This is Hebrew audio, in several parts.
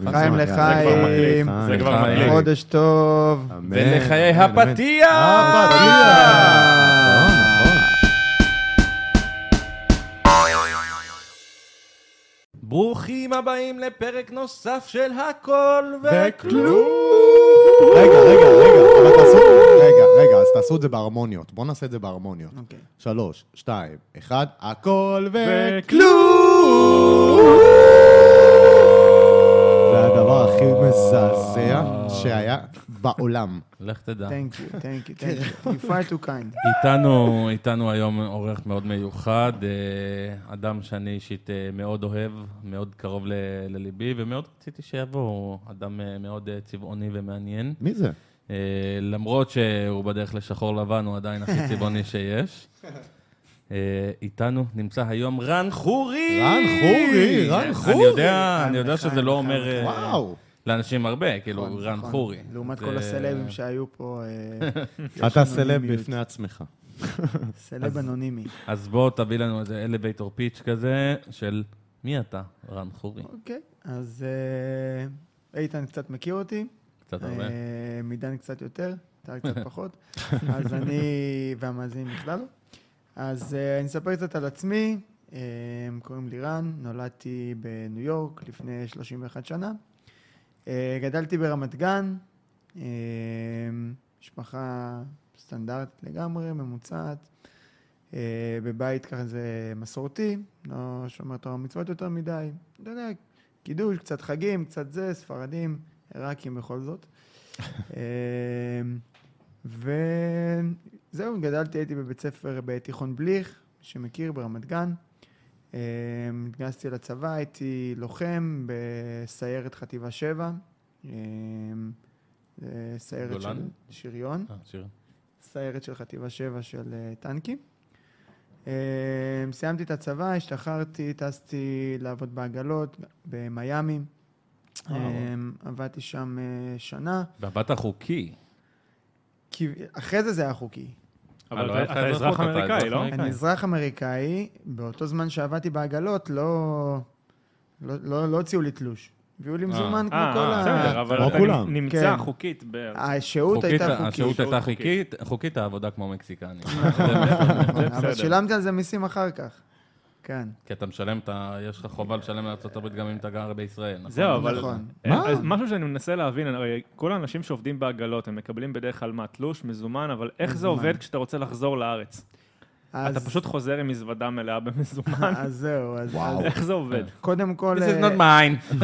חיים לחיים, זה כבר מקליק. חודש טוב. ולחיי הפתיח! ברוכים הבאים לפרק נוסף של הכל וכלום. רגע, אז תעשו את זה בהרמוניות. בואו נעשה את זה בהרמוניות. 3, 2, 1, הכל וכלום! זה הדבר הכי מזעזע שהיה בעולם. לך תדע. Thank you. You far too kind. איתנו היום אורח מאוד מיוחד, אדם שאני אישית מאוד אוהב, מאוד קרוב לליבי, ומאוד רציתי שיבוא, הוא אדם מאוד צבעוני ומעניין. מי זה? למרות שהוא בדרך לשחור לבן, הוא עדיין הכי צבעוני שיש. איתנו נמצא היום רן חורי. רן חורי. אני יודע שזה לא אומר וואו. לאנשים הרבה, כאילו רן חורי. לעומת כל הסלבים שהיו פה. אתה סלב בפני עצמך. סלב אנונימי. אז בוא תביא לנו איזה אלווייטור פיץ' כזה של מי אתה, רן חורי. אוקיי, אז איתן קצת מכיר אותי. קצת הרבה. מידן קצת יותר, אתה קצת פחות. אז אני והמאזין בכלל. אז אני אספר קצת על עצמי. קוראים לי רן, נולדתי בניו יורק לפני 31 שנה. גדלתי ברמת גן, משפחה סטנדרט לגמרי, ממוצעת, בבית ככה זה מסורתי, לא שומר תורה ומצוות יותר מדי, אתה יודע, קידוש, קצת חגים, קצת זה, ספרדים, עיראקים בכל זאת. וזהו, גדלתי, הייתי בבית ספר בתיכון בליך, שמכיר ברמת גן. התגייסתי לצבא, הייתי לוחם בסיירת חטיבה 7, סיירת של שריון, סיירת של חטיבה 7 של טנקים. סיימתי את הצבא, השתחררתי, טסתי לעבוד בעגלות במיימי, עבדתי שם שנה. ועבדת חוקי. אחרי זה היה חוקי. אבל אתה אזרח אמריקאי, לא? אני אזרח אמריקאי, באותו זמן שעבדתי בעגלות, לא הוציאו לי תלוש. הביאו לי מזומן כמו כל בסדר, אבל אתה נמצא חוקית. השהות הייתה חוקית. השהות הייתה חוקית, העבודה כמו מקסיקני. אבל שילמתי על זה מיסים אחר כך. כן. כי אתה משלם, יש לך חובה לשלם לארצות הברית גם אם אתה גר בישראל. זהו, אבל משהו שאני מנסה להבין, הרי כל האנשים שעובדים בעגלות, הם מקבלים בדרך כלל מה, תלוש, מזומן, אבל איך זה עובד כשאתה רוצה לחזור לארץ? אתה פשוט חוזר עם מזוודה מלאה במזומן. אז זהו. איך זה עובד? קודם כל... This is not mine.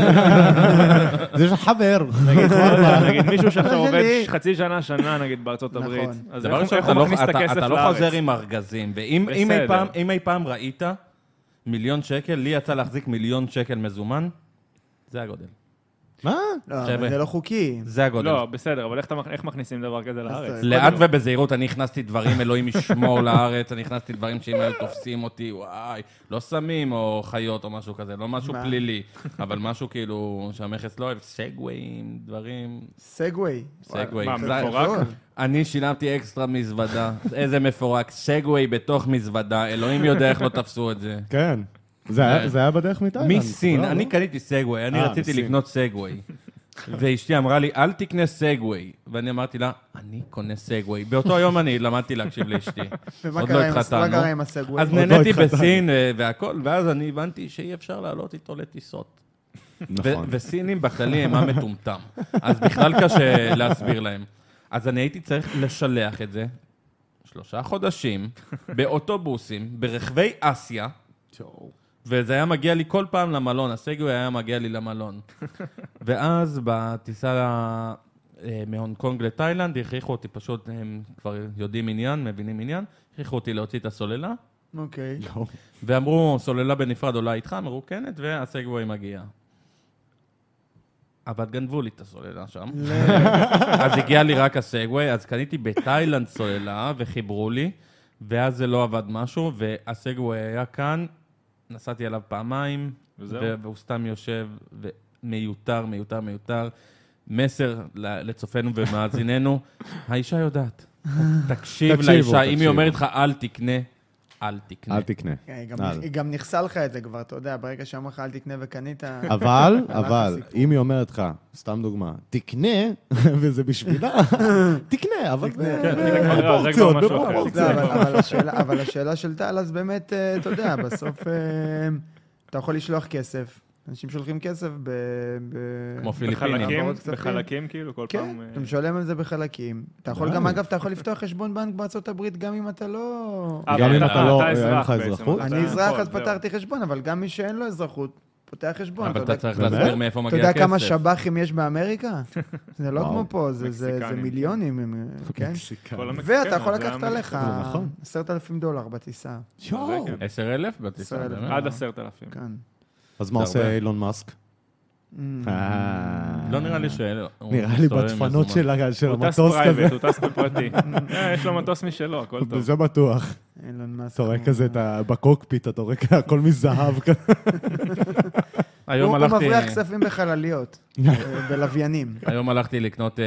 זה חבר. נגיד מישהו שעכשיו עובד חצי שנה, נגיד, בארצות הברית. אז איך הוא מכניס את הכסף לארץ? אתה לא חוזר עם ארגזים. ואם אי פעם ראית $1,000,000, לי יצא להחזיק $1,000,000 מזומן, זה הגודל. מה? לא, זה לא חוקי. זה הגודל. לא, בסדר, אבל איך מכניסים דבר כזה לארץ? לאט ובזהירות, אני הכנסתי דברים, אלוהים ישמור לארץ, אני הכנסתי דברים שאם היו תופסים אותי, וואי, לא סמים או חיות או משהו כזה, לא משהו פלילי, אבל משהו כאילו שהמכס לא אוהב, סגוויים, דברים... סגווי. סגווי. מה, מפורק? אני שילמתי אקסטרה מזוודה, איזה מפורק, סגווי בתוך מזוודה, אלוהים יודע איך לא תפסו את זה. כן. זה היה בדרך מתאילנד. מסין, אני קניתי סגווי, אני רציתי לקנות סגווי. ואשתי אמרה לי, אל תקנה סגווי. ואני אמרתי לה, אני קונה סגווי. באותו יום אני למדתי להקשיב לאשתי. ומה קרה עם הסגווי? אז נהניתי בסין והכל, ואז אני הבנתי שאי אפשר לעלות איתו לטיסות. וסינים בכללי הם המטומטם. אז בכלל קשה להסביר להם. אז אני הייתי צריך לשלח את זה 3 חודשים באוטובוסים, ברכבי אסיה, וזה היה מגיע לי כל פעם למלון, הסגווי היה מגיע לי למלון. ואז בטיסה מהונג קונג לתאילנד, הכריחו אותי פשוט, הם כבר יודעים עניין, מבינים עניין, הכריחו אותי להוציא את הסוללה. אוקיי. ואמרו, סוללה בנפרד עולה איתך, אמרו כנת, והסגווי מגיע. אבל גנבו לי את הסוללה שם. אז הגיע לי רק הסגווי, אז קניתי בתאילנד סוללה, וחיברו לי, ואז זה לא עבד משהו, והסגווי היה כאן, נסעתי עליו פעמיים, והוא סתם יושב, ומיותר. מסר לצופנו ומאזיננו, האישה יודעת. תקשיב לאישה, אם היא אומרת לך, אל תקנה, אל תקנה. אל תקנה. גם נחסה לך את זה כבר, אתה יודע, ברגע שאמר לך אל תקנה וקנית... אבל, אם היא אומרת לך, סתם דוגמה, תקנה, וזה בשבילה, תקנה, אבל בפורציות. אבל השאלה של טל, אז באמת, אתה יודע, בסוף אתה יכול לשלוח כסף. אנשים שולחים כסף כמו פיליפינים. בחלקים כאילו, כל פעם... כן, אתה משלם על זה בחלקים. אתה יכול גם, אגב, אתה יכול לפתוח חשבון בנק בארצות הברית, גם אם אתה לא... גם אם אתה לא, אין לך אזרחות? אני אזרח, אז פתרתי חשבון, אבל גם מי שאין לו אזרחות, פותח חשבון. אבל אתה צריך להסביר מאיפה מגיע הכסף. אתה יודע כמה שב"חים יש באמריקה? זה לא כמו פה, זה מיליונים, כן? ואתה יכול לקחת עליך $10,000 בטיסה. 10,000 בטיסה? עד 10,000. כן. אז מה עושה אילון מאסק? לא נראה לי נראה לי בצפנות של המטוס כזה. הוא טס פרייבט, הוא טס בפרטי. יש לו מטוס משלו, הכל טוב. זה בטוח. אילון מאסק. אתה רואה כזה, בקוקפיט, אתה רואה הכל מזהב כזה. הוא מבריח כספים בחלליות, בלוויינים. היום הלכתי לקנות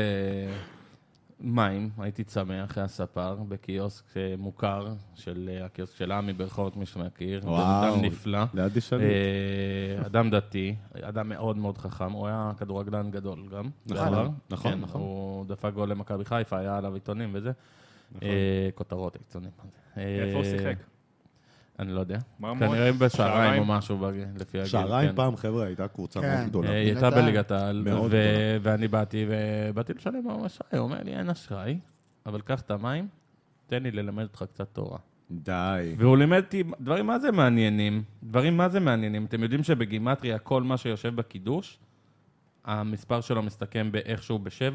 מים, הייתי צמא אחרי הספר, בקיוסק מוכר, הקיוסק של עמי ברחובות, מי שמכיר. וואו, אדם נפלא. לידי שליט. אדם דתי, אדם מאוד מאוד חכם, הוא היה כדורגלן גדול גם. נכון. הוא דפק גול למכבי חיפה, היה עליו עיתונים וזה. כותרות, עיתונים. איפה הוא שיחק? אני לא יודע. כנראה בשעריים או משהו, לפי הגיל. שעריים פעם, חבר'ה, הייתה קבוצה מאוד גדולה. היא הייתה בליגת העל, ואני באתי לשלם אשראי, הוא אומר לי, אין אשראי, אבל קח את המים, תן לי ללמד אותך קצת תורה. די. והוא לימד אותי דברים מה זה מעניינים. אתם יודעים שבגימטריה, כל מה שיושב בקידוש, המספר שלו מסתכם באיכשהו ב7?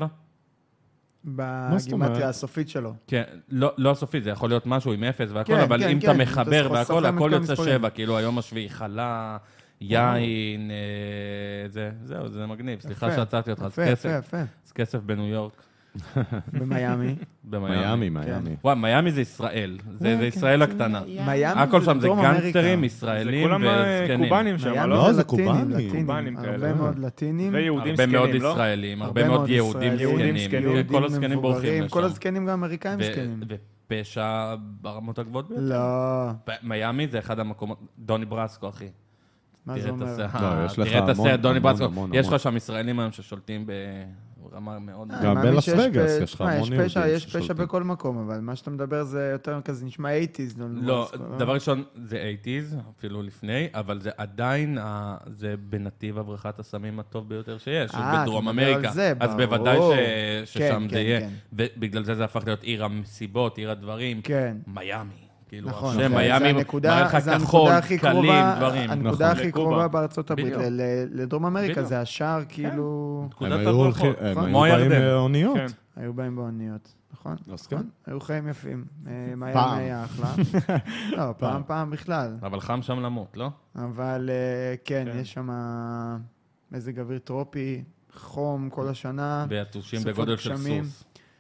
בגימטריה הסופית שלו. כן, לא הסופית, זה יכול להיות משהו עם 0 והכל, אבל אם אתה מחבר והכל, הכל יוצא 7, כאילו היום השביעי חלה, יין, זהו, זה מגניב. סליחה שעצרתי אותך, אז כסף בניו יורק. במיימי. מיאמי. וואי, מיאמי זה ישראל, זה ישראל הקטנה. הכל שם זה גנגסטרים, ישראלים וזקנים. זה כולם קובנים שם, לא, זה קובנים. הרבה מאוד לטינים. ויהודים הרבה מאוד זקנים, לא? ישראלים, הרבה מאוד יהודים זקנים. כל הזקנים בורחים לשם. כל הזקנים גם אמריקאים זקנים. ופשע ברמות הגבוהות ביותר. לא. מיאמי זה אחד המקומות, דוני ברסקו, אחי. מה זה אומר? תראה את הסרט, דוני ברסקו. יש לך שם ישראלים היום ששולטים ברמה מאוד... גם בלס וגאס יש לך המון יהודים. יש פשע בכל מקום, אבל מה שאתה מדבר זה יותר כזה נשמע 80s. לא, דבר ראשון זה 80s, אפילו לפני, אבל זה עדיין, זה בנתיב הברחת הסמים הטוב ביותר שיש, בדרום אמריקה. אז בוודאי ששם זה יהיה. ובגלל זה הפך להיות עיר המסיבות, עיר הדברים. מיאמי. נכון, מיאמי מראה לך כחול, קלים, דברים. הנקודה הכי קרובה בארצות הברית לדרום אמריקה, זה השער כאילו... הם היו באים באוניות. היו באים באוניות, נכון? היו חיים יפים. מיאמי היה אחלה. לא, פעם בכלל. אבל חם שם למות, לא? אבל כן, יש שם מזג אוויר טרופי, חום כל השנה. ויתושים בגודל של סוס.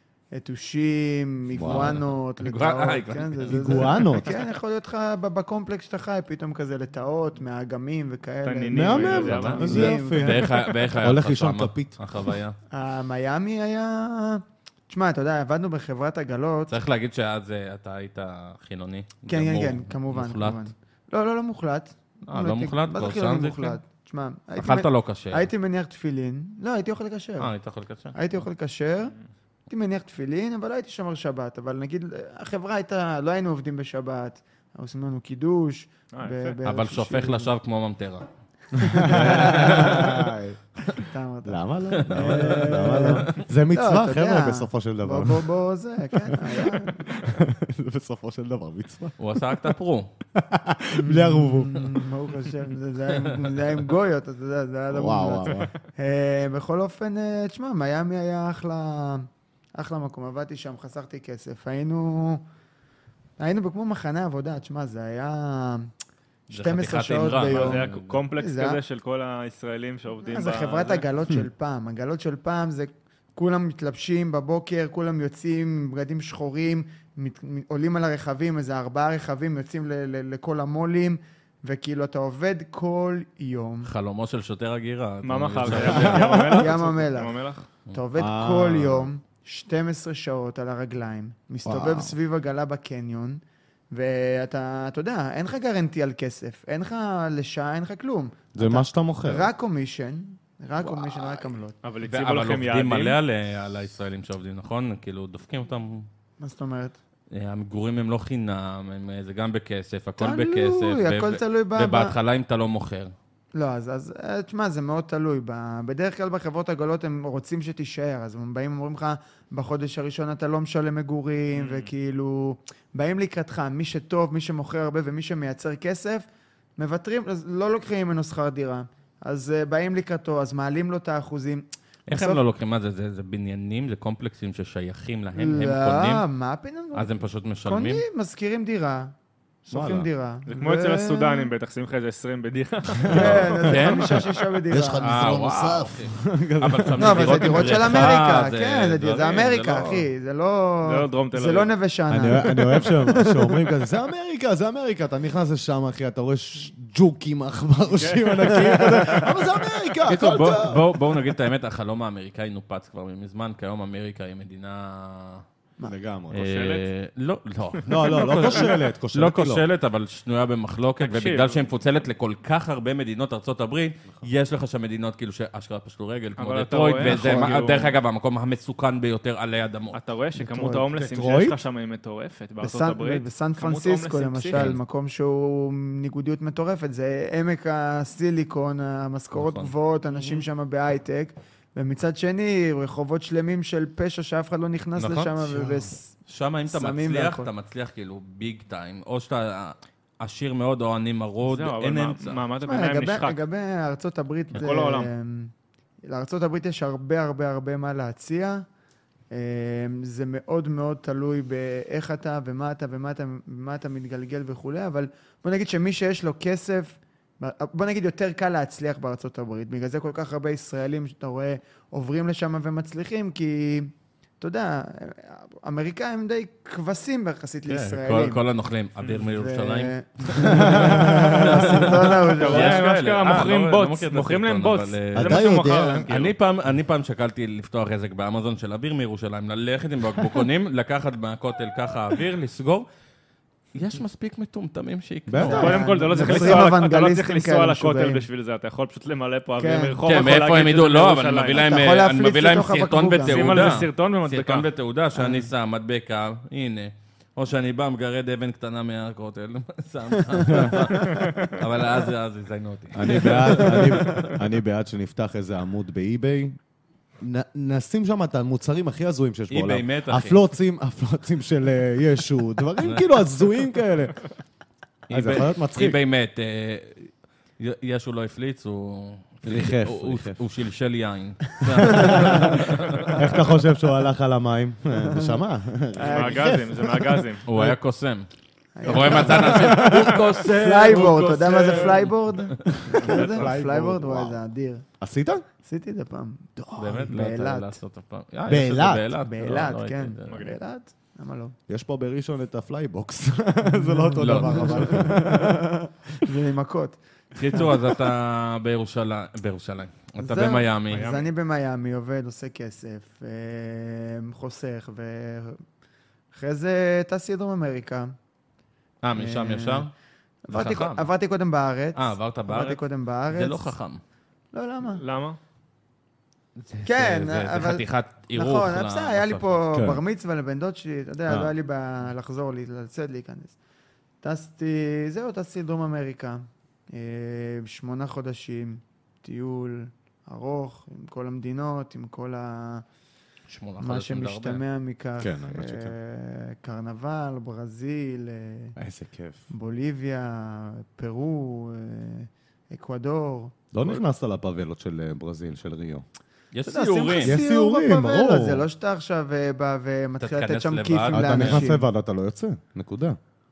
יתושים, איגואנות, איגואנות? כן, יכול להיות לך בקומפלקס שאתה חי, פתאום כזה לטאות, מאגמים וכאלה. מהמם, איזה יופי. ואיך היה הולך לישון כפית. החוויה? מיאמי היה... תשמע, אתה יודע, עבדנו בחברת עגלות. צריך להגיד שאז אתה היית חילוני. כן, כמובן. לא מוחלט. לא מוחלט? לא חילוני מוחלט. תשמע, אכלת לא כשר. הייתי מניח תפילין. לא, הייתי אוכל כשר. היית אוכל כשר. הייתי אוכל כשר. הייתי מניח תפילין, אבל לא הייתי שומר שבת. אבל נגיד, החברה הייתה, לא היינו עובדים בשבת, עושים לנו קידוש. אבל שופך לשווא כמו ממטרה. למה לא? זה מצווה, חבר'ה, בסופו של דבר. בוא, זה, כן. זה בסופו של דבר מצווה. הוא עשה רק תפרו. בלי ערובו. ברוך השם, זה היה עם גויות, אתה יודע, זה היה לא מומלץ. בכל אופן, תשמע, מיאמי היה אחלה מקום, עבדתי שם, חסכתי כסף, היינו כמו מחנה עבודה, תשמע, זה היה 12 שעות ביום. זה היה קומפלקס כזה של כל הישראלים שעובדים. זה חברת עגלות של פעם, עגלות של פעם זה כולם מתלבשים בבוקר, כולם יוצאים, בגדים שחורים, עולים על הרכבים, איזה 4 רכבים, יוצאים לכל המולים, וכאילו אתה עובד כל יום. חלומו של שוטר הגירה. מה מחר? ים המלח. אתה עובד כל יום, 12 שעות על הרגליים, מסתובב סביב עגלה בקניון, ואתה יודע, אין לך גרנטי על כסף, אין לך לשעה, אין לך כלום. זה מה שאתה מוכר. רק קומישן, רק עמלות. אבל הציבו לכם יעדים. עובדים מלא על הישראלים שעובדים, נכון? כאילו, דופקים אותם. מה זאת אומרת? המגורים הם לא חינם, זה גם בכסף, הכל בכסף. הכל תלוי ובהתחלה אם אתה לא מוכר. לא, אז תשמע, זה מאוד תלוי. בדרך כלל בחברות הגדולות הם רוצים שתישאר, אז הם באים ואומרים לך, בחודש הראשון אתה לא משלם מגורים, וכאילו, באים לקראתך, מי שטוב, מי שמוכר הרבה ומי שמייצר כסף, מוותרים, לא לוקחים ממנו שכר דירה. אז באים לקראתו, אז מעלים לו את האחוזים. איך הם לא לוקחים? מה זה? זה בניינים? זה קומפלקסים ששייכים להם? הם קונים? לא, מה פתאום? אז הם פשוט משלמים? קונים, מזכירים דירה. שוכרים דירה. זה כמו אצל הסודנים, בטח, שים לך איזה 20 בדירה. כן, זה 5-6 בדירה. יש לך מזרון נוסף. לא, אבל זה דירות של אמריקה, כן, זה אמריקה, אחי, זה לא דרום תל אביב. זה לא נווה שאנן. אני אוהב שאומרים כזה, זה אמריקה, זה אמריקה. אתה נכנס לשם, אחי, אתה רואה ג'וקים, עכברושים ענקים, אבל זה אמריקה, הכל טוב. בואו נגיד את האמת, החלום האמריקאי נופץ כבר מזמן, כיום אמריקה היא מדינה... לגמרי. כושלת? לא כושלת. לא כושלת, אבל שנויה במחלוקת, ובגלל שהיא מפוצלת לכל כך הרבה מדינות ארצות הברית, יש לך שם מדינות כאילו שאשכרה פשטו רגל, כמו דטרויט, וזה דרך אגב המקום המסוכן ביותר עלי אדמות. אתה רואה שכמות ההומלסים שיש לך שם היא מטורפת בארצות הברית. בסן פרנסיסקו למשל, מקום שהוא ניגודיות מטורפת, זה עמק הסיליקון, המשכורות גבוהות, אנשים שם בהייטק, ומצד שני, רחובות שלמים של פשע שאף אחד לא נכנס לשם, שם אם אתה מצליח כאילו ביג טיים, או שאתה עשיר מאוד או עני מרוד, אין אמצע. מעמד הביניים נשחק. לגבי ארצות הברית, בכל העולם. לארצות הברית יש הרבה מה להציע. זה מאוד מאוד תלוי באיך אתה ומה אתה מתגלגל וכו', אבל בוא נגיד שמי שיש לו כסף, בוא נגיד יותר קל להצליח בארצות הברית, בגלל זה כל כך הרבה ישראלים שאתה רואה עוברים לשם ומצליחים, כי אתה יודע, אמריקאים די כבשים ביחסית לישראלים. כל הנוכלים, אוויר מירושלים. הסרטון ההוא שלו. מוכרים להם בוץ. אני פעם שקלתי לפתוח עסק באמזון של אוויר מירושלים, ללכת עם בקבוקונים, לקחת מהכותל ככה אוויר, לסגור. יש מספיק מטומטמים שיקנו. קודם כל, אתה לא צריך לנסוע לכותל בשביל זה, אתה יכול פשוט למלא פה אוויר מרחוב. כן, מאיפה הם ידעו? לא, אבל אני מביא להם סרטון ותעודה. שים על זה סרטון ומדבקה. סרטון ותעודה שאני שם מדבקה, הנה. או שאני בא, מגרד אבן קטנה מהכותל, שם. אבל אז יזיינו אותי. אני בעד שנפתח איזה עמוד באי-ביי, נשים שם את המוצרים הכי הזויים שיש בעולם. היא באמת, אחי. הפלוצים של ישו, דברים כאילו הזויים כאלה. אז זה יכול להיות מצחיק. היא באמת, ישו לא הפליץ, הוא שלשל יין. איך אתה חושב שהוא הלך על המים? נשמה. זה מהגזים. הוא היה קוסם. אתה רואה מצד אנשים, הוא קוסם. פלייבורד, אתה יודע מה זה פלייבורד? פלייבורד, וואי, זה אדיר. עשית? עשיתי את זה פעם. באמת? לא יצא לעשות הפעם. באילת, כן. באילת? למה לא? יש פה בראשון את הפלייבוקס. זה לא אותו דבר, אבל... זה ממכות. קיצור, אז אתה בירושלים. אתה במיימי. אז אני במיימי, עובד, עושה כסף, חוסך, ואחרי זה טסתי דרום אמריקה. משם ישר? עברתי קודם בארץ. עברת בארץ? עברתי קודם בארץ. זה לא חכם. לא, למה? למה? כן, אבל... זה חתיכת עירוך. נכון, בסדר, היה לי פה בר מצווה לבן דוד שלי, אתה יודע, לא היה לי לחזור, לצאת, להיכנס. טסתי דרום אמריקה, 8 חודשים, טיול ארוך, עם כל המדינות, עם כל מה שמשתמע מכך. כן, האמת שכן. קרנבל, ברזיל, איזה כיף. בוליביה, פרו, אקוודור. לא נכנסת לפאבלות של ברזיל, של ריו. יש סיורים. יש סיורים, ברור. זה לא שאתה עכשיו בא ומתחיל לתת שם כיפים לאנשים. אתה נכנס לבד, אתה לא יוצא, נקודה.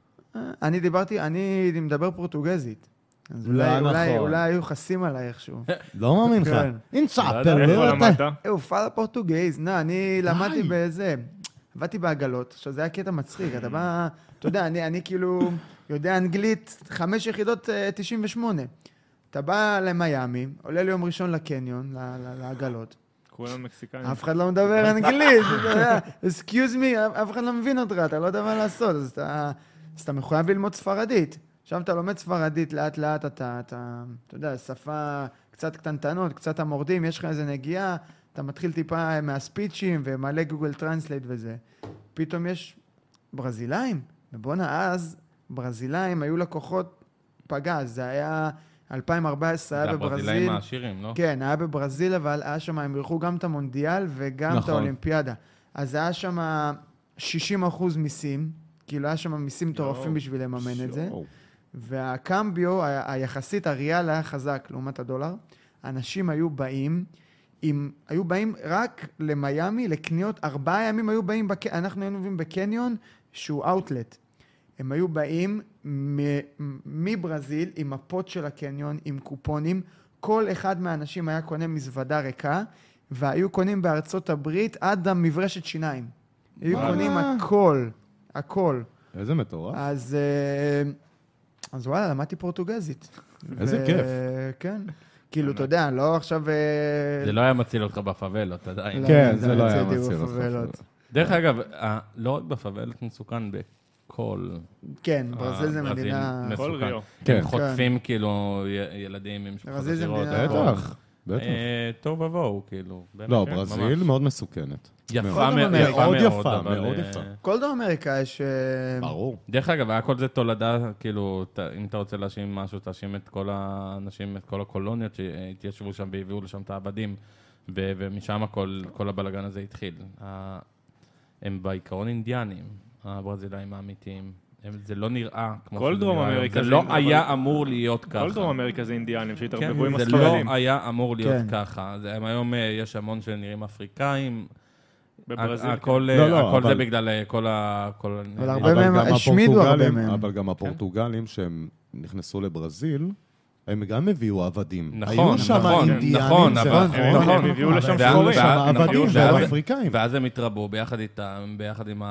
אני מדבר פורטוגזית. אז אולי היו חסים עליי איכשהו. לא מאמין לך. איפה למדת? פאלה פורטוגז. אני למדתי באיזה... עבדתי בעגלות. עכשיו, זה היה קטע מצחיק. אתה בא... אתה יודע, אני כאילו יודע אנגלית 5 יחידות 98. אתה בא למיימי, עולה ליום ראשון לקניון, לעגלות. כולם מקסיקנים. אף אחד לא מדבר אנגלית, אתה יודע, excuse me, אף אחד לא מבין אותך, אתה לא יודע מה לעשות, אז אתה אז אתה מחויב ללמוד ספרדית. עכשיו אתה לומד ספרדית, לאט לאט אתה יודע, שפה קצת קטנטנות, קצת המורדים, יש לך איזה נגיעה, אתה מתחיל טיפה מהספיצ'ים ומלא גוגל טרנסלייט וזה. פתאום יש ברזילאים, ובואנה אז, ברזילאים היו לקוחות פגז, זה היה 2014, היה בברזיל. זה הברזילאים העשירים, לא? כן, היה בברזיל, אבל היה שם, הם אירחו גם את המונדיאל וגם את האולימפיאדה. אז היה שם 60% מיסים, כאילו היה שם מיסים מטורפים בשביל לממן את זה. והקמביו, היחסית, הריאל היה חזק לעומת הדולר. אנשים היו באים רק למיימי, לקניות, 4 ימים היו באים, אנחנו היינו באים בקניון, שהוא אאוטלט. הם היו באים מברזיל עם מפות של הקניון, עם קופונים. כל אחד מהאנשים היה קונה מזוודה ריקה, והיו קונים בארצות הברית עד המברשת שיניים. היו קונים הכל. איזה מטורף. אז וואלה, למדתי פורטוגזית. איזה כיף. כן. כאילו, אתה יודע, לא עכשיו... זה לא היה מציל אותך בפאבלות, עדיין. כן, זה לא היה מציל אותך בפאבלות. דרך אגב, לא רק בפאבלות מסוכן בכל... כן, ברזיל זה מדינה... כל ריו. כן, חוטפים כאילו ילדים עם משפחות עשירות. בטח. טוב ובואו, כאילו. לא, ברזיל מאוד מסוכנת. יפה מאוד, מאוד יפה. כל דרום אמריקה יש... ברור. דרך אגב, הכל זה תולדה, כאילו, אם אתה רוצה להאשים משהו, תאשים את כל האנשים, את כל הקולוניות שהתיישבו שם והביאו לשם את העבדים, ומשם כל הבלגן הזה התחיל. הם בעיקרון אינדיאנים, הברזילאים האמיתיים. זה לא נראה כמו כל דרום אמריקה זה לא היה אמור להיות ככה. כל דרום אמריקה זה אינדיאנים שהתערבבו עם זה הספרדים. לא היה אמור להיות ככה. היום יש המון שנראים אפריקאים. בברזיל. הכל זה בגלל כל אבל הרבה מהם השמידו הרבה מהם. אבל גם הפורטוגלים שהם נכנסו לברזיל, הם גם הביאו עבדים. נכון, היו שם אינדיאנים. נכון. הם הביאו לשם שחורים. היו שם עבדים ואפריקאים. ואז הם התרבו ביחד איתם, ביחד עם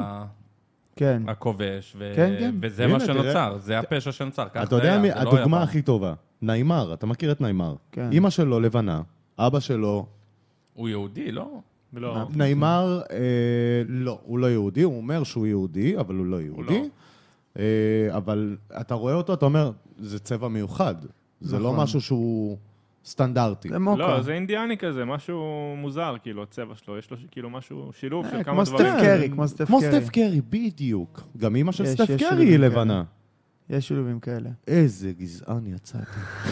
כן. הכובש, כן. וזה מה שנוצר, זה הפשע שנוצר. אתה יודע, הדוגמה הכי טובה, ניימר, אתה מכיר את ניימר. אמא שלו לבנה, אבא שלו... הוא יהודי, לא? לא. ניימר, לא, הוא לא יהודי, הוא אומר שהוא יהודי, אבל הוא לא יהודי. אבל אתה רואה אותו, אתה אומר, זה צבע מיוחד. זה לא משהו שהוא סטנדרטי. לא, זה אינדיאני כזה, משהו מוזר, כאילו, הצבע שלו, יש לו כאילו משהו, שילוב של כמה כמו דברים. כמו סטף קרי, בדיוק. גם אמא של סטף קרי היא לבנה. יש שילובים כאלה. איזה גזען יצאתי.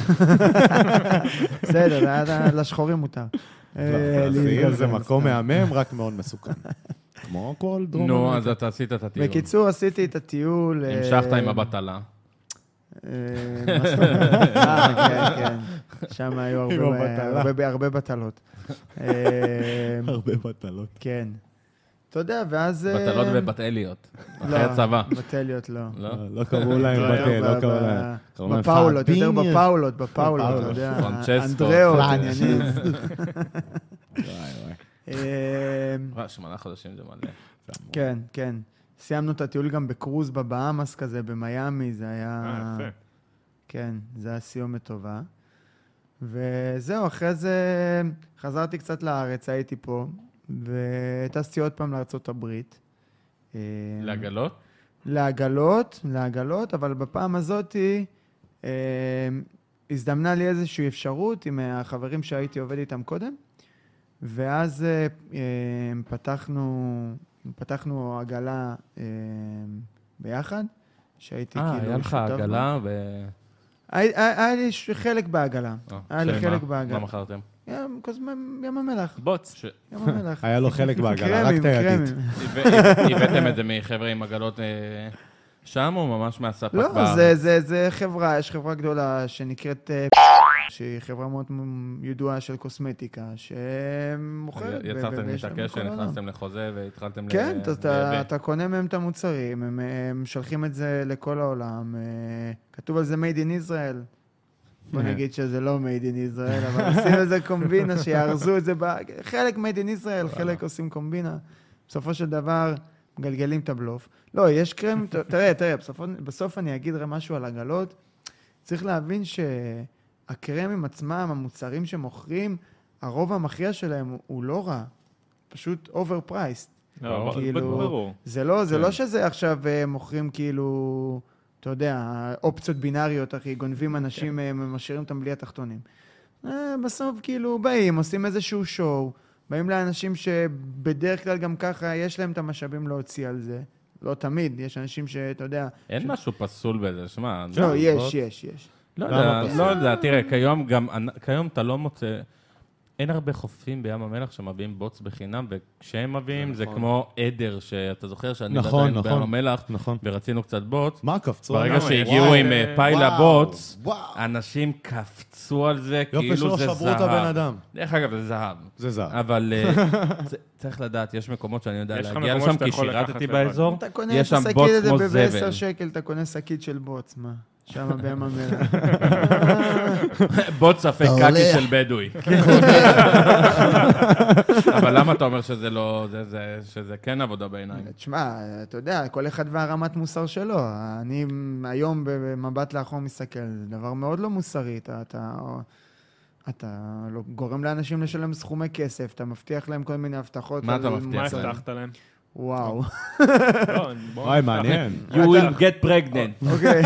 בסדר, לשחורים מותר. ברזיל זה מקום מהמם, רק מאוד מסוכן. כמו כל דרום. נו, אז אתה עשית את הטיול. בקיצור, עשיתי את הטיול. המשכת עם הבטלה. כן. שם היו הרבה בטלות. הרבה בטלות. כן. אתה יודע, ואז... בטלות ובטליות. אחרי הצבא. בטליות לא. לא קראו להם בטל, לא קראו להם. בפאולות, יותר בפאולות, אתה יודע. אנדריאו, עניינים. וואי. 8 חודשים זה מלא. כן. סיימנו את הטיול גם בקרוז בבאמאס כזה, במיימי, זה היה... יפה. כן, זה היה סיומת טובה. וזהו, אחרי זה חזרתי קצת לארץ, הייתי פה, וטסתי עוד פעם לארצות הברית. לעגלות? לעגלות, אבל בפעם הזאת הזדמנה לי איזושהי אפשרות עם החברים שהייתי עובד איתם קודם, ואז פתחנו עגלה ביחד, שהייתי כאילו... היה לך עגלה היה לי חלק בעגלה. מה מכרתם? ים המלח. בוץ. ים המלח. היה לו חלק בעגלה, רק תיידית. הבאתם את זה מחבר'ה עם עגלות שם או ממש מהספק? לא, זה חברה, יש חברה גדולה שנקראת... שהיא חברה מאוד ידועה של קוסמטיקה, שמוכרת... יצרתם את הקשר, נכנסתם לחוזה והתחלתם... כן, אתה קונה מהם את המוצרים, הם משלחים את זה לכל העולם. כתוב על זה Made in Israel. בוא נגיד שזה לא Made in Israel, אבל עושים איזה קומבינה שיארזו את זה, חלק Made in Israel, חלק עושים קומבינה. בסופו של דבר, מגלגלים את הבלוף. לא, יש קרם... תראה, בסוף אני אגיד משהו על עגלות. צריך להבין הקרמים עצמם, המוצרים שמוכרים, הרוב המכריע שלהם הוא לא רע. פשוט overpriced. ברור. זה לא שזה עכשיו מוכרים כאילו, אתה יודע, אופציות בינאריות, אחי, גונבים אנשים, משאירים אותם בלי התחתונים. בסוף כאילו באים, עושים איזשהו שואו, באים לאנשים שבדרך כלל גם ככה יש להם את המשאבים להוציא על זה. לא תמיד, יש אנשים שאתה יודע... אין משהו פסול בזה, שמע. לא, יש. לא יודע, תראה, כיום אתה לא מוצא... אין הרבה חופים בים המלח שמביאים בוץ בחינם, וכשהם מביאים זה כמו עדר, שאתה זוכר שאני עדיין בים המלח, ורצינו קצת בוץ. מה קפצו? ברגע שהגיעו עם פיילה בוץ, אנשים קפצו על זה, כאילו זה זהב. יופי שלא שברו את הבן אדם. דרך אגב, זה זהב. זה זהב. אבל צריך לדעת, יש מקומות שאני יודע להגיע לשם, כי שירתתי באזור, יש שם בוץ כמו זבל. ב10 שקל אתה קונה שקית של בוץ, מה? שם בים המלח. בוץ ספק קקי של בדואי. אבל למה אתה אומר שזה לא, שזה כן עבודה בעיניים? תשמע, אתה יודע, כל אחד והרמת מוסר שלו. אני היום במבט לאחור מסתכל, זה דבר מאוד לא מוסרי. אתה גורם לאנשים לשלם סכומי כסף, אתה מבטיח להם כל מיני הבטחות. מה אתה מבטיח? מה הבטחת להם? וואו. וואי, מעניין. You will get pregnant. אוקיי.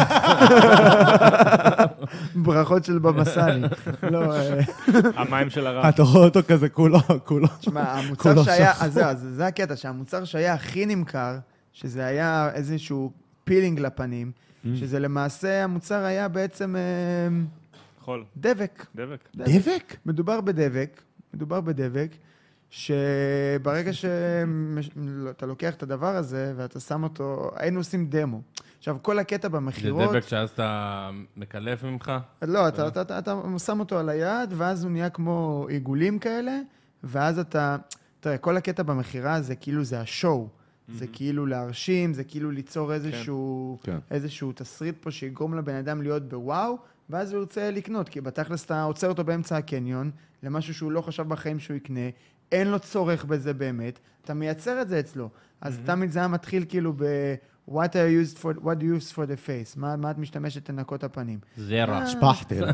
ברכות של בבא סאלי. לא... המים של הרב. אתה רואה אותו כזה כולו. תשמע, המוצר שהיה... אז זה הקטע, שהמוצר שהיה הכי נמכר, שזה היה איזשהו פילינג לפנים, שזה למעשה, המוצר היה בעצם... חול. דבק. דבק? מדובר בדבק, שברגע שאתה לוקח את הדבר הזה ואתה שם אותו, היינו עושים דמו. עכשיו, כל הקטע במחירות... זה דבק שאז אתה מקלף ממך? לא, אתה שם אותו על היד, ואז הוא נהיה כמו עיגולים כאלה, ואז אתה... תראה, כל הקטע במחירה זה כאילו זה השואו. זה כאילו להרשים, זה כאילו ליצור איזשהו תסריט פה שיגרום לבן אדם להיות בוואו, ואז הוא ירצה לקנות, כי בתכלס אתה עוצר אותו באמצע הקניון, למשהו שהוא לא חשב בחיים שהוא יקנה, אין לו צורך בזה באמת, אתה מייצר את זה אצלו. אז תמיד זה היה מתחיל כאילו what do you use for the face? מה את משתמשת לנקות הפנים? זרע. שפחתר.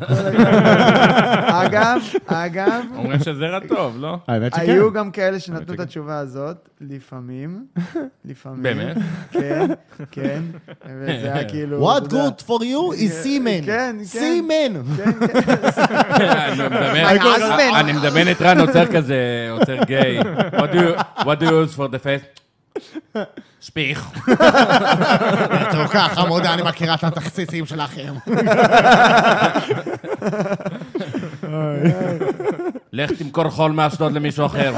אגב... אומרים שזרע טוב, לא? האמת שכן. היו גם כאלה שנתנו את התשובה הזאת, לפעמים. באמת? כן. וזה היה כאילו... What good for you is semen. כן. semen. אני מדמיין את רן עוצר גיי. What do you use for the face? שפיך. טוב ככה, מודה, אני מכירה את התכסיסים שלכם. לך תמכור חול מאשדוד למישהו אחר.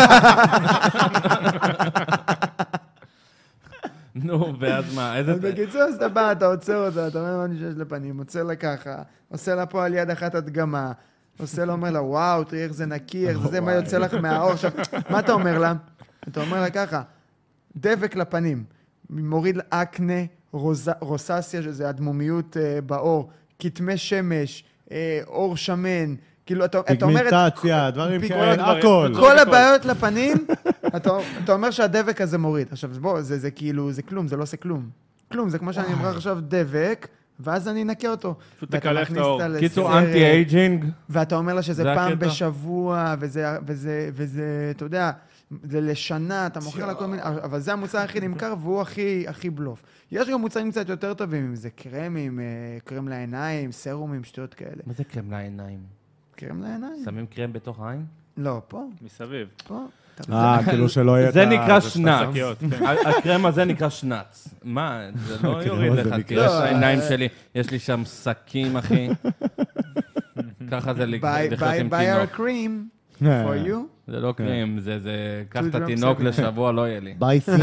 נו, ואז מה? איזה... בקיצור, אז אתה בא, אתה עוצר אותה, אתה אומר מה נשאש לפנים, עוצר לה ככה, עושה לה פה על יד אחת הדגמה, עושה לה, אומר לה, וואו, תראי איך זה נקי, איך זה מה יוצא לך מהאור. עכשיו, מה אתה אומר לה? אתה אומר לה ככה, דבק לפנים, מוריד אקנה, רוססיה, שזה הדמומיות באור, כתמי שמש, אור שמן, כאילו, אתה אומרת... פיגמנטציה, דברים כאלה, הכל. כל הבעיות לפנים, אתה אומר שהדבק הזה מוריד. עכשיו, בוא, זה כאילו, זה כלום, זה לא עושה כלום. כלום, זה כמו שאני אמרה עכשיו דבק, ואז אני אנקה אותו. פשוט תקלף את האור. קיצור, אנטי-אייג'ינג. ואתה אומר לה שזה פעם בשבוע, וזה, אתה יודע, זה לשנה, אתה מוכר לה כל מיני, אבל זה המוצר הכי נמכר, והוא הכי בלוף. יש גם מוצרים קצת יותר טובים, אם זה קרמים, קרם לעיניים, סרומים, שטויות כאלה. מה זה קרם לעיניים? קרם לעיניים? שמים קרם בתוך העין? לא, פה. מסביב. פה. כאילו שלא יהיה... זה נקרא שנץ. הקרם הזה נקרא שנץ. מה? זה לא יוריד לך, תראה את העיניים שלי, יש לי שם שקים, אחי. ככה זה לחיות עם buy our תינוק. cream for you. זה לא קרים, זה קח את התינוק לשבוע, לא יהיה לי. ביי סימן.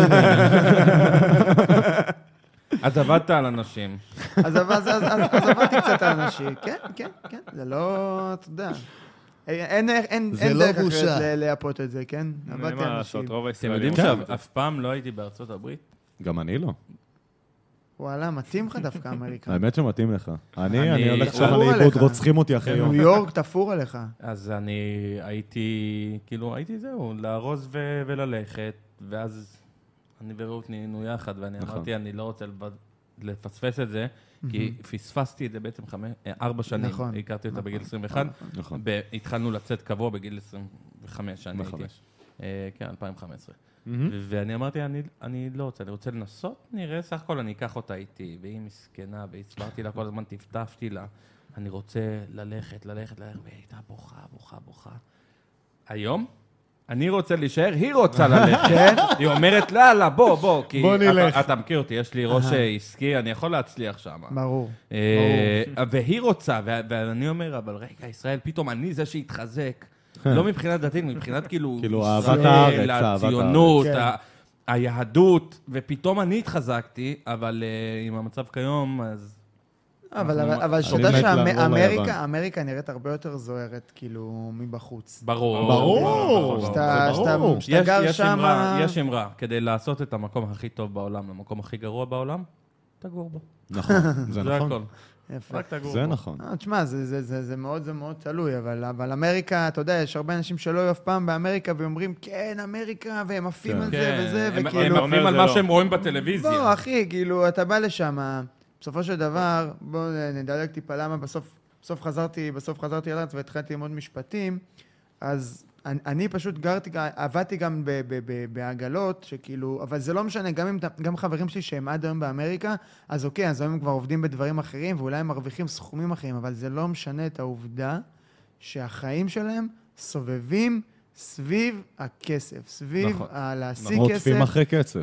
אז עבדת על אנשים. אז עבדתי קצת על אנשים. כן. זה לא, אתה יודע. אין דרך אחרת להפות את זה, כן? עבדתי על אנשים. אתם יודעים שאף פעם לא הייתי בארצות הברית? גם אני לא. וואלה, מתאים לך דווקא אמריקה. האמת שמתאים לך. אני הולך שם לאיבוד, רוצחים אותי אחרי יום. ניו יורק תפור עליך. אז אני הייתי זהו, לארוז וללכת, ואז אני ורעות נהיינו יחד, ואני אמרתי, אני לא רוצה לפספס את זה, כי פספסתי את זה בעצם 4 שנים. הכרתי אותה בגיל 21, והתחלנו לצאת קבוע בגיל 25, שאני הייתי. כן, 2015. ואני אמרתי, אני לא רוצה, אני רוצה לנסות, נראה, סך הכל אני אקח אותה איתי, והיא מסכנה, והסברתי לה כל הזמן, טפטפתי לה, אני רוצה ללכת, והיא הייתה בוכה. היום, אני רוצה להישאר, היא רוצה ללכת, היא אומרת, לא, בוא, כי אתה מכיר אותי, יש לי ראש עסקי, אני יכול להצליח שם. ברור. והיא רוצה, ואני אומר, אבל רגע, ישראל, פתאום אני זה שהתחזק, לא מבחינת דתית, מבחינת כאילו אהבת הארץ, הציונות, היהדות, ופתאום אני התחזקתי, אבל עם המצב כיום, אז... אבל שתדע שאמריקה נראית הרבה יותר זוהרת, כאילו, מבחוץ. ברור. שאתה גר שם... יש אמרה, כדי לעשות את המקום הכי טוב בעולם, המקום הכי גרוע בעולם, תגור בו. נכון, זה נכון. הכל. זה נכון. תשמע, זה מאוד תלוי, אבל אמריקה, אתה יודע, יש הרבה אנשים שלא היו אף פעם באמריקה, ואומרים, כן, אמריקה, והם עפים על זה וזה, וכאילו... הם עפים על מה שהם רואים בטלוויזיה. בוא, אחי, כאילו, אתה בא לשם, בסופו של דבר, בוא נדלג טיפה למה, בסוף חזרתי לארץ והתחלתי ללמוד משפטים, אז אני פשוט עבדתי גם בעגלות, שכאילו, אבל זה לא משנה, גם חברים שלי שהם עד היום באמריקה, אז אוקיי, אז הם כבר עובדים בדברים אחרים, ואולי הם מרוויחים סכומים אחרים, אבל זה לא משנה את העובדה שהחיים שלהם סובבים סביב הכסף, סביב להשיג כסף. רודפים אחרי כסף.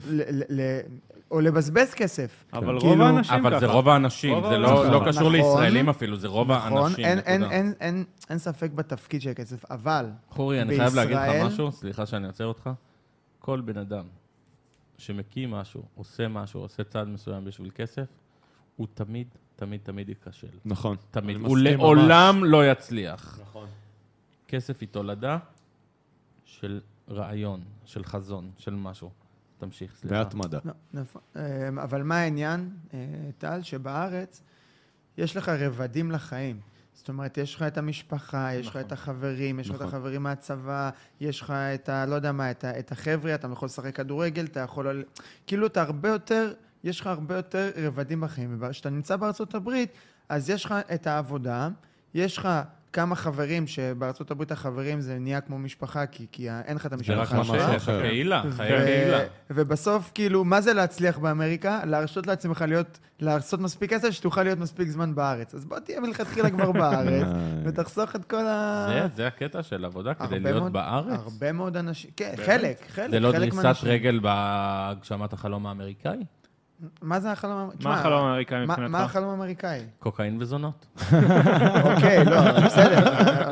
או לבזבז כסף. אבל רוב האנשים ככה. אבל זה רוב האנשים, זה לא קשור לישראלים אפילו, זה רוב האנשים. אין ספק בתפקיד של כסף, אבל חורי, אני חייב להגיד לך משהו, סליחה שאני עוצר אותך. כל בן אדם שמקים משהו, עושה צעד מסוים בשביל כסף, הוא תמיד ייכשל. נכון. תמיד. הוא לעולם לא יצליח. נכון. כסף היא תולדה של רעיון, של חזון, של משהו. תמשיך, סליחה. בהתמדה. אבל מה העניין, טל, שבארץ יש לך רבדים לחיים. זאת אומרת, יש לך את המשפחה, יש לך את החברים, יש לך את החברים מהצבא, יש לך את לא יודע מה, את החבר'ה, אתה יכול לשחק כדורגל, אתה יכול... כאילו, אתה הרבה יותר, יש לך הרבה יותר רבדים בחיים. וכשאתה נמצא בארצות הברית, אז יש לך את העבודה, יש לך כמה חברים, שבארצות הברית החברים זה נהיה כמו משפחה, כי אין לך את המשפחה שלך. זה רק משהו קהילה, חיי קהילה. ובסוף, כאילו, מה זה להצליח באמריקה? להרשות לעצמך לעשות מספיק כסף, שתוכל להיות מספיק זמן בארץ. אז בוא תהיה מלכתחילה כבר בארץ, ותחסוך את כל זה הקטע של עבודה, כדי להיות בארץ? הרבה מאוד אנשים, כן, חלק. זה לא דריסת רגל בהגשמת החלום האמריקאי? מה זה החלום האמריקאי? מה החלום האמריקאי מבחינתך? מה החלום האמריקאי? קוקאין וזונות. אוקיי, לא, בסדר.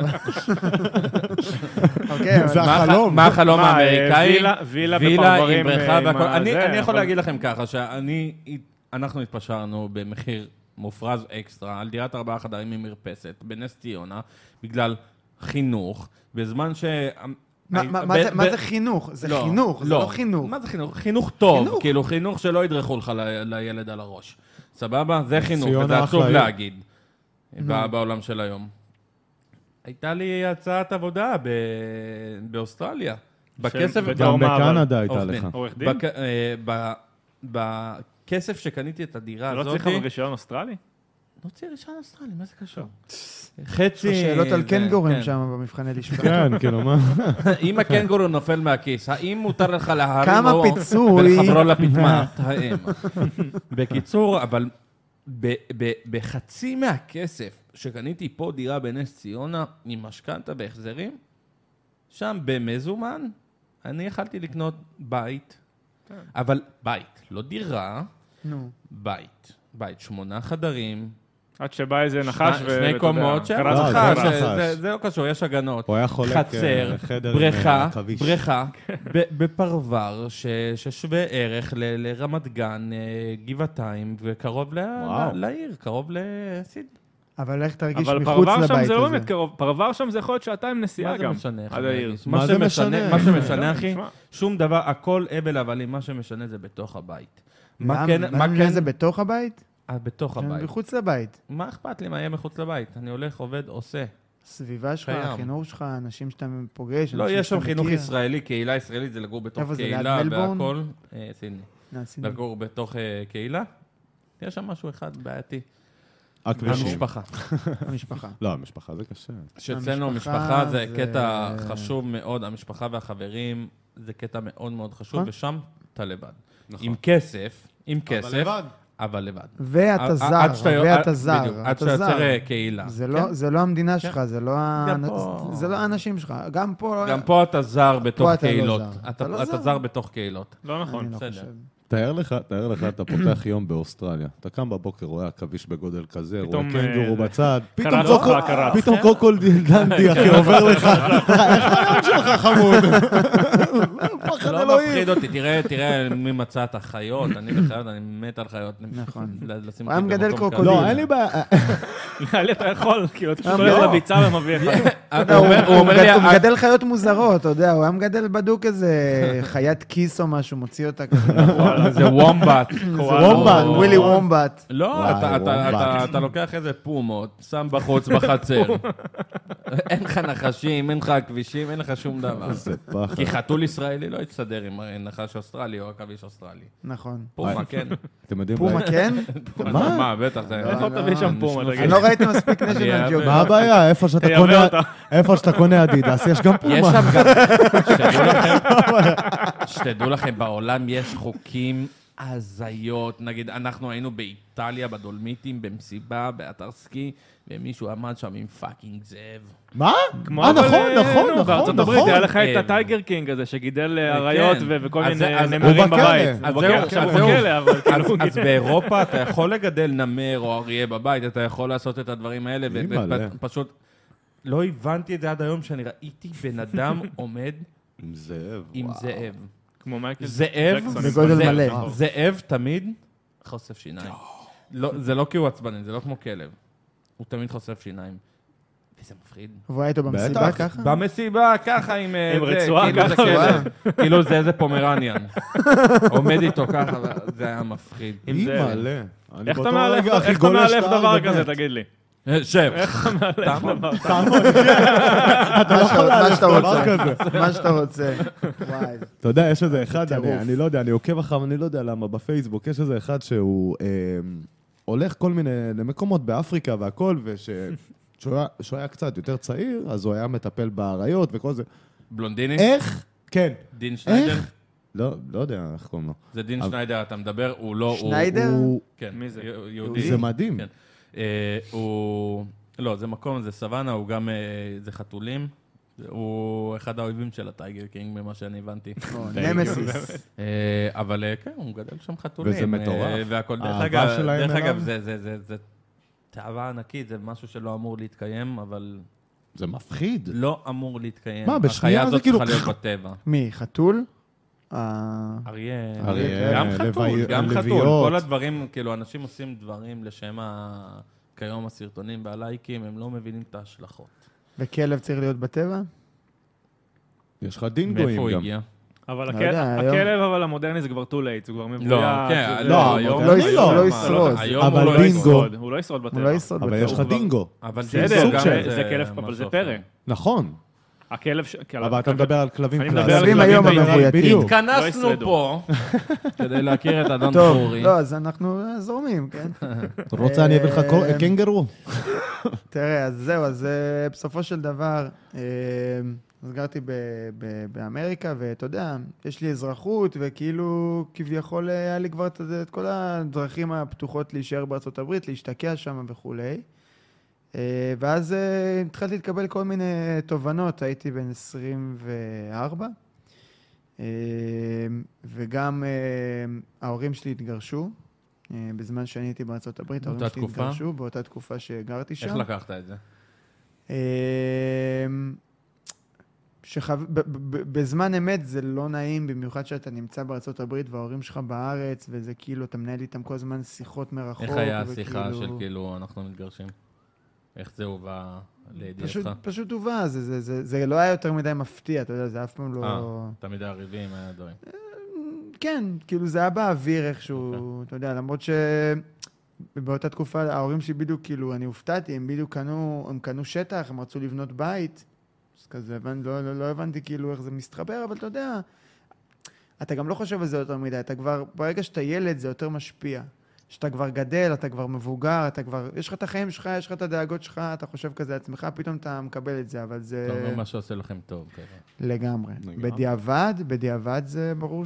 זה החלום. מה החלום האמריקאי? וילה בפרברים. עם בריכה והכל. אני יכול להגיד לכם ככה, שאנחנו התפשרנו במחיר מופרז אקסטרה, על דירת 4 חדרים עם מרפסת, בנס ציונה, בגלל חינוך, בזמן ש... מה זה חינוך? זה חינוך, זה לא חינוך. מה זה חינוך? חינוך טוב, כאילו חינוך שלא ידרכו לך לילד על הראש. סבבה? זה חינוך, וזה עצוב להגיד בעולם של היום. הייתה לי הצעת עבודה באוסטרליה. בכסף... גם בקנדה הייתה לך. עורך דין? בכסף שקניתי את הדירה הזאת... לא צריך אבל רישיון אוסטרלי? לא צריך רישיון אוסטרלי, מה זה קשור? חצי... שאלות על קנגורים שם במבחני לשכה. כן, כאילו מה? אם הקנגורו נופל מהכיס, האם מותר לך להרים כמה פיצוי? ולחברו לפטמה? האם. בקיצור, אבל בחצי מהכסף שקניתי פה דירה בנס ציונה, עם משכנתה בהחזרים, שם במזומן, אני יכלתי לקנות בית, אבל בית, לא דירה, בית 8 חדרים, עד שבא איזה נחש שני קומות, זה לא קשור, יש הגנות. הוא היה חולק חצר, בריכה, בפרבר, ששווה ערך לרמת גן, גבעתיים, וקרוב לעיר, קרוב לסיד. אבל איך תרגיש מחוץ לבית הזה? אבל פרבר שם זה לא באמת קרוב, פרבר שם זה יכול להיות שעתיים נסיעה גם. מה זה משנה, אחי? שום דבר, הכל אבל הבלים, מה שמשנה זה בתוך הבית. מה זה בתוך הבית? בתוך הבית. מחוץ לבית. מה אכפת לי מה יהיה מחוץ לבית? אני הולך, עובד, עושה. סביבה שלך, החינוך שלך, אנשים שאתה פוגש. לא, יש שם חינוך ישראלי, קהילה ישראלית, זה לגור בתוך קהילה והכל. סידני. לגור בתוך קהילה. יש שם משהו אחד בעייתי. המשפחה. המשפחה. לא, המשפחה זה קשה. שאצלנו המשפחה זה קטע חשוב מאוד, המשפחה והחברים זה קטע מאוד מאוד חשוב, ושם אתה לבד. עם כסף, אבל לבד. ואתה זר. עד שאתה יוצר קהילה. זה לא המדינה שלך, זה לא האנשים שלך. גם פה אתה זר בתוך קהילות. אתה זר בתוך קהילות. לא נכון, בסדר. תאר לך, אתה פותח יום באוסטרליה. אתה קם בבוקר, רואה עכביש בגודל כזה, רואה קנגורו בצד, פתאום קרוקודיל דנדי, אחי, עובר לך. איך היום שלך, חמוד? פחד לא אלוהים. מפחיד אותי, תראה מי מצא את החיות, אני בחיות, אני מת על חיות. נכון. הוא היה מגדל קרוקודיל. לא, אין לי בעיה. נראה לי אתה יכול, כאילו, אתה שולח לביצה ומביא אחד. הוא מגדל חיות מוזרות, אתה יודע, הוא היה מגדל בדוק איזה חיית כיס או משהו, מוציא אותה כזה. זה וומבט. ווילי וומבט. לא, אתה לוקח איזה פומות, שם בחוץ בחצר. אין לך נחשים, אין לך כבישים, אין לך שום דבר. זה פחד. כי חתול ישראלי לא יצטדר עם נחש אוסטרלי או עכביש אוסטרלי. נכון. פומה, כן. אתם יודעים... פומה כן? מה, בטח. איפה תביא שם פומה? אני לא ראיתי מספיק נשיונל ג'יאוגרפיק. מה הבעיה? איפה שאתה קונה אדידס, יש גם פומה. יש שם גם... שתדעו לכם, בעולם יש חוקים הזיות. נגיד, אנחנו היינו באיטליה, בדולמיטים, במסיבה, באתר סקי, ומישהו עמד שם עם פאקינג זאב. מה? נכון. בארצות הברית היה לך את הטייגר קינג הזה, שגידל אריות וכל מיני נמרים בבית. אז באירופה אתה יכול לגדל נמר או אריה בבית, אתה יכול לעשות את הדברים האלה, ופשוט לא הבנתי את זה עד היום, שאני ראיתי בן אדם עומד עם זאב. כמו מייקל ג'קסון. בגודל מלא. זאב תמיד חושף שיניים. זה לא כי הוא עצבני, זה לא כמו כלב. הוא תמיד חושף שיניים. וזה מפחיד. והוא היה איתו במסיבה ככה? במסיבה ככה עם רצועה ככה. כאילו זה איזה פומרניאן. עומד איתו ככה, זה היה מפחיד. מלא. איך אתה מאלף דבר כזה, תגיד לי? שב. איך אתה מאלף דבר? אתה לא יכול לעשות דבר כזה. מה שאתה רוצה. וואי. אתה יודע, יש איזה אחד, אני לא יודע, אני עוקב אחריו, אני לא יודע למה, בפייסבוק, יש איזה אחד שהוא הולך כל מיני מקומות באפריקה והכל, ושהוא היה קצת יותר צעיר, אז הוא היה מטפל באריות וכל זה. בלונדיני? איך? כן. דין שניידר? לא יודע איך קוראים לו. זה דין שניידר, אתה מדבר, הוא לא... שניידר? כן. מי זה? יהודי. זה מדהים. הוא... לא, זה מקום, זה סוואנה, הוא גם... זה חתולים. הוא אחד האויבים של הטייגר קינג, ממה שאני הבנתי. נמסיס. אבל כן, הוא מגדל שם חתולים. וזה מטורף. והכל. דרך אגב, זה תאווה ענקית, זה משהו שלא אמור להתקיים, אבל... זה מפחיד. לא אמור להתקיים. מה, בשנייה זה כאילו... החיה הזאת צריכה להיות בטבע. מי? חתול? אריה, גם חתול, גם חתול. כל הדברים, כאילו, אנשים עושים דברים לשם כיום הסרטונים והלייקים, הם לא מבינים את ההשלכות. וכלב צריך להיות בטבע? יש לך דינגויים גם. מאיפה הוא הגיע? אבל הכלב, אבל המודרני זה כבר too late, הוא כבר מבויק. לא, הוא לא ישרוד. אבל דינגו. הוא לא ישרוד בטבע. אבל יש לך דינגו. בסדר, זה כלב, אבל זה פרא. נכון. הכלב... אבל אתה מדבר על כלבים אני מדבר על כלבים היום המבויתים. התכנסנו פה כדי להכיר את אדם חורי. לא, אז אנחנו זורמים, כן? אתה רוצה, אני אביא לך קנגרו? תראה, אז זהו, אז בסופו של דבר, אז גרתי באמריקה, ואתה יודע, יש לי אזרחות, וכאילו כביכול היה לי כבר את כל הדרכים הפתוחות להישאר בארצות הברית, להשתקע שם וכולי. ואז התחלתי להתקבל כל מיני תובנות, הייתי בן 24, וגם ההורים שלי התגרשו, בזמן שאני הייתי בארצות הברית, ההורים שלי התגרשו, באותה תקופה שגרתי שם. איך לקחת את זה? בזמן אמת זה לא נעים, במיוחד שאתה נמצא בארצות הברית וההורים שלך בארץ, וזה כאילו, אתה מנהל איתם כל הזמן שיחות מרחוק. איך היה השיחה של כאילו, אנחנו מתגרשים? איך זה הובא לידיעתך? פשוט הובא, זה לא היה יותר מדי מפתיע, אתה יודע, זה אף פעם לא... תמיד הריבים היה דברים. כן, כאילו זה היה באוויר איכשהו, אתה יודע, למרות שבאותה תקופה ההורים שלי בדיוק, כאילו, אני הופתעתי, הם בדיוק קנו שטח, הם רצו לבנות בית, אז כזה, לא הבנתי כאילו איך זה מסתחבר, אבל אתה יודע, אתה גם לא חושב על זה יותר מדי, אתה כבר, ברגע שאתה ילד זה יותר משפיע. שאתה כבר גדל, אתה כבר מבוגר, יש לך את החיים שלך, יש לך את הדאגות שלך, אתה חושב כזה עצמך, פתאום אתה מקבל את זה, אבל זה... אתה אומר מה שעושה לכם טוב. לגמרי. בדיעבד זה ברור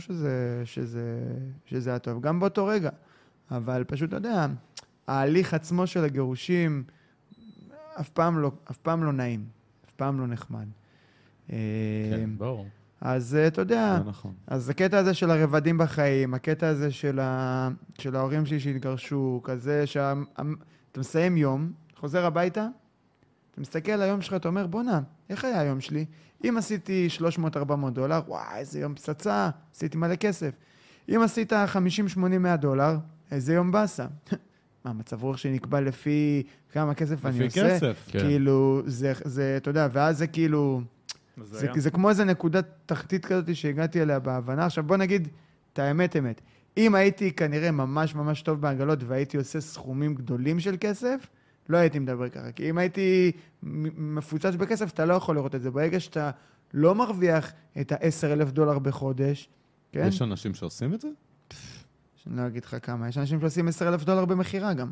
שזה היה טוב. גם באותו רגע. אבל פשוט, אתה יודע, ההליך עצמו של הגירושים אף פעם לא נעים, אף פעם לא נחמד. כן, ברור. אז אתה יודע, אז הקטע הזה של הרבדים בחיים, הקטע הזה של ההורים שלי שהתגרשו, כזה שאתה מסיים יום, חוזר הביתה, אתה מסתכל על היום שלך, אתה אומר, בונה, איך היה היום שלי? אם עשיתי $300-400, וואי, איזה יום פצצה, עשיתי מלא כסף. אם עשית $50-80-100, איזה יום בסה. מה, מצב רוח שנקבע לפי כמה כסף אני עושה? לפי כסף. כאילו, זה, אתה יודע, ואז זה כאילו... זה כמו איזה נקודת תחתית כזאת שהגעתי אליה בהבנה. עכשיו בוא נגיד את האמת. אם הייתי כנראה ממש ממש טוב בעגלות והייתי עושה סכומים גדולים של כסף, לא הייתי מדבר ככה. כי אם הייתי מפוצץ בכסף, אתה לא יכול לראות את זה. ברגע שאתה לא מרוויח את $10,000 בחודש, כן? יש אנשים שעושים את זה? אני לא אגיד לך כמה. יש אנשים שעושים $10,000 במחירה גם.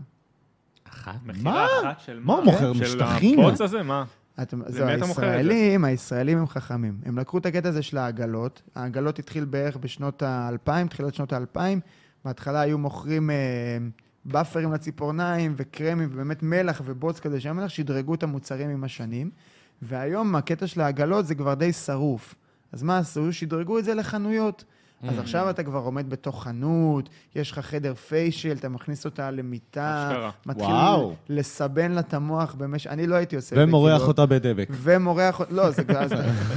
מחירה אחת של מה הוא מוכר? משטחים? של הפוץ הזה, מה? זו, הישראלים הם חכמים. הם לקחו את הקטע הזה של העגלות. העגלות התחיל בערך בשנות ה-2000, תחילת שנות ה-2000. בהתחלה היו מוכרים באפרים לציפורניים וקרמים ובאמת מלח ובוץ כזה, שהמלח שדרגו את המוצרים עם השנים. והיום הקטע של העגלות זה כבר די שרוף. אז מה עשו? שדרגו את זה לחנויות. אז עכשיו אתה כבר עומד בתוך חנות, יש לך חדר פיישל, אתה מכניס אותה למיטה, מתחיל לסבן לה את המוח אני לא הייתי עושה את זה. ומורח אותה בדבק. לא, זה גז.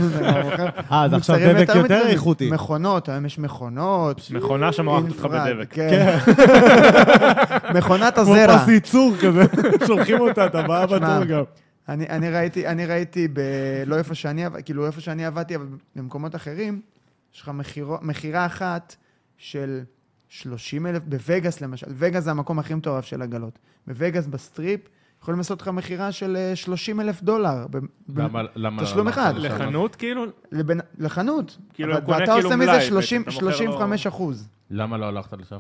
אז עכשיו דבק יותר איכותי. מכונות, היום יש מכונות. מכונה שמורחת אותך בדבק. כן. מכונת הזרע. כמו פס ייצור כזה, שולחים אותה, אתה בא בתור גם. אני ראיתי, לא איפה שאני עבדתי, אבל במקומות אחרים, יש לך מחירה אחת של 30,000, בווגאס למשל, ווגאס זה המקום הכי מטורף של עגלות. בווגאס בסטריפ, יכולים לעשות לך מחירה של $30,000. למה? תשלום אחד. לחנות כאילו? לחנות. ואתה עושה מזה 35%. למה לא הלכת לשם?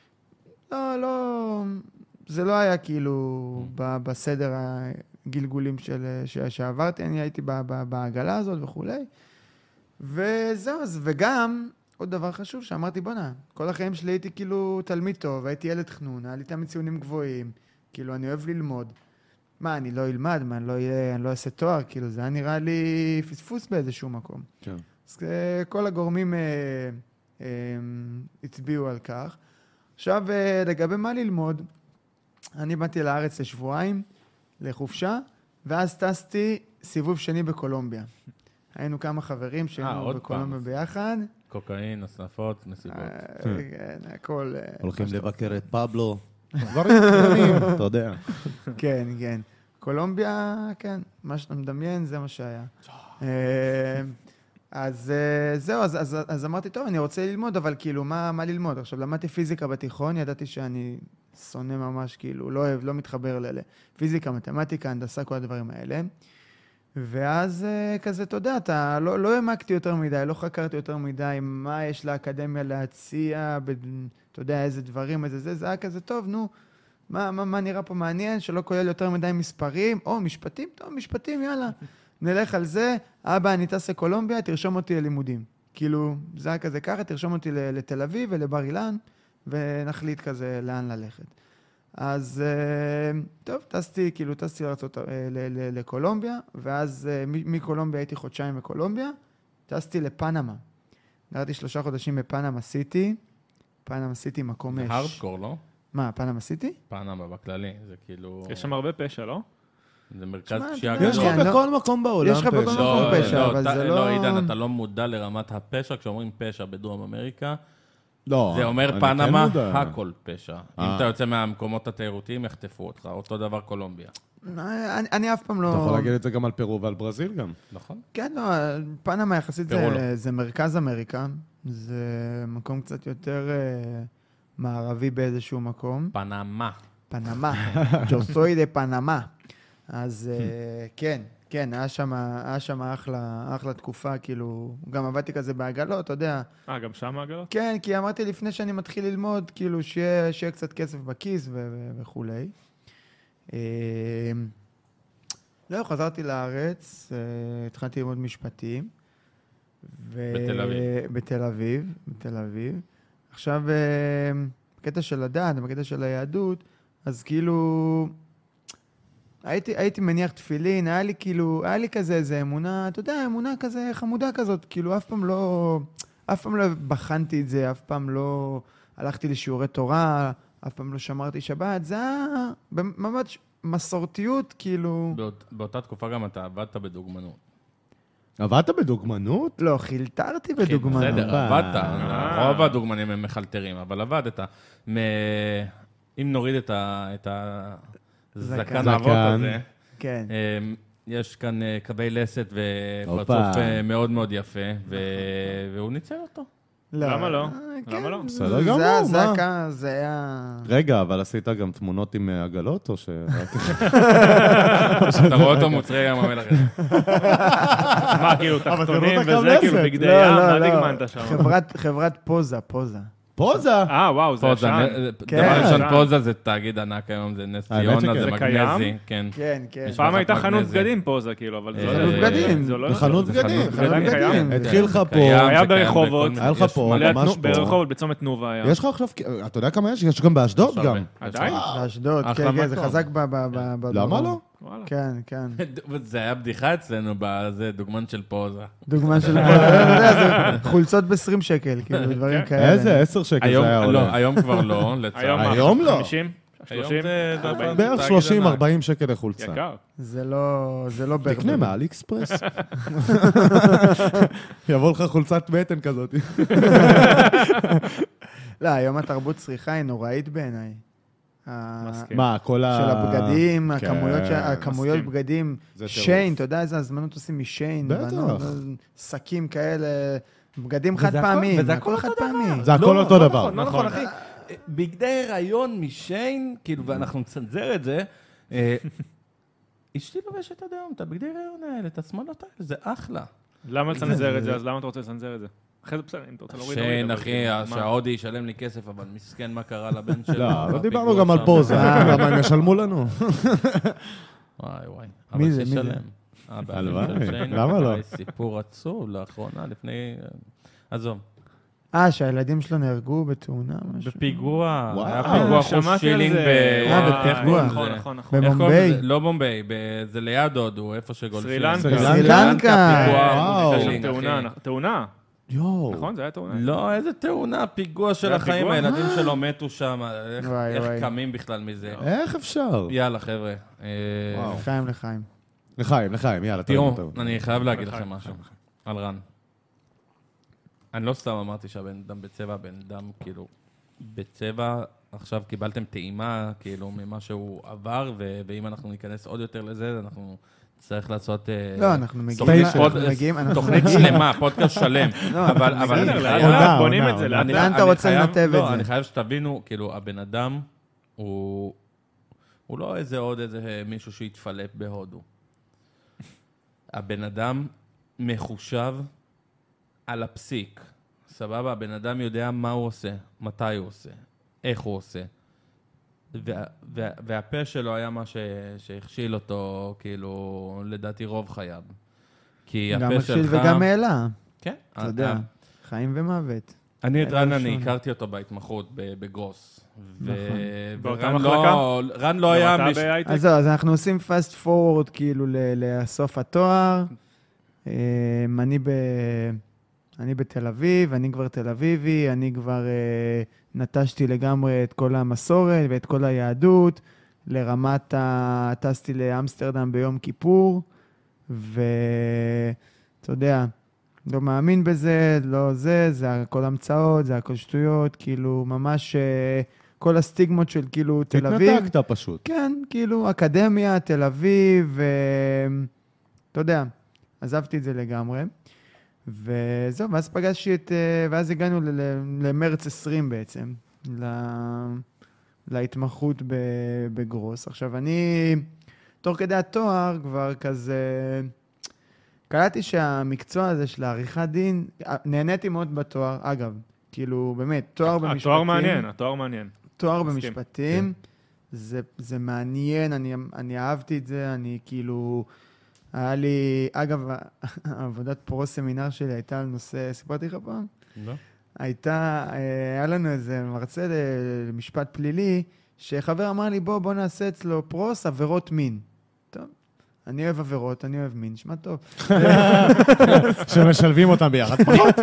לא, זה לא היה כאילו בסדר הגלגולים שעברתי, אני הייתי בעגלה הזאת וכולי. וזהו, וגם עוד דבר חשוב שאמרתי, בונה, כל החיים שלי הייתי כאילו תלמיד טוב, הייתי ילד חנון, היה לי תמיד ציונים גבוהים, כאילו אני אוהב ללמוד. מה, אני לא אלמד, אני לא אעשה תואר, כאילו זה היה נראה לי פספוס באיזשהו מקום. כן. אז כל הגורמים הצביעו על כך. עכשיו, לגבי מה ללמוד, אני באתי לארץ לשבועיים, לחופשה, ואז טסתי סיבוב שני בקולומביה. היינו כמה חברים שהיינו בקולומביה ביחד. קוקאין, הסנפות, נסיבות. כן, הכל. הולכים לבקר את פבלו. דברים קטנים, אתה יודע. כן, כן. קולומביה, כן, מה שאתה מדמיין, זה מה שהיה. אז זהו, אז אמרתי, טוב, אני רוצה ללמוד, אבל כאילו, מה ללמוד? עכשיו, למדתי פיזיקה בתיכון, ידעתי שאני שונא ממש, כאילו, לא אוהב, לא מתחבר לפיזיקה, מתמטיקה, הנדסה, כל הדברים האלה. ואז כזה, אתה יודע, לא העמקתי יותר מדי, לא חקרתי יותר מדי, מה יש לאקדמיה להציע, אתה יודע, איזה דברים, זה היה כזה טוב, נו, מה נראה פה מעניין, שלא כולל יותר מדי מספרים, או משפטים, טוב, משפטים, יאללה, נלך על זה, אבא, אני טס לקולומביה, תרשום אותי ללימודים. כאילו, זה היה כזה ככה, תרשום אותי לתל אביב ולבר אילן, ונחליט כזה לאן ללכת. אז טוב, טסתי לקולומביה, ואז מקולומביה הייתי חודשיים בקולומביה, טסתי לפנמה. גרתי 3 חודשים בפנמה סיטי, פנמה סיטי מקום זה הארדקור, לא? מה, פנמה סיטי? פנמה בכללי, זה כאילו... יש שם הרבה פשע, לא? זה מרכז פשיעה. יש לך בכל מקום בעולם פשע. יש לך בכל מקום פשע, אבל זה לא... לא, עידן, אתה לא מודע לרמת הפשע, כשאומרים פשע בדרום אמריקה, לא, זה אומר פנמה, הכל פשע. אם אתה יוצא מהמקומות התיירותיים, יחטפו אותך. אותו דבר קולומביה. אני אף פעם לא... אתה יכול להגיד את זה גם על פרו ועל ברזיל גם. נכון. כן, לא, פנמה יחסית זה מרכז אמריקה. זה מקום קצת יותר מערבי באיזשהו מקום. פנמה. פנמה. ג'וסוי דה פנמה. אז כן, כן, היה שם אחלה תקופה, כאילו, גם עבדתי כזה בעגלות, אתה יודע. גם שם העגלות? כן, כי אמרתי לפני שאני מתחיל ללמוד, כאילו, שיהיה קצת כסף בכיס וכולי. לא, חזרתי לארץ, התחלתי ללמוד משפטים. בתל אביב. בתל אביב. עכשיו, בקטע של הדת, בקטע של היהדות, אז כאילו, הייתי מניח תפילין, היה לי כזה איזה אמונה, אתה יודע, אמונה כזה חמודה כזאת, כאילו אף פעם לא בחנתי את זה, אף פעם לא הלכתי לשיעורי תורה, אף פעם לא שמרתי שבת, זה היה ממש מסורתיות, כאילו... באותה תקופה גם אתה עבדת בדוגמנות. עבדת בדוגמנות? לא, חילטרתי בדוגמנות. בסדר, עבדת. רוב הדוגמנים הם מחלטרים, אבל עבדת. אם נוריד את הזקן האבות הזה, כן. יש כאן קווי לסת ופרצוף מאוד מאוד יפה, והוא ניצל אותו. למה לא? למה לא? בסדר גמור, מה? זה היה... רגע, אבל עשית גם תמונות עם עגלות, או ש... אתה רואה אותו מוצרי ים המלח. מה, כאילו, תחתונים וזה, כאילו, בגדי ים, מה דגמנת שם? חברת פוזה. פוזה? וואו, זה ישן. דבר ראשון, פוזה זה תאגיד ענק היום, זה נס ציונה, זה מגנזי. כן. פעם הייתה חנות בגדים פוזה, כאילו, אבל זה חנות בגדים. חנות בגדים. התחיל לך פה. היה ברחובות. היה לך פה, ממש פה. ברחובות, בצומת תנובה היה. יש לך עכשיו, אתה יודע כמה יש? יש גם באשדוד גם. עדיין? באשדוד, כן, זה חזק למה לא? כן. זה היה בדיחה אצלנו, זה דוגמן של פוזה. דוגמן של פוזה, זה חולצות ב-20 שקל, כאילו, דברים כאלה. איזה 10 שקל זה היה עולה? היום כבר לא, לצערי. היום לא. 50? 30? בערך 30-40 שקל לחולצה. יקר. זה לא ברבר. תקנה מאלי אקספרס. יבוא לך חולצת בטן כזאת. לא, היום התרבות צריכה היא נוראית בעיניי. מה, כל של הבגדים, הכמויות בגדים, שיין, אתה יודע איזה הזמנות עושים משיין, בטח. שקים כאלה, בגדים חד פעמים, וזה הכל חד פעמי. זה הכל אותו דבר. נכון, אחי. בגדי הריון משיין, כאילו, ואנחנו נצנזר את זה, אשתי לובשת עד היום, את הבגדי הריון האלה, את השמאלות האלה, זה אחלה. למה לצנזר את זה? אז למה אתה רוצה לצנזר את זה? אחרי זה בסדר, אם אתה רוצה להוריד... שיין, אחי, שההודי ישלם לי כסף, אבל מסכן מה קרה לבן שלו. לא דיברנו גם על פוזה, למה הם ישלמו לנו? וואי. מי זה? למה לא? סיפור עצוב לאחרונה, לפני... עזוב. שהילדים שלו נהרגו בתאונה, משהו. בפיגוע, היה פיגוע חוש שילינג נכון. במומביי. לא בומביי, זה ליד הודו, איפה שגולשים. סרילנקה. תאונה. יואו. נכון, זה היה תאונה. לא, איזה תאונה, פיגוע של החיים, הילדים שלו מתו שם, איך קמים בכלל מזה. איך אפשר? יאללה, חבר'ה. לחיים, יאללה. תראו, אני חייב להגיד לכם משהו על רן. אני לא סתם אמרתי שהבן אדם בצבע, הבן אדם כאילו בצבע, עכשיו קיבלתם טעימה כאילו ממה שהוא עבר, ואם אנחנו ניכנס עוד יותר לזה, אנחנו צריך לעשות... לא, אנחנו מגיעים... תוכנית שלמה, פודקאסט שלם. אבל בונים את זה. לאן אתה רוצה לנתב את זה? לא, אני חייב שתבינו, כאילו, הבן אדם הוא לא עוד איזה מישהו שיתפלט בהודו. הבן אדם מחושב על הפסיק. סבבה, הבן אדם יודע מה הוא עושה, מתי הוא עושה, איך הוא עושה. והפה שלו היה מה שהכשיל אותו, כאילו, לדעתי רוב חייו. כי הפה שלך... גם הכשיל וגם העלה. כן. אתה יודע, חיים ומוות. אני את רן, אני הכרתי אותו בהתמחות בגרוס. נכון. רן לא היה... אז אנחנו עושים פאסט פורוורד, כאילו, לסוף התואר. אני בתל אביב, אני כבר תל אביבי, אני כבר נטשתי לגמרי את כל המסורת ואת כל היהדות, לרמת טסתי לאמסטרדם ביום כיפור, ואתה יודע, לא מאמין בזה, לא זה הכל המצאות, זה הכל שטויות, כאילו ממש כל הסטיגמות של כאילו תל אביב. התנתקת פשוט. כן, כאילו אקדמיה, תל אביב, אתה יודע, עזבתי את זה לגמרי. וזהו, ואז פגשתי ואז הגענו למרץ 20 בעצם, להתמחות בגרוס. עכשיו, אני תוך כדי התואר כבר כזה... קלטתי שהמקצוע הזה של העריכת דין, נהניתי מאוד בתואר, אגב, כאילו, באמת, תואר במשפטים... התואר מעניין. תואר במשפטים, זה מעניין, אני אהבתי את זה, אני כאילו... היה לי, אגב, עבודת פרו-סמינר שלי הייתה על נושא, סיפרתי לך פעם? לא. היה לנו איזה מרצה למשפט פלילי, שחבר אמר לי, בוא נעשה אצלו פרוס עבירות מין. טוב, אני אוהב עבירות, אני אוהב מין, נשמע טוב. שמשלבים אותם ביחד פחות.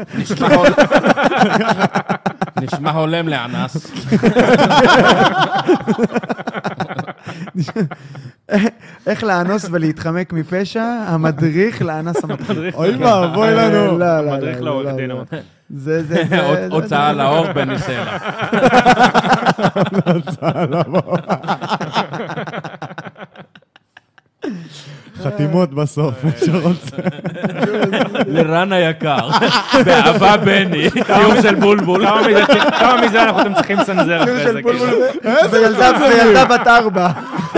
נשמע הולם לאנס. איך לאנוס ולהתחמק מפשע? המדריך לאנס המדריך. אוי ואבוי לנו. המדריך לעורך דין. הוצאה לאור בניסלה. הוצאה לאור. חתימות בסוף, מי שרוצה. לרן היקר, באהבה בני, ציור של בולבול. כמה מזה אנחנו צריכים לסנזר אחרי זה. וילדה בת 4.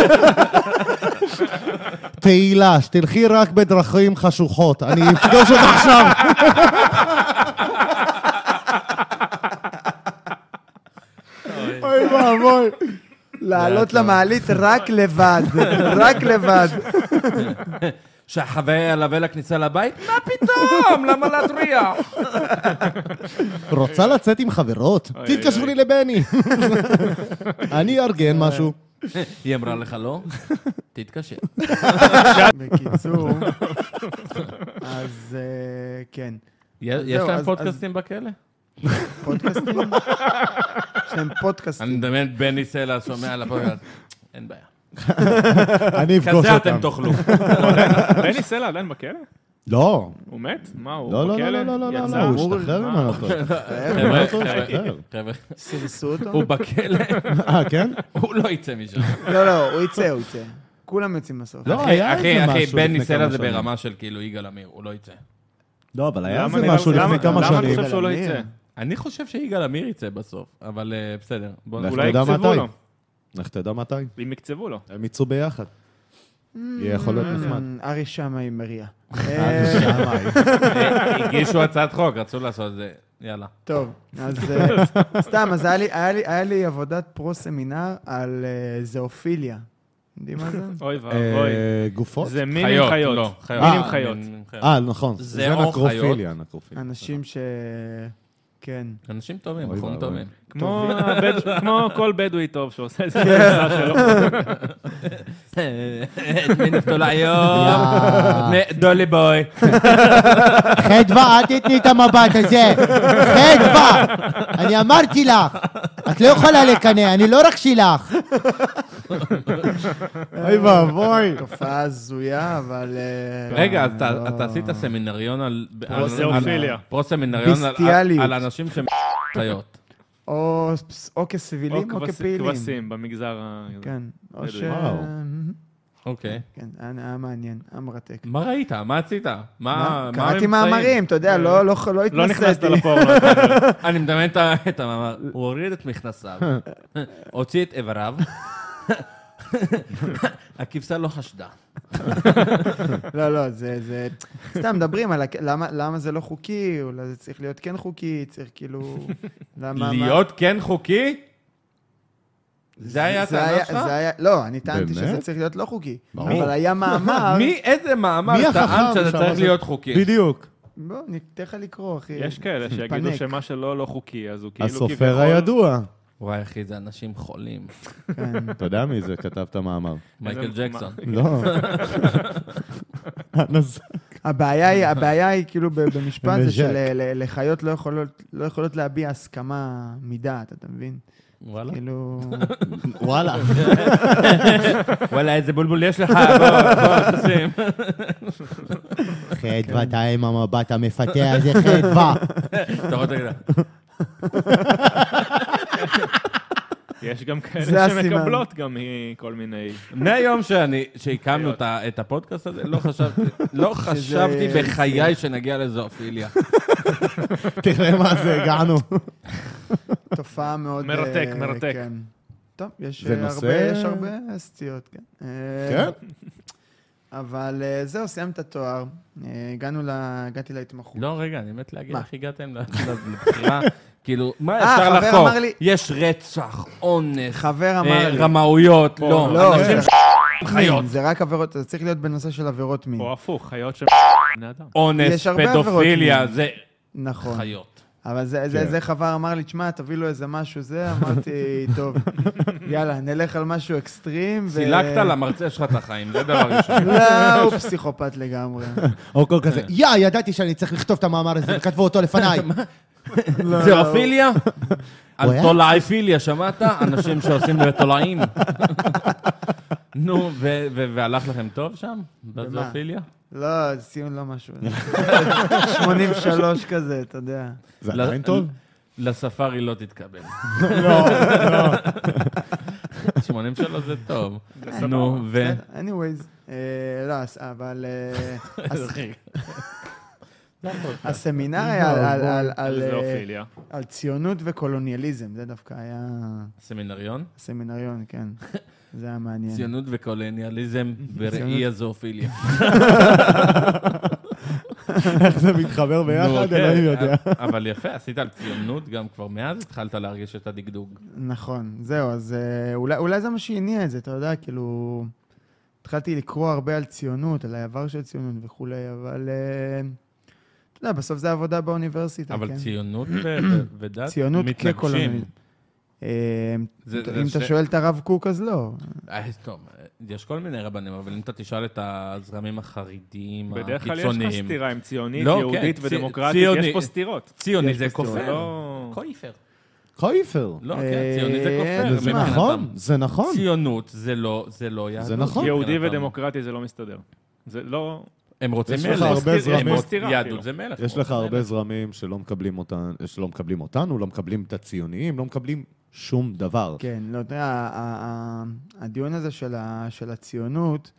תהילה, שתלכי רק בדרכים חשוכות, אני אפגוש אותך עכשיו. אוי ואבוי. לעלות למעלית רק לבד, רק לבד. שהחווה ילווה לכניסה לבית? מה פתאום? למה להטריח? רוצה לצאת עם חברות? תתקשרו לי לבני. אני ארגן משהו. היא אמרה לך לא? תתקשר. בקיצור, אז כן. יש להם פודקאסטים בכלא? פודקאסטים? יש להם פודקאסטים. אני מדמיין בני סלע שומע על הפודקאסט. אין בעיה. אני אפגוש אותם. כזה אתם תאכלו. בני סלע עדיין בכלא? לא. הוא מת? מה, הוא לא, בכלא? לא, לא, יצא? הוא השתחרר ממנו. סרסו אותו? הוא בכלא. כן? הוא לא יצא משם. לא, הוא יצא. כולם יוצאים בסוף. לא, היה איזה משהו אחי, בני לפני סלע כמה זה שנים. ברמה של כאילו יגאל עמיר, הוא לא יצא. לא, אבל היה איזה משהו לפני כמה למה שנים. אתה חושב שהוא לא יצא? אני חושב שיגאל עמיר יצא בסוף, אבל בסדר. אולי יקצבו לו. לך תדע מתי. אם יקצבו לו. הם יצאו ביחד. יהיה יכול להיות נחמד. ארי שמאי מריה. הגישו הצעת חוק, רצו לעשות את זה. יאללה. טוב, אז סתם, אז היה לי עבודת פרו-סמינר על זואופיליה. יודעים מה זה? אוי ואבוי. גופות? זה מינים חיות. לא, מינים חיות. נכון. זה או נקרופיליה. אנשים כן. אנשים טובים, בחורים טובים. כמו כל בדואי טוב שעושה את זה במסע שלו. מי נפתול היום? דולי בוי. חדווה, אל תתני את המבט הזה. חדווה, אני אמרתי לך. את לא יכולה לקנא, אני לא רק שלך. אוי ואבוי. תופעה הזויה, אבל... רגע, אתה עשית סמינריון על... זואופיליה. פרו-סמינריון על אנשים שהם חיות. או כסבילים או כפעילים. או כבשים במגזר ה... כן. או ש... אוקיי. כן, היה מעניין, היה מרתק. מה ראית? מה עשית? קראתי מאמרים, אתה יודע, לא התנסיתי. לא נכנסת לפורנו. אני מדמיין את המאמר. הוא הוריד את מכנסיו, הוציא את איבריו, הכבשה לא חשדה. לא, זה... סתם, מדברים על למה זה לא חוקי, אולי זה צריך להיות כן חוקי, צריך כאילו... להיות כן חוקי? זה היה הטענה שלך? לא, אני טענתי שזה צריך להיות לא חוקי. אבל היה מאמר... איזה מאמר טען שזה צריך להיות חוקי? בדיוק. בוא, ניתן לך לקרוא, אחי. יש כאלה שיגידו שמה שלא לא חוקי, אז הוא כאילו... הסופר הידוע. וואי, אחי, זה אנשים חולים. אתה יודע מי זה? כתב את המאמר. מייקל ג'קסון. לא. הבעיה היא כאילו במשפט זה שלחיות לא יכולות להביע הסכמה מדעת, אתה מבין? וואלה. כאילו... וואלה. וואלה, איזה בולבול יש לך, בוא, תשים. חדווה, אתה עם המבט המפתח הזה, חדווה. אתה רוצה להגיד. יש גם כאלה שמקבלות גם מכל מיני... מהיום שהקמנו את הפודקאסט הזה, לא חשבתי בחיי שנגיע לזואופיליה. תראה מה זה, הגענו. תופעה מאוד... מרתק. טוב, יש נושא... הרבה סטיות, כן. כן? אבל זהו, סיימת את התואר, הגעתי להתמחות. לא, רגע, אני מת להגיד איך הגעתם לבחירה. כאילו, מה אפשר חבר לחקור? אמר לי- יש רצח, אונס, חבר אמר לי. רמאויות, לא. לא, אנשים זה חיות. מין, זה רק עבירות, זה צריך להיות בנושא של עבירות מין. או הפוך, חיות של בני אדם. אונס, יש הרבה פדופיליה, עבירות מין. זה נכון. חיות. אבל זה חבר אמר לי, תשמע, תביא לו איזה משהו זה, אמרתי, טוב, יאללה, נלך על משהו אקסטרים. סילקת למרצה שלך את החיים, זה דבר ראשון. לא, הוא פסיכופת לגמרי. או כל כזה, ידעתי שאני צריך לכתוב את המאמר הזה, וכתבו אותו לפניי. זואפיליה? על היה? תולעיפיליה, שמעת? אנשים שעושים בתולעים. נו, והלך לכם טוב שם? בזואפיליה? לא, ציון לא משהו. 83 כזה, אתה יודע. זה עדיין טוב? לספארי לא תתקבל. לא. 83 זה טוב. נו, anyways, לא, אבל הסמינר היה על זואפיליה. על ציונות וקולוניאליזם, זה דווקא היה סמינריון? סמינריון, כן. זה היה מעניין. ציונות וקולוניאליזם בראי הזואפיליה. איך זה מתחבר ביחד, אלוהים יודע. אבל יפה, עשית על ציונות, גם כבר מאז התחלת להרגיש את הדגדוג. נכון, זהו, אז אולי זה מה שהניע את זה, אתה יודע, כאילו, התחלתי לקרוא הרבה על ציונות, על העבר של ציונות וכולי, אבל אתה יודע, בסוף זה עבודה באוניברסיטה, אבל כן? ציונות ודת ציונות מתנגשים. כקולוניאליזם. אם אתה ש- שואל את הרב קוק, אז לא. טוב, יש כל מיני רבנים, אבל אם אתה תשאל את הזרמים החרדיים הקיצוניים... בדרך כלל יש לך סתירה עם ציונית, לא, יהודית כן, ודמוקרטית, ציוני- יש פה סתירות. ציוני יש זה פה סתירות, כופר. לא... קויפר. קויפר. לא, כן, ציוני זה כופר. זה מבחינתם. נכון, זה נכון. ציונות זה לא יהדות. זה נכון. יהודי מבחינתם. ודמוקרטי זה לא מסתדר. זה לא... הם רוצים יש מלך. לך הרבה זרמים. יש פה סתירה, כאילו. יהדות זה מלך. יש הם לך רוצים הרבה מלך. זרמים שלא מקבלים אותנו, לא מקבלים את הציוניים, לא מקבלים שום דבר. כן, לא, אתה יודע, הדיון הזה של הציונות,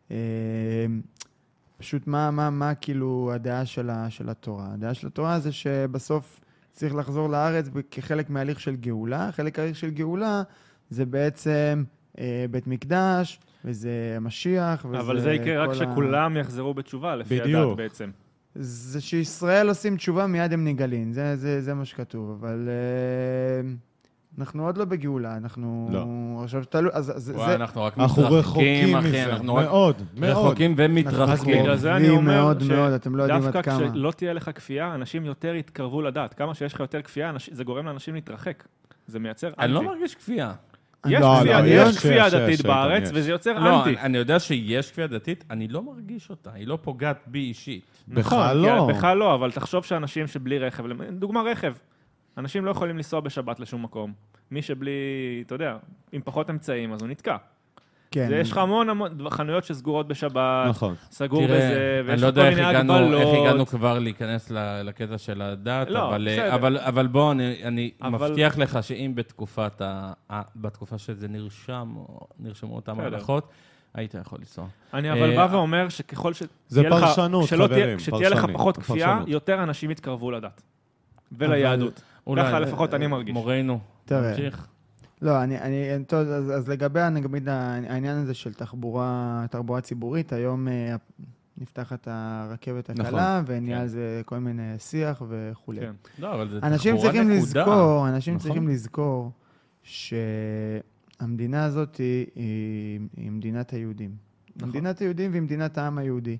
פשוט מה כאילו הדעה של התורה? הדעה של התורה זה שבסוף צריך לחזור לארץ כחלק מההליך של גאולה. חלק ההליך של גאולה זה בעצם בית מקדש, וזה משיח, וזה... אבל זה יקרה רק שכולם יחזרו בתשובה, לפי בדיוק. הדת בעצם. זה שישראל עושים תשובה, מיד הם נגלים. זה מה שכתוב, אבל... אנחנו עוד לא בגאולה, אנחנו... לא. עכשיו תלוי, אז וואי, אנחנו רק אנחנו מתרחקים, רחוקים אחי. מזה, אנחנו רק מאוד, מאוד. רחוקים ומתרחקים. בגלל זה אני אומר מאוד מאוד, אתם לא יודעים עד שדווקא כמה. כשלא תהיה לך כפייה, אנשים יותר יתקרבו לדת. כמה שיש לך יותר כפייה, זה גורם לאנשים להתרחק. זה מייצר אנטי. אני לא מרגיש כפייה. יש לא, כפייה, לא, יש יש, כפייה דתית בארץ, יש. וזה יוצר לא, אנטי. אני יודע שיש כפייה דתית, אני לא מרגיש אותה, היא לא פוגעת בי אישית. בכלל נכון, לא. כי בכלל לא, אבל תחשוב שאנשים שבלי רכב, דוגמה רכב, אנשים לא יכולים לנסוע בשבת לשום מקום. מי שבלי, אתה יודע, עם פחות אמצעים, אז הוא נתקע. כן. יש לך המון חנויות שסגורות בשבת, נכון. סגור תראה, בזה, אני ויש לא לך כל יודע מיני איך הגבלות. הגענו כבר להיכנס לקטע של הדת, לא, בסדר. אבל בוא, אני אבל- מבטיח לך שאם בתקופה שזה נרשמו אותם בסדר. ההלכות, היית יכול לנסוע. אני אבל בא ואומר שככל זה שתהיה לך, פרשנות, חברים, כשתהיה לך פרשנית, פחות כפייה, פרשנות. יותר אנשים יתקרבו לדת. וליהדות. אולי- ככה לפחות אני מרגיש. מורנו, תראה. תמשיך. לא, טוב, אז לגבי העניין הזה של תחבורה ציבורית, היום נפתחת הרכבת הקלה, ונהיה על זה כל מיני שיח וכו'. כן. לא, אבל זה אנשים תחבורה צריכים נקודה. לזכור, אנשים נכון. צריכים לזכור שהמדינה הזאת היא מדינת היהודים. נכון. מדינת היהודים והיא מדינת העם היהודי.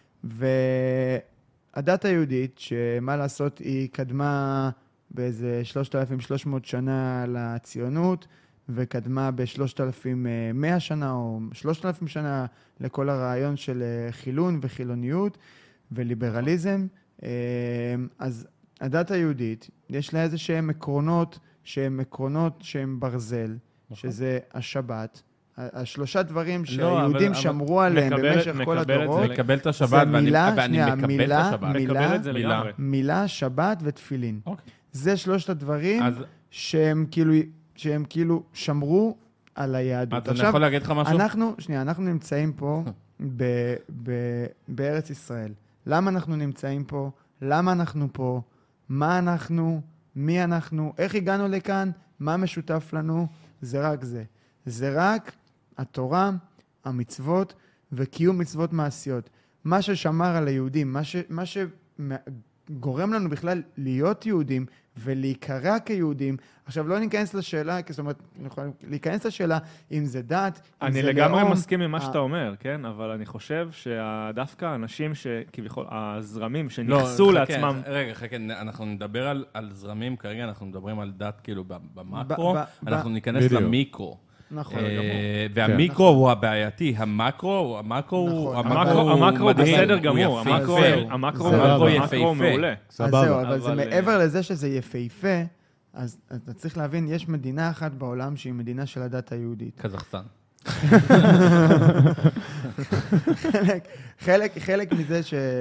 והדת היהודית, שמה לעשות, היא קדמה באיזה 3,300 שנה לציונות, וקדמה ב-3,100 שנה או 3,000 שנה לכל הרעיון של חילון וחילוניות וליברליזם. אז הדת היהודית, יש לה איזה שהם עקרונות שהם ברזל, שזה השבת. השלושה דברים שהיהודים אבל שמרו עליהם במשך כל הדורות. מקבל את השבת, זה ואני מילה, ואני שנייה, מקבל את מילה, השבת. מקבל את זה מילה. לגמרי. מילה, שבת ותפילין. אוקיי. זה שלושת הדברים אז שהם כאילו שמרו על היהדות. אני יכול להגיד לך משהו? אנחנו נמצאים פה בארץ ישראל. למה אנחנו נמצאים פה? למה אנחנו פה? מה אנחנו? מי אנחנו? איך הגענו לכאן? מה משותף לנו? זה רק זה. זה רק התורה, המצוות וקיום מצוות מעשיות. מה ששמר על היהודים, מה שגורם לנו בכלל להיות יהודים ולהיקרא כיהודים. עכשיו לא ניכנס לשאלה, זאת אומרת, להיכנס לשאלה אם זה דת, אם זה לאום. אני לגמרי מסכים עם מה שאתה אומר, כן? אבל אני חושב שדווקא האנשים שכביכול, הזרמים שנכסו לעצמם... רגע, חכה, אנחנו נדבר על זרמים, כרגע אנחנו מדברים על דת כאילו במקרו, אנחנו ניכנס למיקרו. נכון. והמיקרו הוא הבעייתי, המקרו הוא בסדר גמור, המקרו מעולה. זהו, אבל זה מעבר לזה שזה יפהפה, אז אתה צריך להבין, יש מדינה אחת בעולם שהיא מדינה של הדת היהודית. קזחסטן. חלק מזה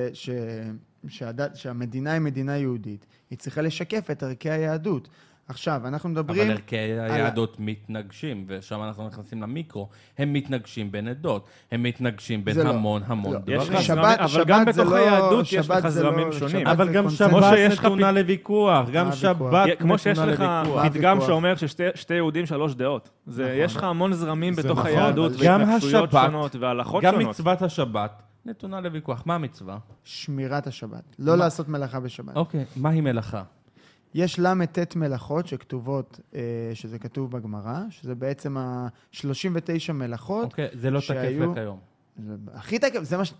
שהמדינה היא מדינה יהודית, היא צריכה לשקף את ערכי היהדות. עכשיו, אנחנו מדברים... אבל ערכי היהדות מתנגשים, ושם אנחנו נכנסים למיקרו, הם מתנגשים בין עדות, הם מתנגשים בין המון דברים. אבל גם בתוך היהדות יש לך זרמים שונים. אבל גם שבת נתונה לוויכוח, גם שבת כמו שיש לך פתגם שאומר ששתי יהודים 3 דעות. יש לך המון זרמים בתוך היהדות, והתנגשויות שונות והלכות שונות. גם מצוות השבת נתונה לוויכוח. מה המצווה? שמירת השבת. לא לעשות מלאכה בשבת. אוקיי, מה היא מלאכה? יש ל"ט מלאכות שכתובות, שזה כתוב בגמרא, שזה בעצם 39 מלאכות. אוקיי, זה לא תקף לכיום. הכי תקף,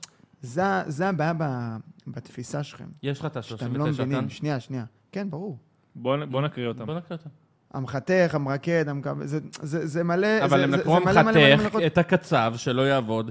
זה הבעיה בתפיסה שלכם. יש לך את ה-39 שאתם לא מבינים, שנייה. כן, ברור. בוא נקריא אותם. המחתך, המרקד, זה מלא... אבל הם לקרוא המחתך את הקצב שלא יעבוד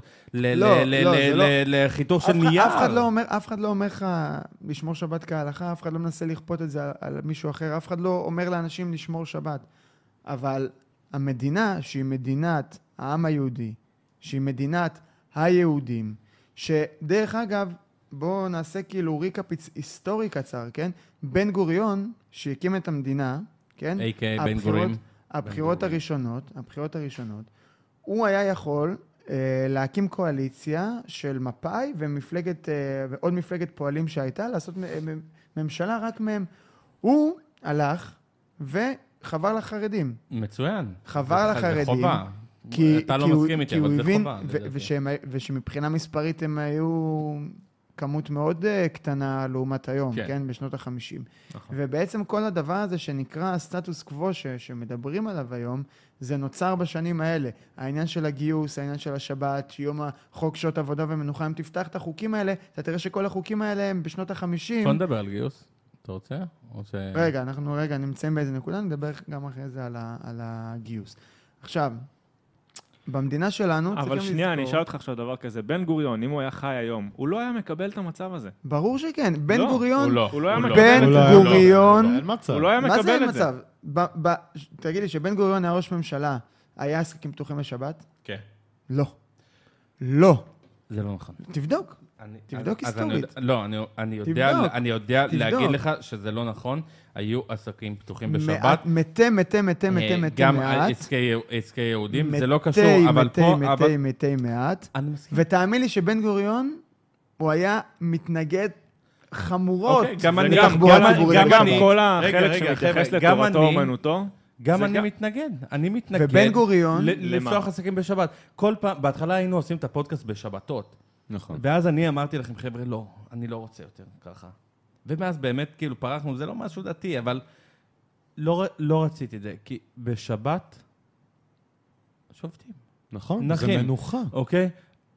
לחיתוך של נייר. אף אחד לא אומר לך לשמור שבת כהלכה, אף אחד לא מנסה לכפות את זה על מישהו אחר, אף אחד לא אומר לאנשים לשמור שבת. אבל המדינה שהיא מדינת העם היהודי, שהיא מדינת היהודים, שדרך אגב, בואו נעשה כאילו ריקאפ היסטורי קצר, כן? בן גוריון, שהקים את המדינה, כן? בן גורים. הבחירות הראשונות, הוא היה יכול להקים קואליציה של מפא"י ועוד מפלגת פועלים שהייתה, לעשות ממשלה רק מהם. הוא הלך וחבר לחרדים. מצוין. חבר לחרדים. זה חובה. אתה לא מסכים איתי, אבל זה חובה. ושמבחינה מספרית הם היו... כמות מאוד קטנה לעומת היום, כן? בשנות ה-50. ובעצם כל הדבר הזה שנקרא סטטוס קוו שמדברים עליו היום, זה נוצר בשנים האלה. העניין של הגיוס, העניין של השבת, יום החוק שעות עבודה ומנוחה, אם תפתח את החוקים האלה, אתה תראה שכל החוקים האלה הם בשנות ה-50. בוא נדבר על גיוס. אתה רוצה? רגע, אנחנו נמצאים באיזה נקודה, נדבר גם אחרי זה על הגיוס. עכשיו, במדינה שלנו... אבל שנייה, אני אשאל אותך עכשיו דבר כזה. בן גוריון, אם הוא היה חי היום, הוא לא היה מקבל את המצב הזה. ברור שכן. בן גוריון... הוא לא היה מקבל בן גוריון... הוא לא היה מקבל את זה. מה זה אין מצב? תגיד לי, שבן גוריון היה ראש ממשלה, היה עסקים פתוחים בשבת? כן. לא. זה לא נכון. תבדוק היסטורית. לא, אני יודע להגיד לך שזה לא נכון. היו עסקים פתוחים בשבת. מתי גם מעט. עסקי יהודים, זה לא קשור, אבל פה... מתי מעט. ותאמין לי שבן גוריון, הוא היה מתנגד חמורות. גם אני, גם כל החלק שמתייחס לתורתו אומנותו. גם אני מתנגד. ובן גוריון... לפתוח עסקים בשבת. כל פעם, בהתחלה היינו עושים את הפודקאסט בשבתות. נכון. ואז אני אמרתי לכם, חבר'ה, לא, אני לא רוצה יותר ככה. ומאז באמת כאילו פרחנו, זה לא משהו דתי, אבל לא רציתי את זה, כי בשבת שובתים. נכון, זה מנוחה. אוקיי?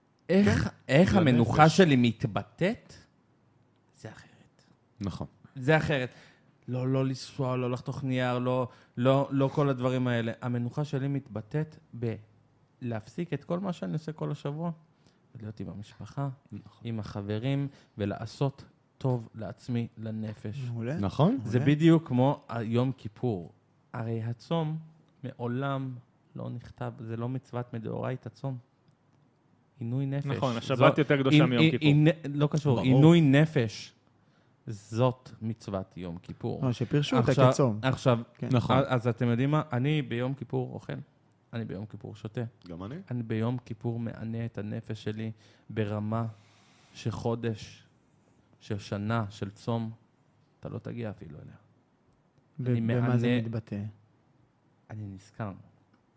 איך המנוחה שלי מתבטאת? זה אחרת. נכון. זה אחרת. לא לנסוע, לא לחתוך נייר, לא כל הדברים האלה. המנוחה שלי מתבטאת בלהפסיק את כל מה שאני עושה כל השבוע, ולהיות עם המשפחה, עם החברים, ולעשות טוב לעצמי, לנפש. נכון. זה בדיוק כמו יום כיפור. הרי הצום מעולם לא נכתב, זה לא מצוות מדאורייתא הצום. עינוי נפש. נכון, השבת יותר קדושה מיום כיפור. לא קשור, עינוי נפש. זאת מצוות יום כיפור. שפרשו אותה כצום. עכשיו, אז אתם יודעים מה? אני ביום כיפור אוכל. אני ביום כיפור שותה. גם אני? אני ביום כיפור מענה את הנפש שלי ברמה שחודש, של שנה, של צום, אתה לא תגיע אפילו אליה. במה זה מתבטא? אני נזכר.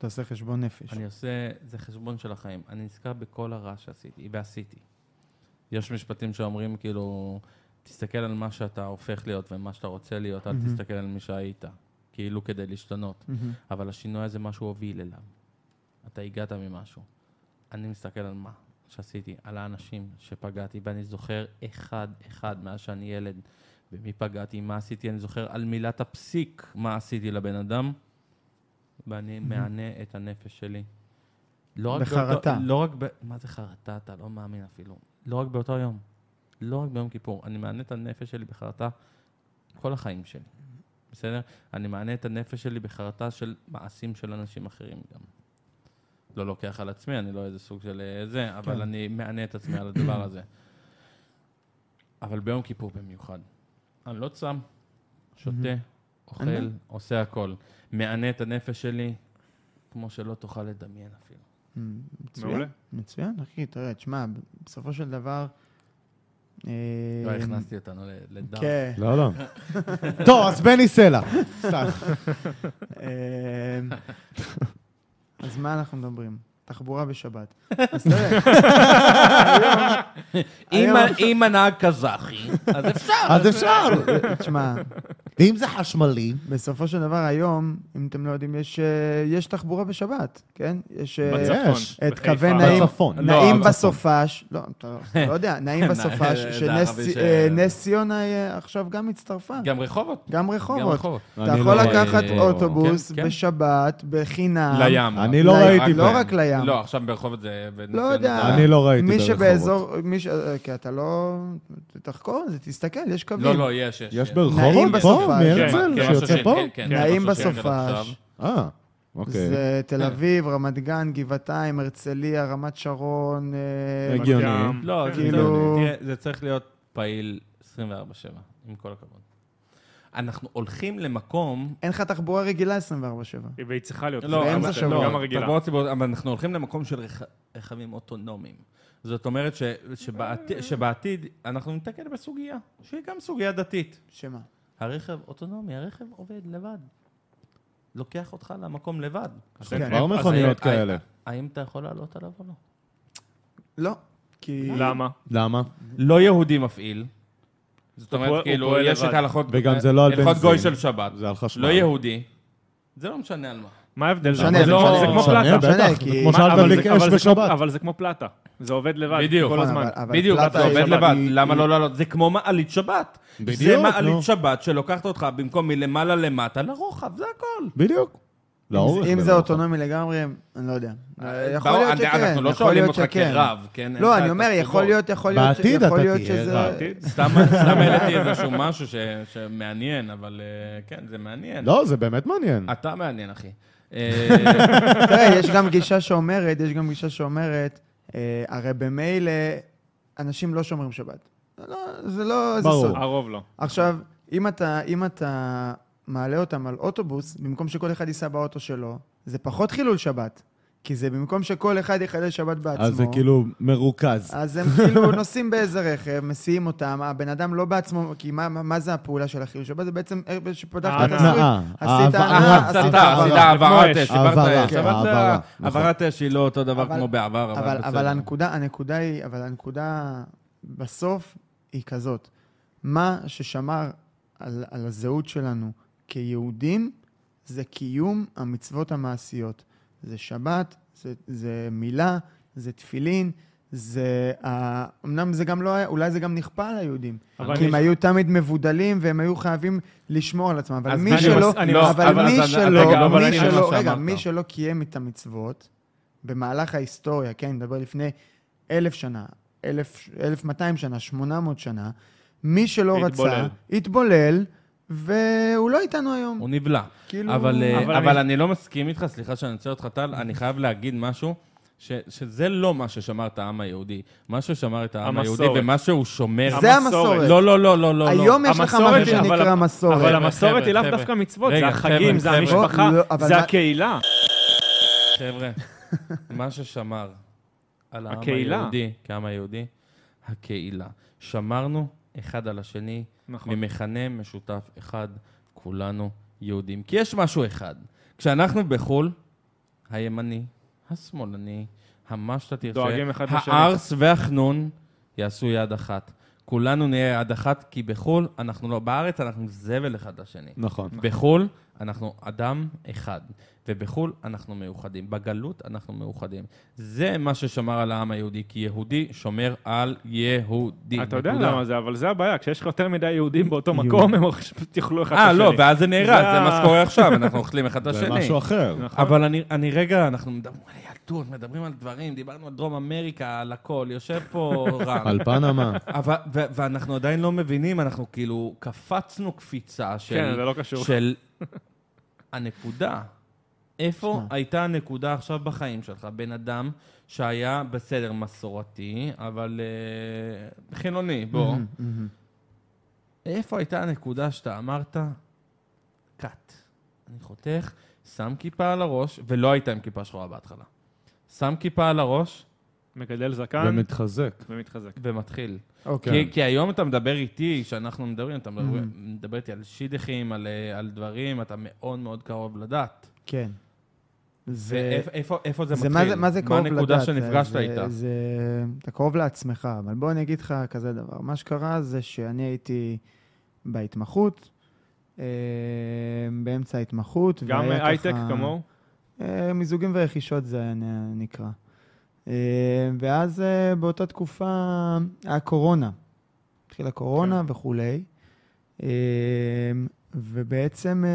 אתה עושה חשבון נפש. אני עושה, זה חשבון של החיים. אני נזכר בכל הרע שעשיתי, ועשיתי. יש משפטים שאומרים כאילו, תסתכל על מה שאתה הופך להיות ומה שאתה רוצה להיות, אל תסתכל על מי שהיית, כאילו כדי להשתנות. אבל השינוי הזה משהו הוביל אליו. אתה הגעת ממשהו. אני מסתכל על מה שעשיתי, על האנשים שפגעתי, ואני זוכר אחד מאז שאני ילד, במי פגעתי, מה עשיתי, אני זוכר על מילת הפסיק מה עשיתי לבן אדם, ואני מענה את הנפש שלי. בחרטה. מה זה חרטה? אתה לא מאמין אפילו. לא רק באותו יום. לא רק ביום כיפור. אני מענה את הנפש שלי בחרטה כל החיים שלי. בסדר? אני מענה את הנפש שלי בחרטה של מעשים של אנשים אחרים גם. לא לוקח על עצמי, אני לא איזה סוג של זה, אבל אני מענה את עצמי על הדבר הזה. אבל ביום כיפור במיוחד. אני לא צם, שותה, אוכל, עושה הכל. מענה את הנפש שלי כמו שלא תוכל לדמיין אפילו. מעולה. מצוין, אחי, תראה, תשמע, בסופו של דבר... לא הכנסתי אותנו לדם. כן. לא. טוב, אז בני סלע. סתם. אז מה אנחנו מדברים? תחבורה בשבת. אז תראה, אם הנהג קזחי, אז אפשר. אז אפשר. תשמע, ואם זה חשמלי? בסופו של דבר היום, אם אתם לא יודעים, יש תחבורה בשבת, כן? יש בצפון. את בחיפה. קווי נעים, בצפון. נעים בצפון. בסופש, לא, אתה לא יודע, נעים בסופש, שנס ציונה עכשיו גם הצטרפה. גם רחובות. גם רחובות. אתה אני יכול לא לקחת ראיתי. אוטובוס כן, כן. בשבת, בחינם. לים. אני לא ראיתי. לא רק לים. לא, עכשיו ברחובות זה... לא יודע. אני לא ראיתי מי ברחובות. שבאזור, כי אתה לא... תחקור, תסתכל, יש קווים. לא, יש. יש נעים ברחובות? פה? בסופש. מהרצל כן, שיוצא פה? נעים בסופש. אוקיי. זה תל אביב, רמת גן, גבעתיים, הרצליה, רמת שרון. הגיוני. לא, כאילו- תראה, זה צריך להיות פעיל 24/7, עם כל הכבוד. אנחנו הולכים למקום... אין לך תחבורה רגילה 24/7. והיא צריכה להיות. לא, באמצע אבל- שבוע. גם הרגילה. תחבורה ציבורית, אבל אנחנו הולכים למקום של רכבים אוטונומיים. זאת אומרת שבעתיד אנחנו נתקל בסוגיה, שהיא גם סוגיה דתית. שמה? הרכב אוטונומי, הרכב עובד לבד. לוקח אותך למקום לבד. כן. כבר מכוניות כאלה. האם אתה יכול לעלות עליו או לא? לא. כי... למה? למה? לא יהודי מפעיל. זאת הוא אומרת, כאילו, פועל יש לבד. את ההלכות... וגם זה לא על הלכות בנזין. גוי של שבת. זה על חשמל. לא יהודי. זה לא משנה על מה. מה ההבדל? משנה, זה זה לא- משנה. זה כמו משנה, פלטה. בטח, משנה, כי- כמו שאלת אבל זה- בלי אבל אש זה כמו- בשבת. אבל זה כמו פלטה. זה עובד לבד בדיוק. כל הזמן. אבל בדיוק, פלטה זה עובד היא- לבד. היא- למה לא לעלות? זה כמו מעלית שבת. זה בדיוק, מעלית נו. שבת שלוקחת אותך במקום מלמעלה למטה לרוחב, זה הכל. בדיוק. לאורך אם זה ולרוחב. אוטונומי לגמרי, אני לא יודע. יכול באו, להיות שכן. אנחנו לא יכול שואלים להיות אותך שכן. כרב, כן? לא, אני אומר, יכול להיות בעתיד יכול אתה להיות תהיה שזה... רב. סתם העליתי איזשהו משהו שמעניין, אבל כן, זה מעניין. לא, זה באמת מעניין. אתה מעניין, אחי. תראה, יש גם גישה שאומרת, הרי במילא אנשים לא שומרים שבת. זה לא, זה ברור. סוד. הרוב לא. עכשיו, אם אתה מעלה אותם על אוטובוס, במקום שכל אחד ייסע באוטו שלו, זה פחות חילול שבת. כי זה במקום שכל אחד יחלל שבת בעצמו. אז זה כאילו מרוכז. אז הם כאילו נוסעים באיזה רכב, מסיעים אותם, הבן אדם לא בעצמו, כי מה זה הפעולה של החילול שבת? זה בעצם שפתחת את התנאה. עשית העברה. עשית עשית העברה. העברת אש. העברה, שבת העברה, העברת אש היא לא אותו דבר אבל- כמו בעבר, אבל אבל בסדר. הנקודה בסוף היא כזאת. מה ששמר על הזהות שלנו כיהודים, זה קיום המצוות המעשיות. זה שבת, זה מילה, זה תפילין, אמנם זה גם לא היה, אולי זה גם נכפה על היהודים. אבל כי הם אני- היו תמיד מבודלים, והם היו חייבים לשמור על עצמם. אבל אז מי אני שלא, מס- אני לא, אבל אז- רגע, מי שלא קיים את המצוות, במהלך ההיסטוריה, כן, אני מדבר לפני 1,000 שנה, 1,200 שנה, 800 שנה, מי שלא רצה, התבולל, והוא לא איתנו היום. הוא נבלע. כאילו... אבל אני לא מסכים איתך, סליחה שאני אצא אותך טל, אני חייב להגיד משהו, שזה לא מה ששמר את העם היהודי. מה ששמר את העם היהודי, המסורת. ומה שהוא שומר... זה המסורת. לא. היום יש לך המסורת משהו היא- שנקרא מסורת. אבל המסורת היא לאו חבר'ה. דווקא מצוות, רגע, זה החגים, זה חבר'ה. המשפחה, לא, אבל זה מה- הקהילה. חבר'ה, מה ששמר על העם הקהילה. היהודי, כעם היהודי, הקהילה. שמרנו אחד על השני, נכון. ממכנה משותף אחד, כולנו יהודים. כי יש משהו אחד. כשאנחנו בחול, הימני, השמאלני, מה שאתה תרצה, דואגים אחד לשני. הארס והחנון יעשו יד אחת. כולנו נהיה יד אחת, כי בחול אנחנו לא, בארץ אנחנו זבל אחד לשני. נכון. בחול אנחנו אדם אחד, ובחול אנחנו מאוחדים. בגלות אנחנו מאוחדים. זה מה ששמר על העם היהודי, כי יהודי שומר על יהודי. אתה יודע למה זה, אבל זה הבעיה, כשיש לך יותר מדי יהודים באותו מקום, הם תאכלו אחד לשני. לא, ואז זה נהרס, זה מה שקורה עכשיו, אנחנו אוכלים אחד לשני. זה משהו אחר. אבל אני רגע, אנחנו מדברים על ילדות, מדברים על דברים, דיברנו על דרום אמריקה, על הכל, יושב פה רם. על פנמה. ואנחנו עדיין לא מבינים, אנחנו כאילו קפצנו קפיצה של הנקודה. איפה הייתה הנקודה עכשיו בחיים שלך? בן אדם שהיה בסדר מסורתי, אבל חילוני, בוא. איפה הייתה הנקודה שאתה אמרת, קאט, אני חותך, שם כיפה על הראש, ולא הייתה עם כיפה שחורה בהתחלה. שם כיפה על הראש, מגדל זקן. ומתחזק. ומתחיל. אוקיי. כי היום אתה מדבר איתי, שאנחנו מדברים, אתה מדבר איתי על שידכים, על דברים, אתה מאוד מאוד קרוב לדעת. כן. איפה זה מתחיל? מה זה קרוב לדעת? מה הנקודה שנפגשת איתה? אתה קרוב לעצמך, אבל בוא אני אגיד לך כזה דבר. מה שקרה זה שאני הייתי בהתמחות, באמצע ההתמחות. גם הייטק כמוהו? מיזוגים ורכישות זה נקרא. ואז באותה תקופה היה קורונה. התחילה קורונה וכולי. ובעצם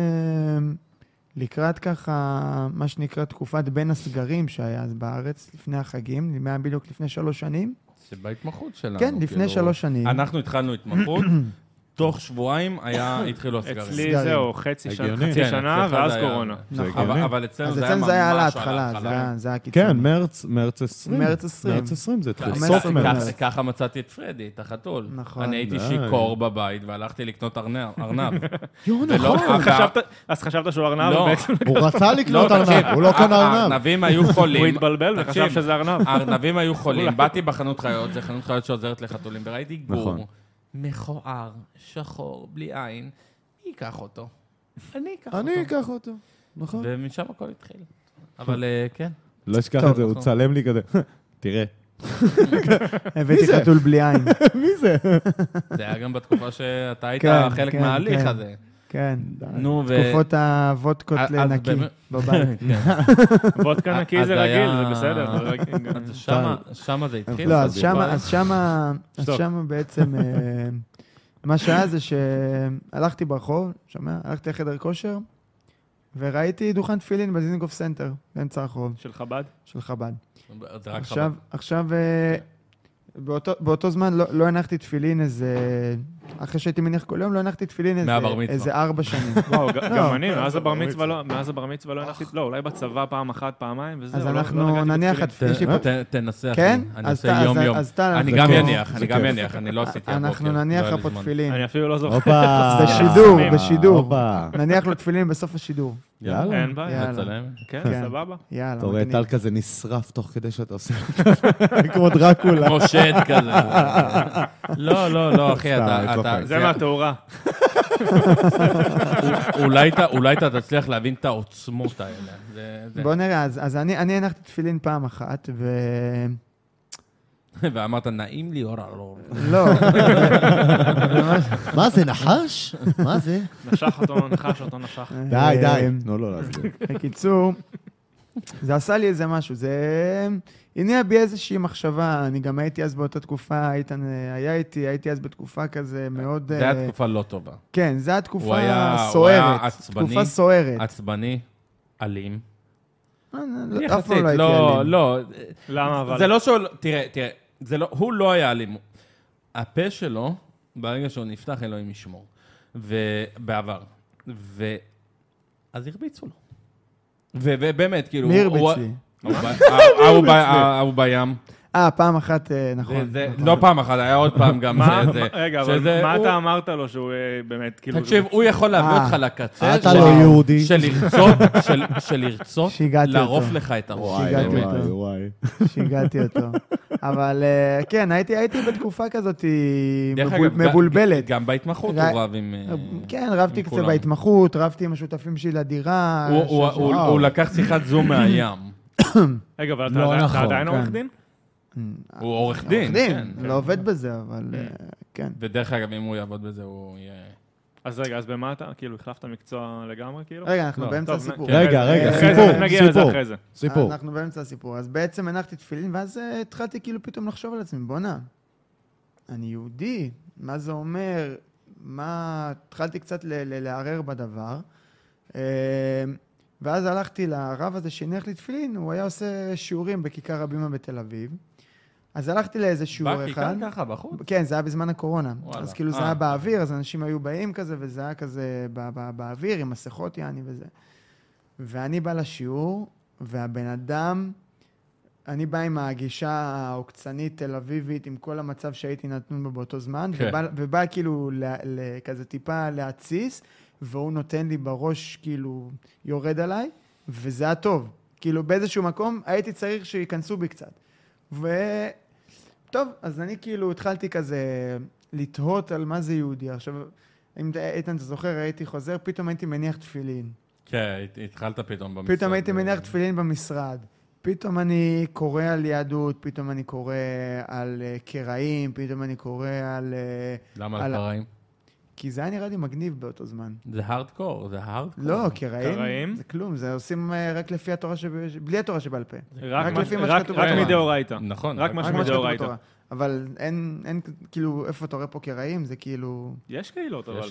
לקראת ככה, מה שנקרא תקופת בין הסגרים שהיה אז בארץ לפני החגים, בדיוק לפני 3 שנים. שבהתמחות שלנו. כן, לפני 3 שנים. אנחנו התחלנו התמחות, תוך שבועיים התחילו הסגרים. אצלי זהו, חצי שנה ואז קורונה. אבל אצלנו זה היה ממש זה היה על ההתחלה, זה היה קיצוני. כן, מרץ 20. מרץ 20. מרץ 20 זה התחיל. סוף מרץ. ככה מצאתי את פרדי, את החתול. נכון. אני הייתי שיקור בבית והלכתי לקנות ארנב. נכון. אז חשבת שהוא ארנב? לא. הוא רצה לקנות ארנב, הוא לא קנה ארנב. הארנבים היו חולים. הוא התבלבל וחשב שזה ארנב. הארנבים היו חולים. באתי בחנות חיות, זה חנות חיות שעוזרת לחתולים, וראיתי גור. מכוער, שחור, בלי עין, מי ייקח אותו? אני אקח אותו. נכון. ומשם הכל התחיל. אבל כן. לא אשכח את זה, הוא צלם לי כזה. תראה. הבאתי חתול בלי עין. מי זה? זה היה גם בתקופה שאתה היית חלק מההליך הזה. כן. נו, תקופות הוודקות לנקי בבית. וודקה נקי זה רגיל, זה בסדר. שמה זה התחיל. לא, אז שמה בעצם, מה שהיה זה שהלכתי ברחוב, הלכתי לחדר כושר, וראיתי דוכן תפילין בדיזנגוף סנטר, באמצע הרחוב. של חב"ד? של חב"ד. זה רק חב"ד. עכשיו, באותו זמן לא הנחתי תפילין איזה... אחרי שהייתי מניח כל יום, לא הנחתי תפילין איזה 4 שנים. וואו, גם אני, מאז הבר מצווה לא הנחתי... לא, אולי בצבא פעם אחת, פעמיים, וזהו. אז אנחנו נניח... תנסה, כן? אני אעשה יום-יום. אני גם יניח, אני לא עשיתי הבוקר. אנחנו נניח לך פה תפילין. אני אפילו לא זוכר. זה שידור, בשידור. נניח לו תפילין בסוף השידור. יאללה. אין בעיה. מצלם. כן, סבבה. יאללה. אתה רואה טל כזה נשרף תוך כדי שאתה עושה כמו דרקולה. כמו שד כזה. לא, אחי, אתה... זה מהתאורה. אולי אתה תצליח להבין את העוצמות האלה. בוא נראה, אז אני הנחתי תפילין פעם אחת, ואמרת, נעים לי אור ארור. לא. מה זה, נחש? מה זה? נשך אותו, נחש אותו, נשך. די. לא להסביר. בקיצור, זה עשה לי איזה משהו, זה הניע בי איזושהי מחשבה, אני גם הייתי אז באותה תקופה, הייתי אז בתקופה כזה מאוד... זה היה תקופה לא טובה. כן, זה היה תקופה סוערת. תקופה סוערת. עצבני, אלים. אף פעם לא הייתי אלים. לא. למה אבל? זה לא שהוא... תראה, הוא לא היה אלים. הפה שלו, ברגע שהוא נפתח, אלוהים ישמור. ובעבר. אז הרביצו לו. ובאמת, כאילו... מי הרביץ לי? הוא בים. פעם אחת, נכון. לא פעם אחת, היה עוד פעם גם שזה... רגע, אבל מה אתה אמרת לו שהוא באמת, כאילו... תקשיב, הוא יכול להביא אותך לקצה אתה לא יהודי. של לרצות לערוף לך את הראש. שיגעתי אותו. אבל כן, הייתי בתקופה כזאת מבולבלת. גם בהתמחות הוא רב עם... כן, רבתי קצת בהתמחות, רבתי עם השותפים שלי לדירה. הוא לקח שיחת זום מהים. רגע, אבל אתה עדיין עורך דין? הוא עורך דין, כן. לא עובד בזה, אבל כן. ודרך אגב, אם הוא יעבוד בזה, הוא יהיה... אז רגע, אז במה אתה? כאילו, החלפת מקצוע לגמרי, כאילו? רגע, אנחנו באמצע הסיפור. רגע, נגיע לזה אחרי זה. סיפור. אנחנו באמצע הסיפור. אז בעצם הנחתי תפילין, ואז התחלתי כאילו פתאום לחשוב על עצמי, בונה, אני יהודי, מה זה אומר? התחלתי קצת לערער בדבר, ואז הלכתי לרב הזה שהניח לי תפילין, הוא היה עושה שיעורים בכיכר הבימה בתל אביב, אז הלכתי לאיזה שיעור אחד. בכיכר ככה, בחוץ? כן, זה היה בזמן הקורונה. וואלה. אז כאילו זה היה באוויר, אז אנשים היו באים כזה, וזה היה כזה באוויר, עם מסכות יעני וזה. ואני בא לשיעור, והבן אדם, אני בא עם הגישה העוקצנית תל אביבית, עם כל המצב שהייתי נתון בו באותו זמן, כן. ובא כאילו כזה טיפה להציס, והוא נותן לי בראש, כאילו, יורד עליי, וזה היה טוב. כאילו, באיזשהו מקום הייתי צריך שיכנסו בי קצת. טוב, אז אני כאילו התחלתי כזה לתהות על מה זה יהודי. עכשיו, אם איתן, אתה זוכר, הייתי חוזר, פתאום הייתי מניח תפילין. כן, התחלת פתאום במשרד. פתאום הייתי מניח תפילין במשרד. פתאום אני קורא על יהדות, פתאום אני קורא על קראים, פתאום אני קורא על... למה על קראים? כי זה היה נראה לי מגניב באותו זמן. זה הארדקור, זה הארדקור. לא, קראים? זה כלום, זה עושים רק לפי התורה בלי התורה שבעל פה. רק מדאורייתא. נכון. רק מה שמדאורייתא. אבל אין, כאילו, איפה אתה רואה פה קראים, זה כאילו... יש קהילות, אבל.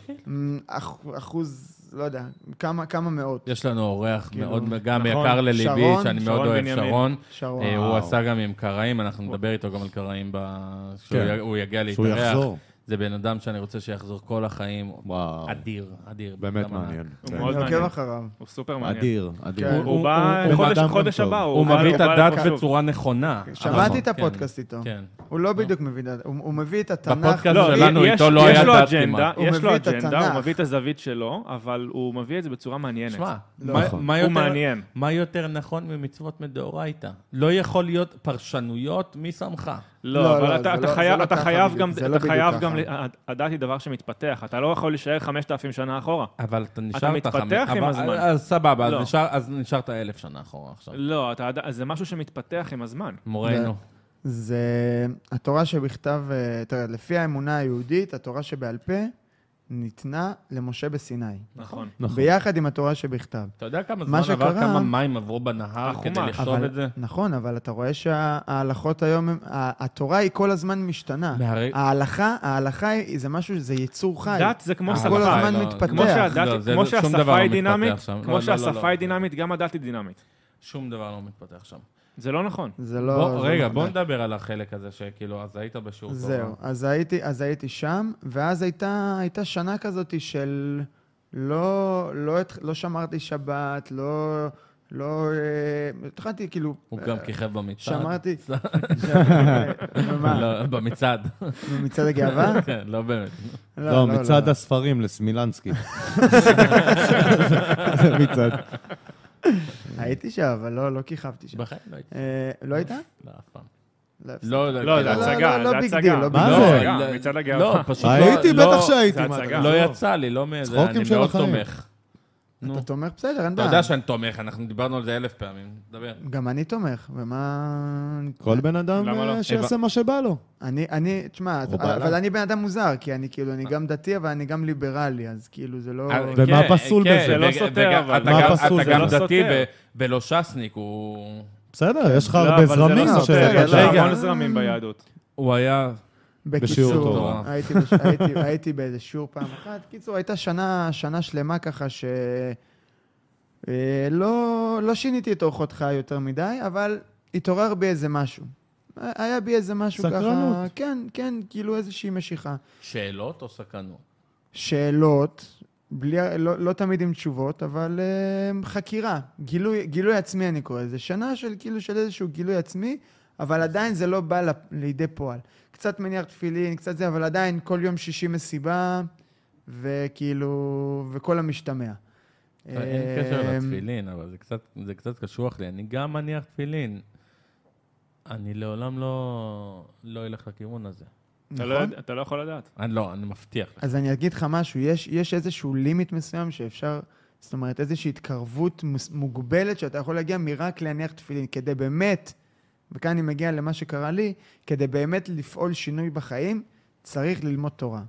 אחוז, לא יודע, כמה מאות. יש לנו אורח מאוד, גם יקר לליבי, שאני מאוד אוהב, שרון. הוא עשה גם עם קראים, אנחנו נדבר איתו גם על קראים, שהוא יגיע להתארח. זה בן אדם שאני רוצה שיחזור כל החיים. וואו. אדיר. באמת מעניין. הוא מאוד מעניין. הוא סופר מעניין. אדיר. הוא בא חודש הבא. הוא מביא את הדת בצורה נכונה. שמעתי את הפודקאסט איתו. הוא לא בדיוק מביא את הדת. הוא מביא את התנ"ך. בפודקאסט שלנו איתו לא היה דת כמעט. יש לו אג'נדה, הוא מביא את הזווית שלו, אבל הוא מביא את זה בצורה מעניינת. שמע, הוא מעניין. מה יותר נכון ממצוות מדאורייתא? לא יכול להיות פרשנויות, מי שמך? לא, אבל אתה חייב גם, הדת היא דבר שמתפתח, אתה לא יכול להישאר 5,000 שנה אחורה. אבל אתה מתפתח עם הזמן. אז סבבה, אז נשארת 1,000 שנה אחורה עכשיו. לא, זה משהו שמתפתח עם הזמן. מורנו. זה התורה שבכתב, לפי האמונה היהודית, התורה שבעל פה ניתנה למשה בסיני. נכון. ביחד עם התורה שבכתב. אתה יודע כמה זמן עבר, כמה מים עברו בנהר כדי לכתוב את זה? נכון, אבל אתה רואה שההלכות היום, התורה היא כל הזמן משתנה. ההלכה זה משהו, זה יצור חי. דת זה כמו שפה. כל הזמן מתפתח. כמו שהשפה היא דינמית, גם הדת היא דינמית. שום דבר לא מתפתח שם. זה לא נכון. רגע, בוא נדבר על החלק הזה שכאילו, אז היית בשיעור תורה. זהו, אז הייתי שם, ואז הייתה שנה כזאת של לא שמרתי שבת, לא... התחלתי כאילו... הוא גם כיכב במצעד. שמרתי... במצעד. במצעד הגאווה? כן, לא באמת. לא, מצעד הספרים לסמילנסקי. זה מצעד. הייתי שם, אבל לא כיכבתי שם. בחיים לא הייתי. לא היית? לא, אף פעם. לא, זה הצגה, לא ביג דיל, לא ביג דיל. מצד הגאווה. לא, פשוט לא... הייתי, בטח שהייתי. לא יצא לי, לא מאיזה, אני מאוד תומך. אתה תומך? בסדר, אין אתה בעיה. יודע שאני תומך, אנחנו דיברנו על זה 1,000 פעמים. דבר. גם אני תומך, ומה... כל בן אדם שיעשה מה שבא לו. תשמע, אבל אני בן אדם מוזר, כי אני גם דתי, אבל אני גם ליברלי, אז כאילו זה לא... ומה פסול בזה? זה לא סותר, אבל... אתה גם דתי ולא שסניק, הוא... בסדר, יש לך הרבה זרמים. יש המון זרמים ביהדות. הוא היה... בקיצור, הייתי באיזה שיעור פעם אחת. קיצור, הייתה שנה שלמה ככה לא שיניתי את אורחות חיי יותר מדי, אבל התעורר בי איזה משהו. היה בי איזה משהו ככה... סקרנות. כן, כאילו איזושהי משיכה. שאלות או סקרנות? שאלות, לא תמיד עם תשובות, אבל חקירה, גילוי עצמי אני קורא לזה. שנה של איזשהו גילוי עצמי, אבל עדיין זה לא בא לידי פועל. קצת מניח תפילין, קצת זה, אבל עדיין כל יום שישי מסיבה, וכאילו, וכל המשתמע. אין קשר לתפילין, אבל זה קצת קשוח לי. אני גם מניח תפילין, אני לעולם לא אלך לכיוון הזה. נכון? אתה לא יכול לדעת. אני מבטיח. אז אני אגיד לך משהו, יש איזשהו לימיט מסוים שאפשר, זאת אומרת, איזושהי התקרבות מוגבלת שאתה יכול להגיע מרק להניח תפילין, כדי באמת, וכאן אני מגיע למה שקרה לי, כדי באמת לפעול שינוי בחיים, צריך ללמוד תורה.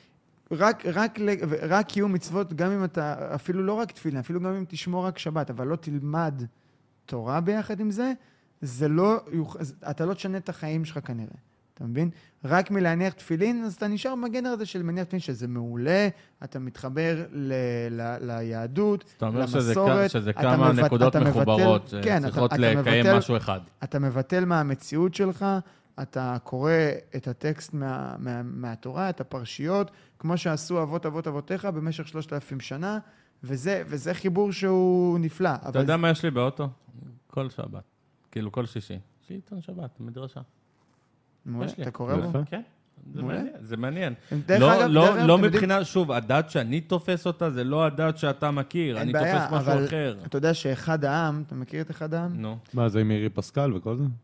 רק קיום מצוות, גם אם אתה, אפילו לא רק תפילין, אפילו גם אם תשמור רק שבת, אבל לא תלמד תורה ביחד עם זה, אתה לא תשנה את החיים שלך כנראה. אתה מבין? רק מלהניח תפילין, אז אתה נשאר בגדר הזה של מניח תפילין, שזה מעולה, אתה מתחבר ליהדות, למסורת. שזה כמה נקודות מחוברות, צריכות לקיים משהו אחד. אתה מבטל מהמציאות שלך, אתה קורא את הטקסט מהתורה, את הפרשיות, כמו שעשו אבותיך במשך 3,000 שנה, וזה חיבור שהוא נפלא. אתה יודע מה יש לי באוטו? כל שבת. כאילו כל שישי. שעיתון שבת, מדרשה. אתה קורא בו? כן, זה מעניין. דרך אגב, לא מבחינה, שוב, הדת שאני תופס אותה, זה לא הדת שאתה מכיר, אני תופס משהו אחר. אתה יודע שאחד העם, אתה מכיר את אחד העם? נו. מה, זה עם מירי פסקל וכל זה?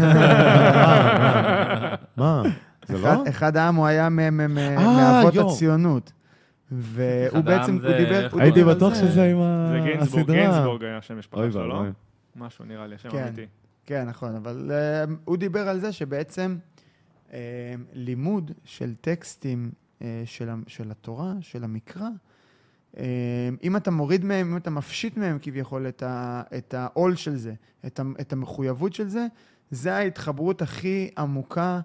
מה? זה לא? אחד העם הוא היה מאבות הציונות. והוא בעצם, הוא דיבר... הייתי בטוח שזה עם הסדרה. זה גינסבורג היה שם משפחה שלו, לא? משהו נראה לי, השם אמיתי. כן, נכון, אבל הוא דיבר על זה שבעצם לימוד של טקסטים של התורה, של המקרא, אם אתה מוריד מהם, אם אתה מפשיט מהם כביכול את העול של זה, את המחויבות של זה, זה ההתחברות הכי עמוקה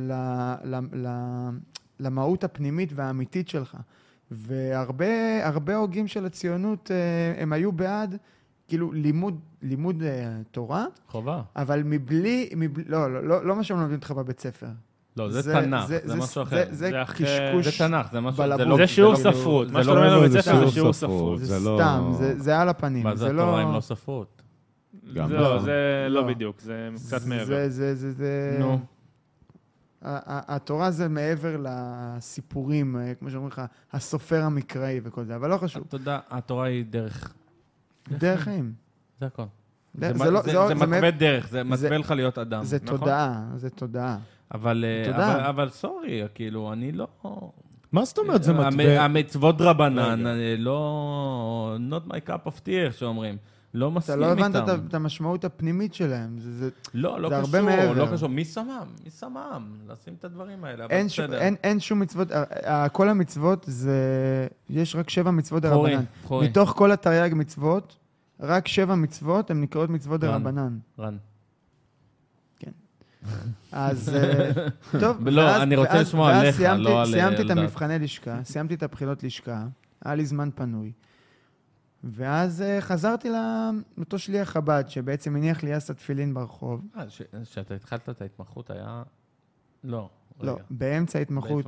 למהות הפנימית והאמיתית שלך. והרבה הוגים של הציונות הם היו בעד, כאילו לימוד תורה. חובה. אבל מבלי, לא מה שהם לומדים אותך בבית ספר. לא, זה תנ"ך, זה משהו אחר. זה קשקוש. זה תנ"ך, זה משהו, זה שיעור ספרות. מה שאתה אומר בבית ספר זה שיעור ספרות. זה סתם, זה על הפנים. מה זה התורה אם לא ספרות? זה לא בדיוק, זה קצת מעבר. נו. התורה זה מעבר לסיפורים, כמו שאומרים לך, הסופר המקראי וכל זה, אבל לא חשוב. אתה יודע, התורה היא דרך. דרך חיים. זה הכל. זה מתווה דרך, זה מתווה לך להיות אדם. זה תודעה, זה תודעה. אבל סורי, כאילו, אני לא... מה זאת אומרת זה מתווה? המצוות רבנן, לא... not my cup of tea, שאומרים. לא מסכים איתם. אתה לא הבנת את המשמעות הפנימית שלהם. לא קשור, לא קשור. מי שמם? לשים את הדברים האלה, אבל בסדר. אין שום מצוות, כל המצוות זה... יש רק 7 מצוות דרבנן. מתוך כל התרי"ג מצוות, רק 7 מצוות הן נקראות מצוות דרבנן. רן. כן. אז טוב. לא, אני רוצה לשמוע עליך, לא על... סיימתי את המבחני לשכה, סיימתי את הבחינות לשכה, היה לי זמן פנוי. ואז חזרתי לאותו שליח חב"ד, שבעצם הניח לי אסת תפילין ברחוב. כשאתה התחלת את ההתמחות היה... לא. לא, באמצע ההתמחות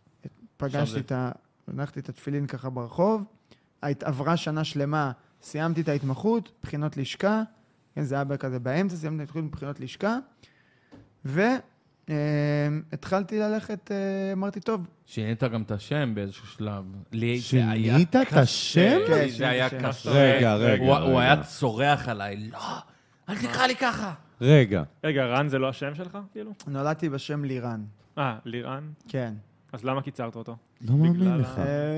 הנחתי את התפילין ככה ברחוב, עברה שנה שלמה, סיימתי את ההתמחות, בחינות לשכה, כן, זה היה כזה באמצע, סיימתי את ההתמחות בבחינות לשכה, התחלתי ללכת, אמרתי, טוב. שינית גם את השם באיזשהו שלב. שינית את השם? כן, זה היה קשה. רגע. הוא היה צורח עליי, לא, אל תקרא לי ככה. רגע, רן זה לא השם שלך, כאילו? נולדתי בשם לירן. לירן? כן. אז למה קיצרת אותו? לא מאמין לך.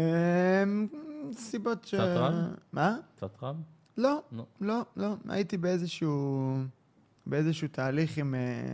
סיבות ש... קצת רב? מה? קצת רב? לא. הייתי באיזשהו תהליך עם...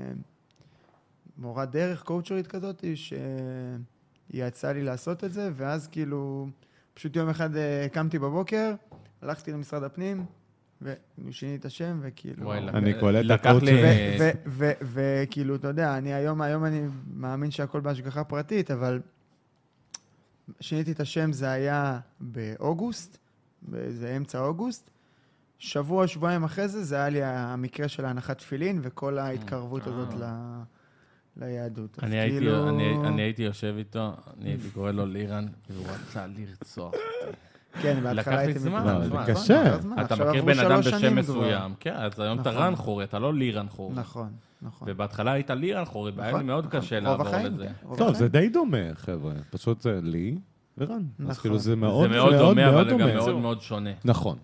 מורת דרך, קואוצ'רית כזאת, שיצא לי לעשות את זה, ואז כאילו, פשוט יום אחד קמתי בבוקר, הלכתי למשרד הפנים, ושיניתי את השם, וכאילו... אני קולט את הקואוצ'רית. וכאילו, אתה יודע, היום אני מאמין שהכל בהשגחה פרטית, אבל שיניתי את השם, זה היה באוגוסט, זה אמצע אוגוסט, שבועיים אחרי זה, זה היה לי המקרה של ההנחת תפילין, וכל ההתקרבות הזאת ליהדות. אני הייתי יושב איתו, אני הייתי קורא לו לירן, והוא רצה לרצוח אותי. כן, בהתחלה הייתי מתקרב. זה קשה. אתה מכיר בן אדם בשם מסוים, כן, אז היום אתה רן חורי, אתה לא לירן חורי. נכון. ובהתחלה היית לירן חורי, והיה לי מאוד קשה לעבור לזה. טוב, זה די דומה, חבר'ה. פשוט זה לי ורן. אז כאילו זה מאוד דומה, אבל גם מאוד מאוד שונה. נכון.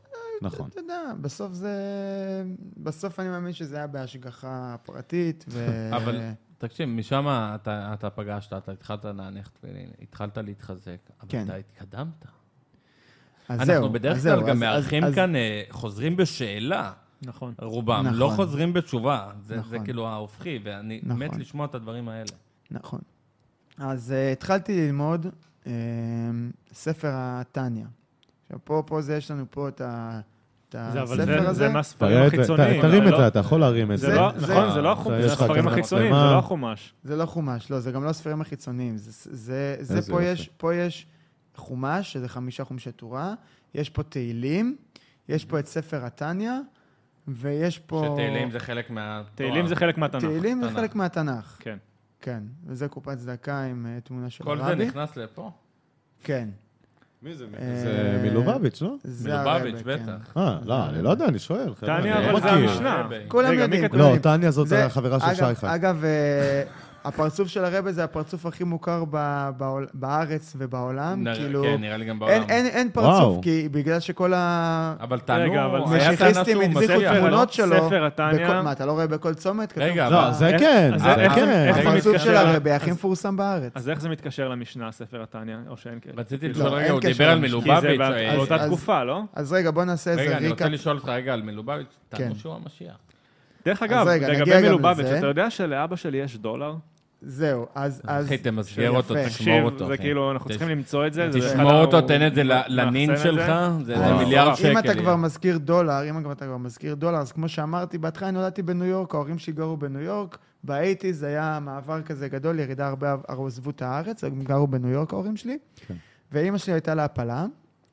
נכון. אתה יודע, בסוף אני מאמין שזה היה בהשגחה פרטית, אבל תקשיב, משם אתה פגשת, אתה התחלת להניח תפילין, התחלת להתחזק, אבל אתה התקדמת. אנחנו בדרך כלל גם מארחים כאן חוזרים בשאלה. נכון. רובם, לא חוזרים בתשובה. זה כאילו ההופכי, ואני מת לשמוע את הדברים האלה. נכון. אז התחלתי ללמוד ספר התניא. עכשיו, פה יש לנו פה את הספר הזה. זה מהספרים החיצוניים. תרים את זה, אתה יכול להרים את זה. נכון, זה לא החומש, זה הספרים החיצוניים, זה לא החומש. זה לא חומש, לא, זה גם לא הספרים החיצוניים. פה יש חומש, שזה 5 חומשי תורה, יש פה תהילים, יש פה את ספר התניא, ויש פה... שתהילים זה חלק מהתורה. תהילים זה חלק מהתנ"ך. תהילים זה חלק מהתנ"ך. כן. כן, וזה קופת צדקה עם תמונה של הרבי. כל זה נכנס לפה? כן. מי זה? זה מלובביץ', לא? מלובביץ', בטח. לא, אני לא יודע, אני שואל. תניא, אבל זה המשנה. כולם יודעים. לא, תניא זאת החברה של שייכה. אגב, הפרצוף של הרבי זה הפרצוף הכי מוכר בארץ ובעולם. כן, נראה לי גם בעולם. אין פרצוף, כי בגלל שכל אבל תענו, המשיחיסטים הדביקו תמונות שלו. ספר התניא. מה, אתה לא רואה בכל צומת? רגע, לא, זה כן, זה כן. הפרצוף של הרבי הכי מפורסם בארץ. אז איך זה מתקשר למשנה, ספר התניא, או שאין קשר? רציתי לשאול רגע, הוא דיבר על מלובביץ'. כי זה באותה תקופה, לא? אז רגע, בוא נעשה איזה רגע, אני ריקה. רוצה לשאול אותך רגע על מלובביץ', טענו שהוא המשיח. דרך אגב, לגבי מלובביץ', אתה יודע שלאבא שלי יש דולר? זהו, אז... אחי, תמסגר אותו, תשמור אותו. זה כאילו, אנחנו צריכים למצוא את זה. תשמור אותו, תן את זה לנין שלך, זה מיליארד שקל. אם אתה כבר מזכיר דולר, אז כמו שאמרתי, בהתחלה נולדתי בניו יורק, ההורים שלי גרו בניו יורק, ב-80s זה היה מעבר כזה גדול, ירידה הרבה עזבו את הארץ, הם גרו בניו יורק ההורים שלי, ואמא שלי הייתה להפלה,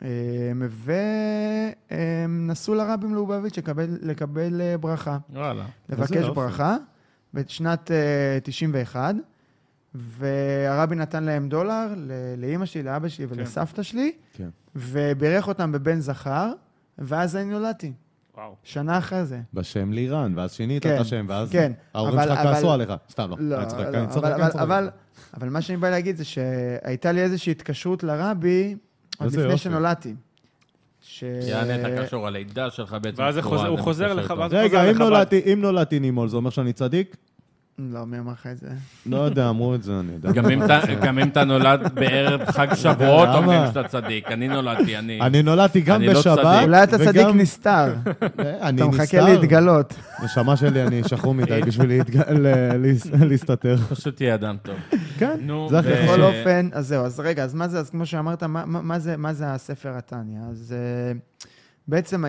ונסעו לרבי מלובביץ' לקבל ברכה. לבקש ברכה. בשנת 91, והרבי נתן להם דולר לאמא שלי, לאבא שלי ולסבתא שלי, ובירך אותם בבן זכר, ואז אני נולדתי. שנה אחרי זה. בשם לירן, ואז שינית את השם, ואז ההורים שלך כעסו עליך. סתם לא. אבל מה שאני בא להגיד זה שהייתה לי איזושהי התקשרות לרבי, עוד לפני שנולדתי. יענה את הקשור הלידה שלך בעצם. ואז הוא חוזר לך. רגע, אם נולדתי נימול, זה אומר שאני צדיק? לא, מי אמר לך את זה? לא יודע, אמרו את זה, אני יודע. גם אם אתה נולד בערב חג שבועות, אומרים שאתה צדיק. אני נולדתי גם בשבת. אולי אתה צדיק נסתר. אתה מחכה להתגלות. נשמה שלי, אני שחור מדי בשביל להסתתר. פשוט תהיה אדם טוב. כן, זה הכי. בכל אופן, אז זהו, אז רגע, אז מה זה, אז כמו שאמרת, מה זה הספר התניא? אז בעצם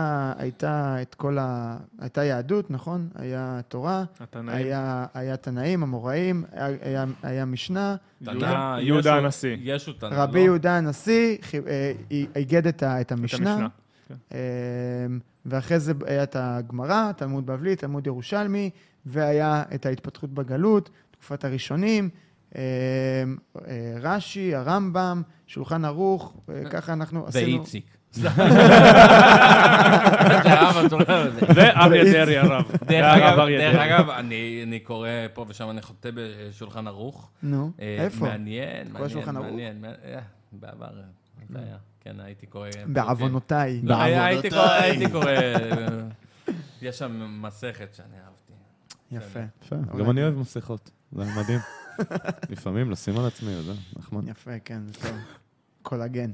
הייתה יהדות, נכון? היה תורה, היה תנאים, המוראים, היה משנה. יהודה הנשיא. רבי יהודה הנשיא היגד את המשנה. ואחרי זה היה את הגמרא, תלמוד בבלי, תלמוד ירושלמי, והיה את ההתפתחות בגלות, תקופת הראשונים, רש"י, הרמב"ם, שולחן ערוך, ככה אנחנו עשינו... ואיציק. ואריה דרעי הרב. דרך אגב, אני קורא פה ושם, אני חוטא בשולחן ערוך. נו, איפה? מעניין. בעבר, זה היה. כן, הייתי קורא... בעוונותיי. הייתי קורא... יש שם מסכת שאני אהבתי. יפה. גם אני אוהב מסכות, זה מדהים. לפעמים לשים על עצמי, זה נחמד. יפה, כן, זה טוב. קולגן.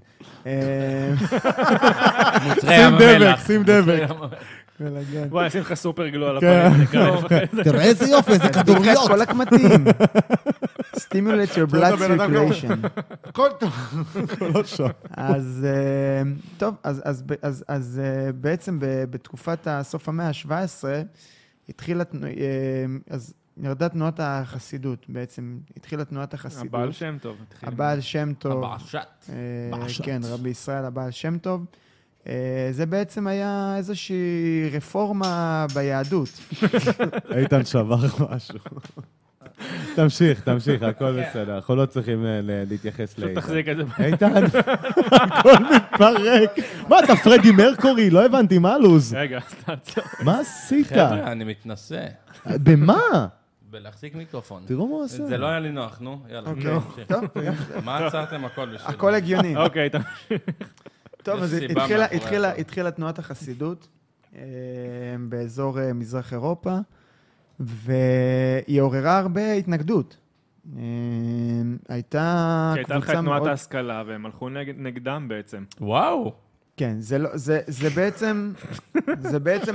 שים דבק. בוא, נשים לך סופר גלו על הפנים. תראה איזה יופי, זה כדוריות. כל הקמטים. Stimulate your blood circulation. הכל טוב. לא שם. אז טוב, אז בעצם בתקופת סוף המאה ה-17, התחילה, אז ירדה תנועת החסידות, בעצם התחילה תנועת החסידות. הבעל שם טוב. הבעל שם טוב. הבעשת. כן, רבי ישראל, הבעל שם טוב. זה בעצם היה איזושהי רפורמה ביהדות. איתן שבר משהו. תמשיך, הכל בסדר. אנחנו לא צריכים להתייחס לאיתן. תחזיק את זה. איתן, הכל מתפרק. מה, אתה פרדי מרקורי? לא הבנתי, מה הלוז? רגע, תעצור. מה עשית? חבר'ה, אני מתנסה. במה? בלהחזיק מיקרופון. תראו מה הוא עושה. זה לא היה לי נוח, נו. יאללה. טוב. מה עצרתם הכל בשביל? הכל הגיוני. אוקיי, תמשיך. טוב, אז התחילה תנועת החסידות באזור מזרח אירופה, והיא עוררה הרבה התנגדות. הייתה קבוצה מאוד... כי הייתה לך תנועת ההשכלה, והם הלכו נגדם בעצם. וואו. כן, זה בעצם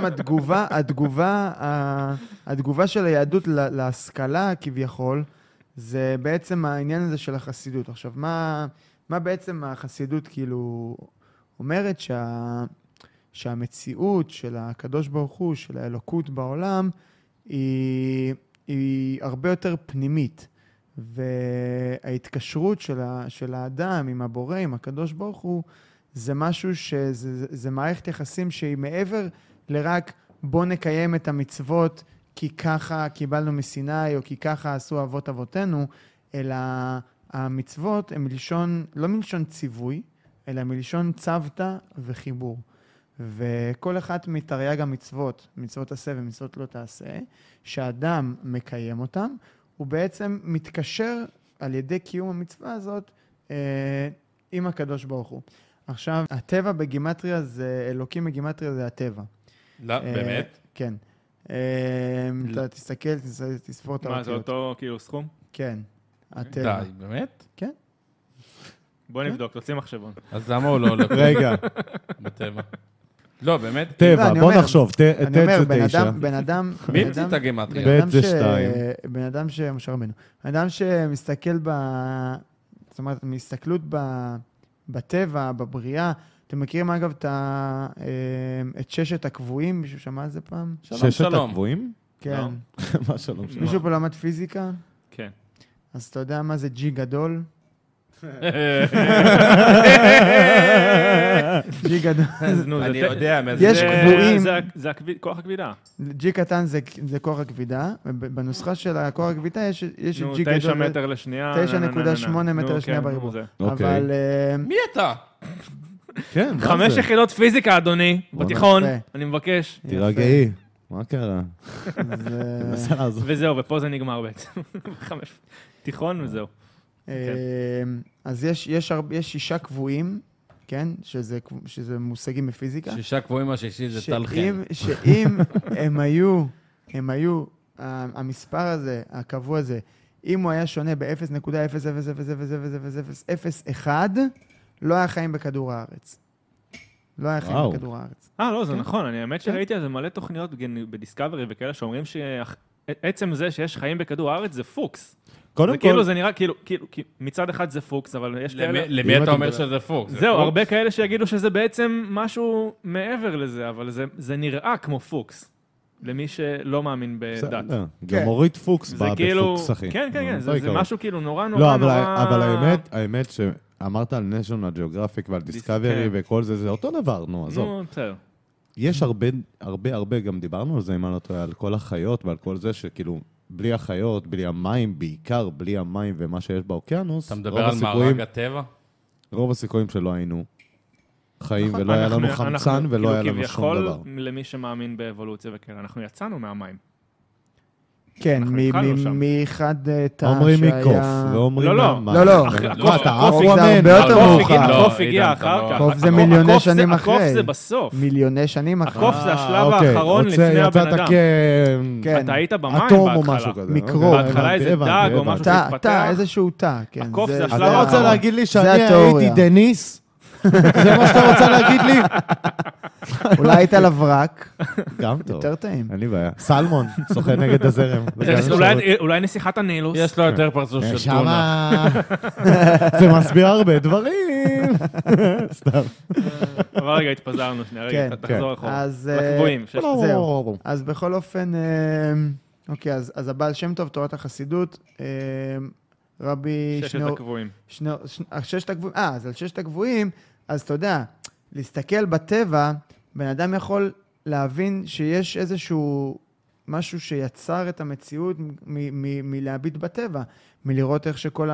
התגובה של היהדות להשכלה כביכול, זה בעצם העניין הזה של החסידות. עכשיו, מה בעצם החסידות כאילו אומרת? שהמציאות של הקדוש ברוך הוא, של האלוקות בעולם, היא הרבה יותר פנימית. וההתקשרות של האדם עם הבורא, עם הקדוש ברוך הוא, זה משהו זה מערכת יחסים שהיא מעבר לרק בוא נקיים את המצוות כי ככה קיבלנו מסיני או כי ככה עשו אבות אבותינו, אלא המצוות הן לא מלשון ציווי, אלא מלשון צוותא וחיבור. וכל אחת מתרי"ג המצוות, מצוות עשה ומצוות לא תעשה, שהאדם מקיים אותם, הוא בעצם מתקשר על ידי קיום המצווה הזאת עם הקדוש ברוך הוא. עכשיו, הטבע בגימטריה זה, אלוקים בגימטריה זה הטבע. לא, באמת? כן. אתה תסתכל, תספור את האותיות. מה, זה אותו כאילו סכום? כן, הטבע. די, באמת? כן. בוא נבדוק, תוציא מחשבון. אז למה הוא לא הולך? רגע. בטבע. לא, באמת? טבע, בוא נחשוב, ט' זה 9. בן אדם... מי המציא את הגימטריה? ב' זה 2. בן אדם משה רבנו. בן אדם שמסתכל זאת אומרת, מהסתכלות בטבע, בבריאה, אתם מכירים אגב את ששת הקבועים? מישהו שמע על זה פעם? ששת הקבועים? כן. מה שלום? מישהו פה למד פיזיקה? כן. אז אתה יודע מה זה G גדול? G גדול. אני יודע. יש קבועים. זה כוח הכבידה. G קטן זה כוח הכבידה, בנוסחה של הכוח הכבידה יש את G גדול. 9 מטר לשנייה. 9.8 מטר לשנייה בריבוע. אבל... מי אתה? כן, 5 יחידות פיזיקה, אדוני, בתיכון, אני מבקש. תירגעי. מה קרה? וזהו, ופה זה נגמר בעצם. תיכון וזהו. אז יש 6 קבועים, כן? שזה מושגים בפיזיקה. 6 קבועים השישי זה תלחם. שאם הם היו, המספר הזה, הקבוע הזה, אם הוא היה שונה ב-0.0000001, לא היה חיים בכדור הארץ. לא היה חיים בכדור הארץ. לא, זה נכון. האמת שראיתי על זה מלא תוכניות בדיסקאברי וכאלה שאומרים שעצם זה שיש חיים בכדור הארץ זה פוקס. זה כאילו, זה נראה כאילו, מצד אחד זה פוקס, אבל יש כאלה... למי אתה אומר שזה פוקס? זהו, הרבה כאלה שיגידו שזה בעצם משהו מעבר לזה, אבל זה נראה כמו פוקס. למי שלא מאמין בדת. גם אורית פוקס באה בפוקס, אחי. כן, כן, זה משהו כאילו נורא. לא, אבל האמת שאמרת על National Geographic ועל Discovery וכל זה, זה אותו דבר, נו, עזוב. נו, בסדר. יש הרבה, גם דיברנו על זה, אם אני לא טועה, על כל החיות ועל כל זה שכאילו, בלי החיות, בלי המים, בעיקר בלי המים ומה שיש באוקיינוס. אתה מדבר על מארג הטבע? רוב הסיכויים שלא היינו חיים ולא היה לנו חמצן ולא היה לנו שום דבר. כביכול, למי שמאמין באבולוציה וכאלה, אנחנו יצאנו מהמים. כן, מאחד תא שהיה... אומרים מקוף, ואומרים לא. הקוף הגיע אחר כך. הקוף זה מיליוני שנים אחרי. הקוף זה בסוף. מיליוני שנים אחרי. הקוף זה השלב האחרון לפני הבן אדם. כן. אתה היית במים בהתחלה. מיקרו. בהתחלה איזה דג או משהו שהתפתח. תא, איזשהו תא, כן. הקוף זה השלב האחרון. אתה רוצה להגיד לי שאני הייתי דניס? זה מה שאתה רוצה להגיד לי? אולי היית לברק. גם טוב. יותר טעים. אין לי בעיה. סלמון, סוחר נגד הזרם. אולי נסיכת הנילוס. יש לו יותר פרצוף של טונה. זה מסביר הרבה דברים. סתם. אבל רגע, התפזרנו שנייה, רגע, תחזור אחורה. לקבועים. זהו. אז בכל אופן, אוקיי, אז הבעל שם טוב, תורת החסידות, רבי... 6 הקבועים. 6 הקבועים, אז על 6 הקבועים, אז אתה יודע, להסתכל בטבע, בן אדם יכול להבין שיש איזשהו משהו שיצר את המציאות מלהביט בטבע, מלראות איך שכל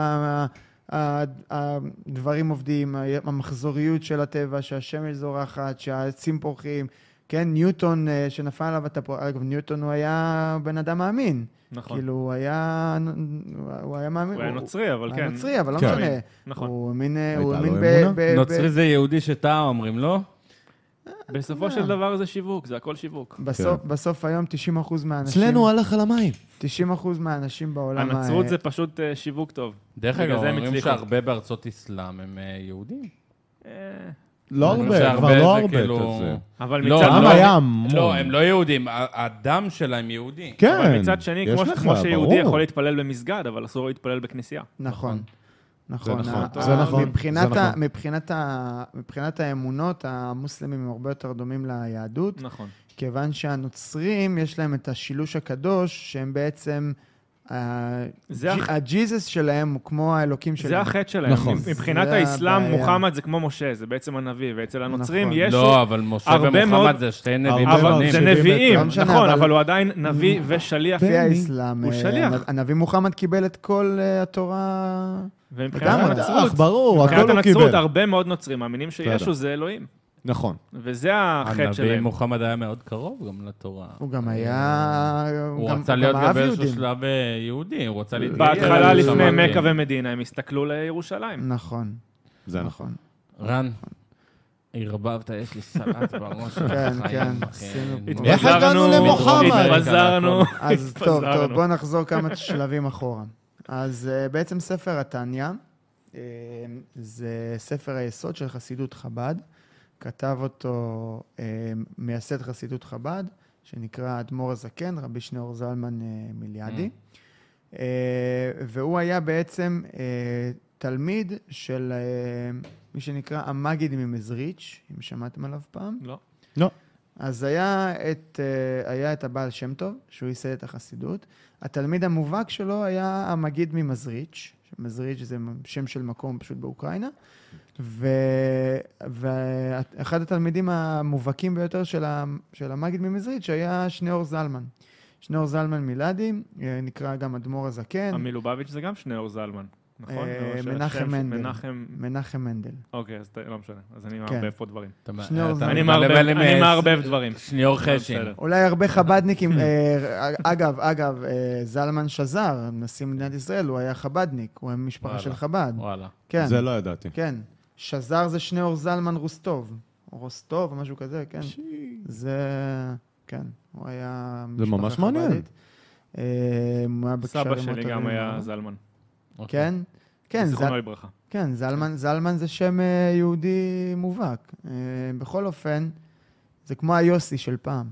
הדברים עובדים, המחזוריות של הטבע, שהשמש זורחת, שהעצים פורחים, כן, ניוטון שנפל עליו את הפועל, אגב, ניוטון הוא היה בן אדם מאמין. נכון. כאילו, הוא היה מאמין. הוא היה נוצרי, אבל כן. הוא היה נוצרי, אבל לא כן. משנה. נכון. הוא האמין נוצרי זה יהודי שטעה, אומרים, לא? בסופו של דבר זה שיווק, זה הכל שיווק. בסוף היום 90% מהאנשים... אצלנו הלך על המים. 90% מהאנשים בעולם... הנצרות זה פשוט שיווק טוב. דרך אגב, אומרים שהרבה בארצות אסלאם הם יהודים. לא הרבה, כבר לא הרבה כזה. אבל לא, מצד... העם היה המון. לא, הם לא יהודים, הדם שלהם יהודי. כן, אבל מצד שני, יש לך, כמו שיהודי ברור. יכול להתפלל במסגד, אבל אסור להתפלל בכנסייה. נכון. זה נכון, זה נכון. מבחינת האמונות, המוסלמים הם הרבה יותר דומים ליהדות, נכון. כיוון שהנוצרים יש להם את השילוש הקדוש, שהם בעצם, הג'יזוס שלהם הוא כמו האלוקים שלהם. זה החטא שלהם. נכון. מבחינת האסלאם, מוחמד זה כמו משה, זה בעצם הנביא, ואצל הנוצרים יש... לא, אבל משה ומוחמד זה שתי נביאים שונים. זה נביאים, נכון, אבל הוא עדיין Mm. נביא ושליח. לפי האסלאם, הוא שליח. הנביא מוחמד קיבל את כל התורה... ומבחינת לגמרי. הנצרות, ברור, מבחינת הכל הוא הנצרות, קיבל. הרבה מאוד נוצרים מאמינים שישו זה אלוהים. נכון. וזה החטא הנביא שלהם. מוחמד היה מאוד קרוב גם לתורה. הוא גם היה... הוא רצה להיות גם באיזשהו שלב יהודי, הוא רצה להתגייר. בהתחלה לפני מקה ומדינה, הם הסתכלו לירושלים. נכון. זה נכון. רן, הרבבת, יש לי סלט בראש. כן. איך הגענו למוחמד? התפזרנו. אז טוב, בואו נחזור כמה שלבים אחורה. אז בעצם ספר התניא, זה ספר היסוד של חסידות חב"ד. כתב אותו מייסד חסידות חב"ד, שנקרא האדמו"ר הזקן, רבי שניאור זלמן מיליאדי. והוא היה בעצם תלמיד של מי שנקרא המגיד ממזריץ', אם שמעתם עליו פעם. לא. לא. אז היה את הבעל שם טוב, שהוא ייסד את החסידות. התלמיד המובהק שלו היה המגיד ממזריץ', שמזריץ' זה שם של מקום פשוט באוקראינה, ואחד התלמידים המובהקים ביותר של המגיד ממזריץ' היה שניאור זלמן. שניאור זלמן מילדי, נקרא גם אדמו"ר הזקן. המילובביץ' זה גם שניאור זלמן. נכון? מנחם מנדל. מנחם מנדל. אוקיי, אז לא משנה. אז אני מערבב פה דברים. אני מערבב דברים. שניאור חשין. אולי הרבה חבדניקים, אגב, זלמן שזר, נשיא מדינת ישראל, הוא היה חבדניק, הוא היה משפחה של חב"ד. וואלה. זה לא ידעתי. כן. שזר זה שניאור זלמן רוסטוב. או רוסטוב, או משהו כזה, כן. זה, כן, הוא היה זה ממש מעניין. סבא שלי גם היה זלמן. כן? כן, זיכרונו לברכה. כן, זלמן זה שם יהודי מובהק. בכל אופן, זה כמו היוסי של פעם.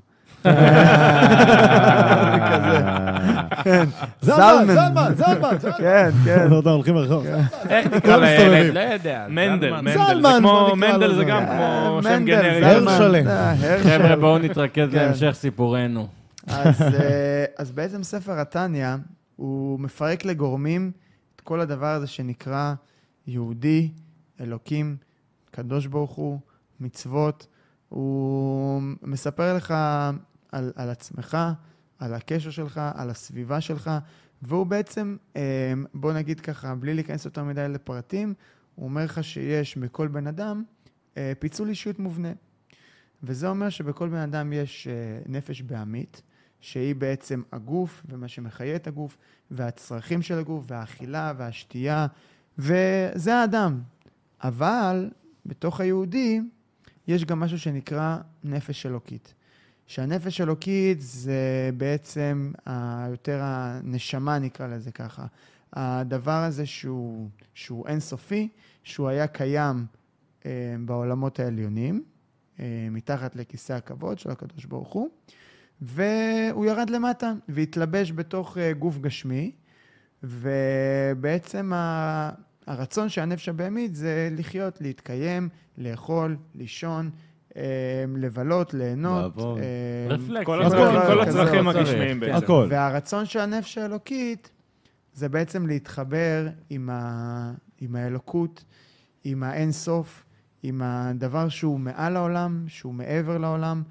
זלמן. כן. לא יודע, הולכים לרחוב. איך נקרא לילד? לא יודע. מנדל. זה כמו, מנדל זה גם כמו שם גנרי. חבר'ה, בואו נתרכז בהמשך סיפורנו. אז בעצם ספר התניא, הוא מפרק לגורמים את כל הדבר הזה שנקרא יהודי, אלוקים, קדוש ברוך הוא, מצוות. הוא מספר לך על עצמך, על הקשר שלך, על הסביבה שלך, והוא בעצם, בוא נגיד ככה, בלי להיכנס יותר מדי לפרטים, הוא אומר לך שיש בכל בן אדם פיצול אישיות מובנה. וזה אומר שבכל בן אדם יש נפש בהמית, שהיא בעצם הגוף ומה שמחיה את הגוף, והצרכים של הגוף, והאכילה והשתייה, וזה האדם. אבל בתוך היהודי יש גם משהו שנקרא נפש אלוקית. שהנפש אלוקית זה בעצם יותר הנשמה, נקרא לזה ככה. הדבר הזה שהוא אינסופי, שהוא היה קיים בעולמות העליונים, מתחת לכיסא הכבוד של הקדוש ברוך הוא, והוא ירד למטה והתלבש בתוך גוף גשמי, ובעצם הרצון שהנפש הבהמית זה לחיות, להתקיים, לאכול, לישון, לבלות, ליהנות. כל הצרכים הגשמיים בעצם. והרצון של הנפש האלוקית זה בעצם להתחבר עם האלוקות, עם האינסוף, עם הדבר שהוא מעל העולם, שהוא מעבר לעולם,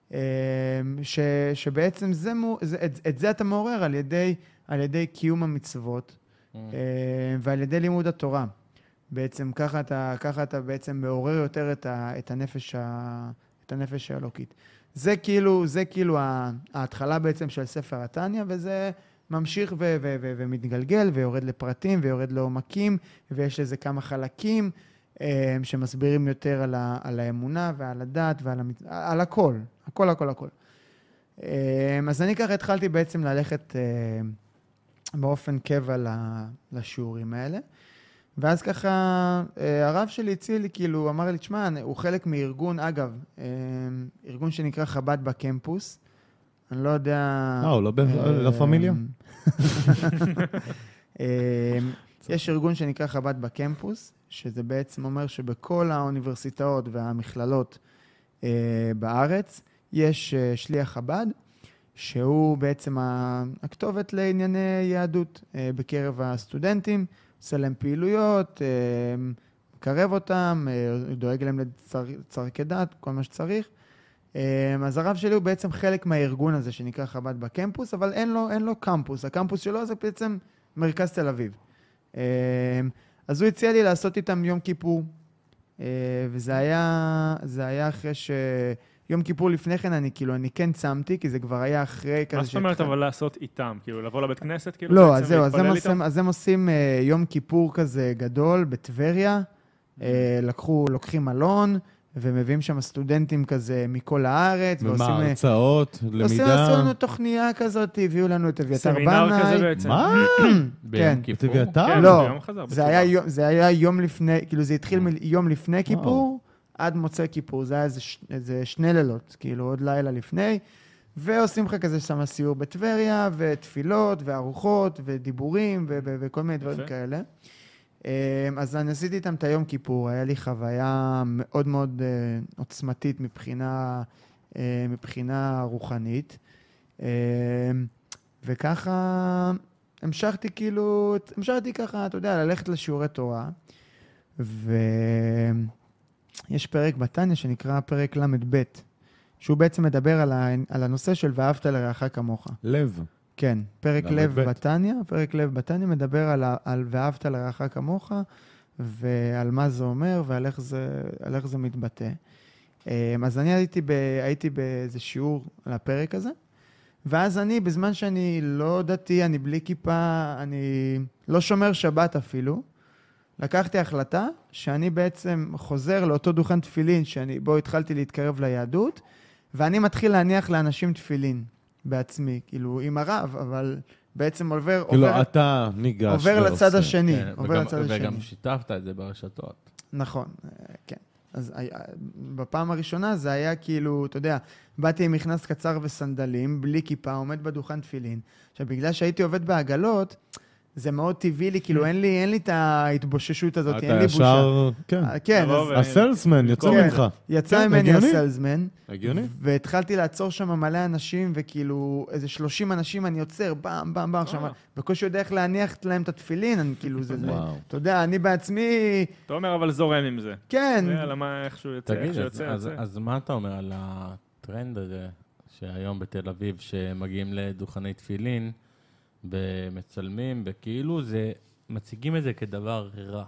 שבעצם את זה אתה מעורר על ידי קיום המצוות ועל ידי לימוד התורה. בעצם ככה אתה בעצם מעורר יותר את הנפש האלוקית. זה כאילו ההתחלה בעצם של ספר התניא, וזה ממשיך ומתגלגל, ויורד לפרטים, ויורד לעומקים, ויש לזה כמה חלקים, שמסבירים יותר על האמונה, ועל הדת, על הכל. הכל. אז אני ככה התחלתי בעצם ללכת באופן קבע לשיעורים האלה, ואז ככה הרב שלי הציע לי, כאילו, אמר לי, תשמע, הוא חלק מארגון, אגב, ארגון שנקרא חב"ד בקמפוס, אני לא יודע... הוא לא בפמיליה? יש ארגון שנקרא חב"ד בקמפוס, שזה בעצם אומר שבכל האוניברסיטאות והמכללות בארץ, יש שליח חב"ד, שהוא בעצם הכתובת לענייני יהדות בקרב הסטודנטים, עושה להם פעילויות, מקרב אותם, דואג להם לצורכי דת, כל מה שצריך. אז הרב שלי הוא בעצם חלק מהארגון הזה שנקרא חב"ד בקמפוס, אבל אין לו קמפוס. הקמפוס שלו זה בעצם מרכז תל אביב. אז הוא הציע לי לעשות איתם יום כיפור, וזה היה אחרי יום כיפור לפני כן אני כן צמתי, כי זה כבר היה אחרי כזה... מה זאת אומרת אבל לעשות איתם? כאילו לבוא לבית כנסת? כאילו לא, אז זהו, אז הם עושים יום כיפור כזה גדול בטבריה, לוקחים מלון, ומביאים שם סטודנטים כזה מכל הארץ. ומה, הרצאות, למידה? עשו לנו תוכניה כזאת, הביאו לנו את אביתר בנאי. סמינר כזה בעצם. מה? כן. את אביתר? לא, זה היה יום לפני, כאילו זה התחיל מיום לפני כיפור, עד מוצא כיפור, זה היה איזה 2 לילות, כאילו עוד לילה לפני, ועושים לך כזה שם סיור בטבריה, ותפילות, וארוחות, ודיבורים, וכל מיני דברים כאלה. אז אני עשיתי איתם את היום כיפור, היה לי חוויה מאוד מאוד עוצמתית מבחינה רוחנית, וככה המשכתי ככה, אתה יודע, ללכת לשיעורי תורה, יש פרק בתניא שנקרא פרק ל"ב, שהוא בעצם מדבר על הנושא של ואהבת לרעך כמוך. לב. כן, פרק לב בתניא מדבר על ואהבת לרעך כמוך, ועל מה זה אומר ועל איך זה מתבטא. אז אני הייתי באיזה שיעור על הפרק הזה, ואז אני, בזמן שאני לא דתי, אני בלי כיפה, אני לא שומר שבת אפילו, לקחתי החלטה שאני בעצם חוזר לאותו דוכן תפילין, בו התחלתי להתקרב ליהדות, ואני מתחיל להניח לאנשים תפילין בעצמי, כאילו עם הרב, אבל בעצם כאילו אתה ניגש עובר לצד השני. וגם שיתפת את זה ברשתות. נכון, כן. אז בפעם הראשונה זה היה כאילו, אתה יודע, באתי עם מכנס קצר וסנדלים, בלי כיפה, עומד בדוכן תפילין. עכשיו, בגלל שהייתי עובד בעגלות, זה מאוד טבעי לי, כאילו אין לי את ההתבוששות הזאת, אין לי בושה. אתה ישר, כן. הסלסמן יצא ממך. יצא ממני הסלסמן. הגיוני. והתחלתי לעצור שם מלא אנשים, וכאילו איזה 30 אנשים אני יוצר, באם, באם, באם. עכשיו, בקושי יודע איך להניח להם את התפילין, אני כאילו זה. אתה יודע, אני בעצמי... אתה אומר, אבל זורם עם זה. כן. על מה, איך שהוא יוצא, איך שיוצא. אז מה אתה אומר על הטרנד הזה, שהיום בתל אביב, שמגיעים לדוכני תפילין, במצלמים, וכאילו זה, מציגים את זה כדבר רע.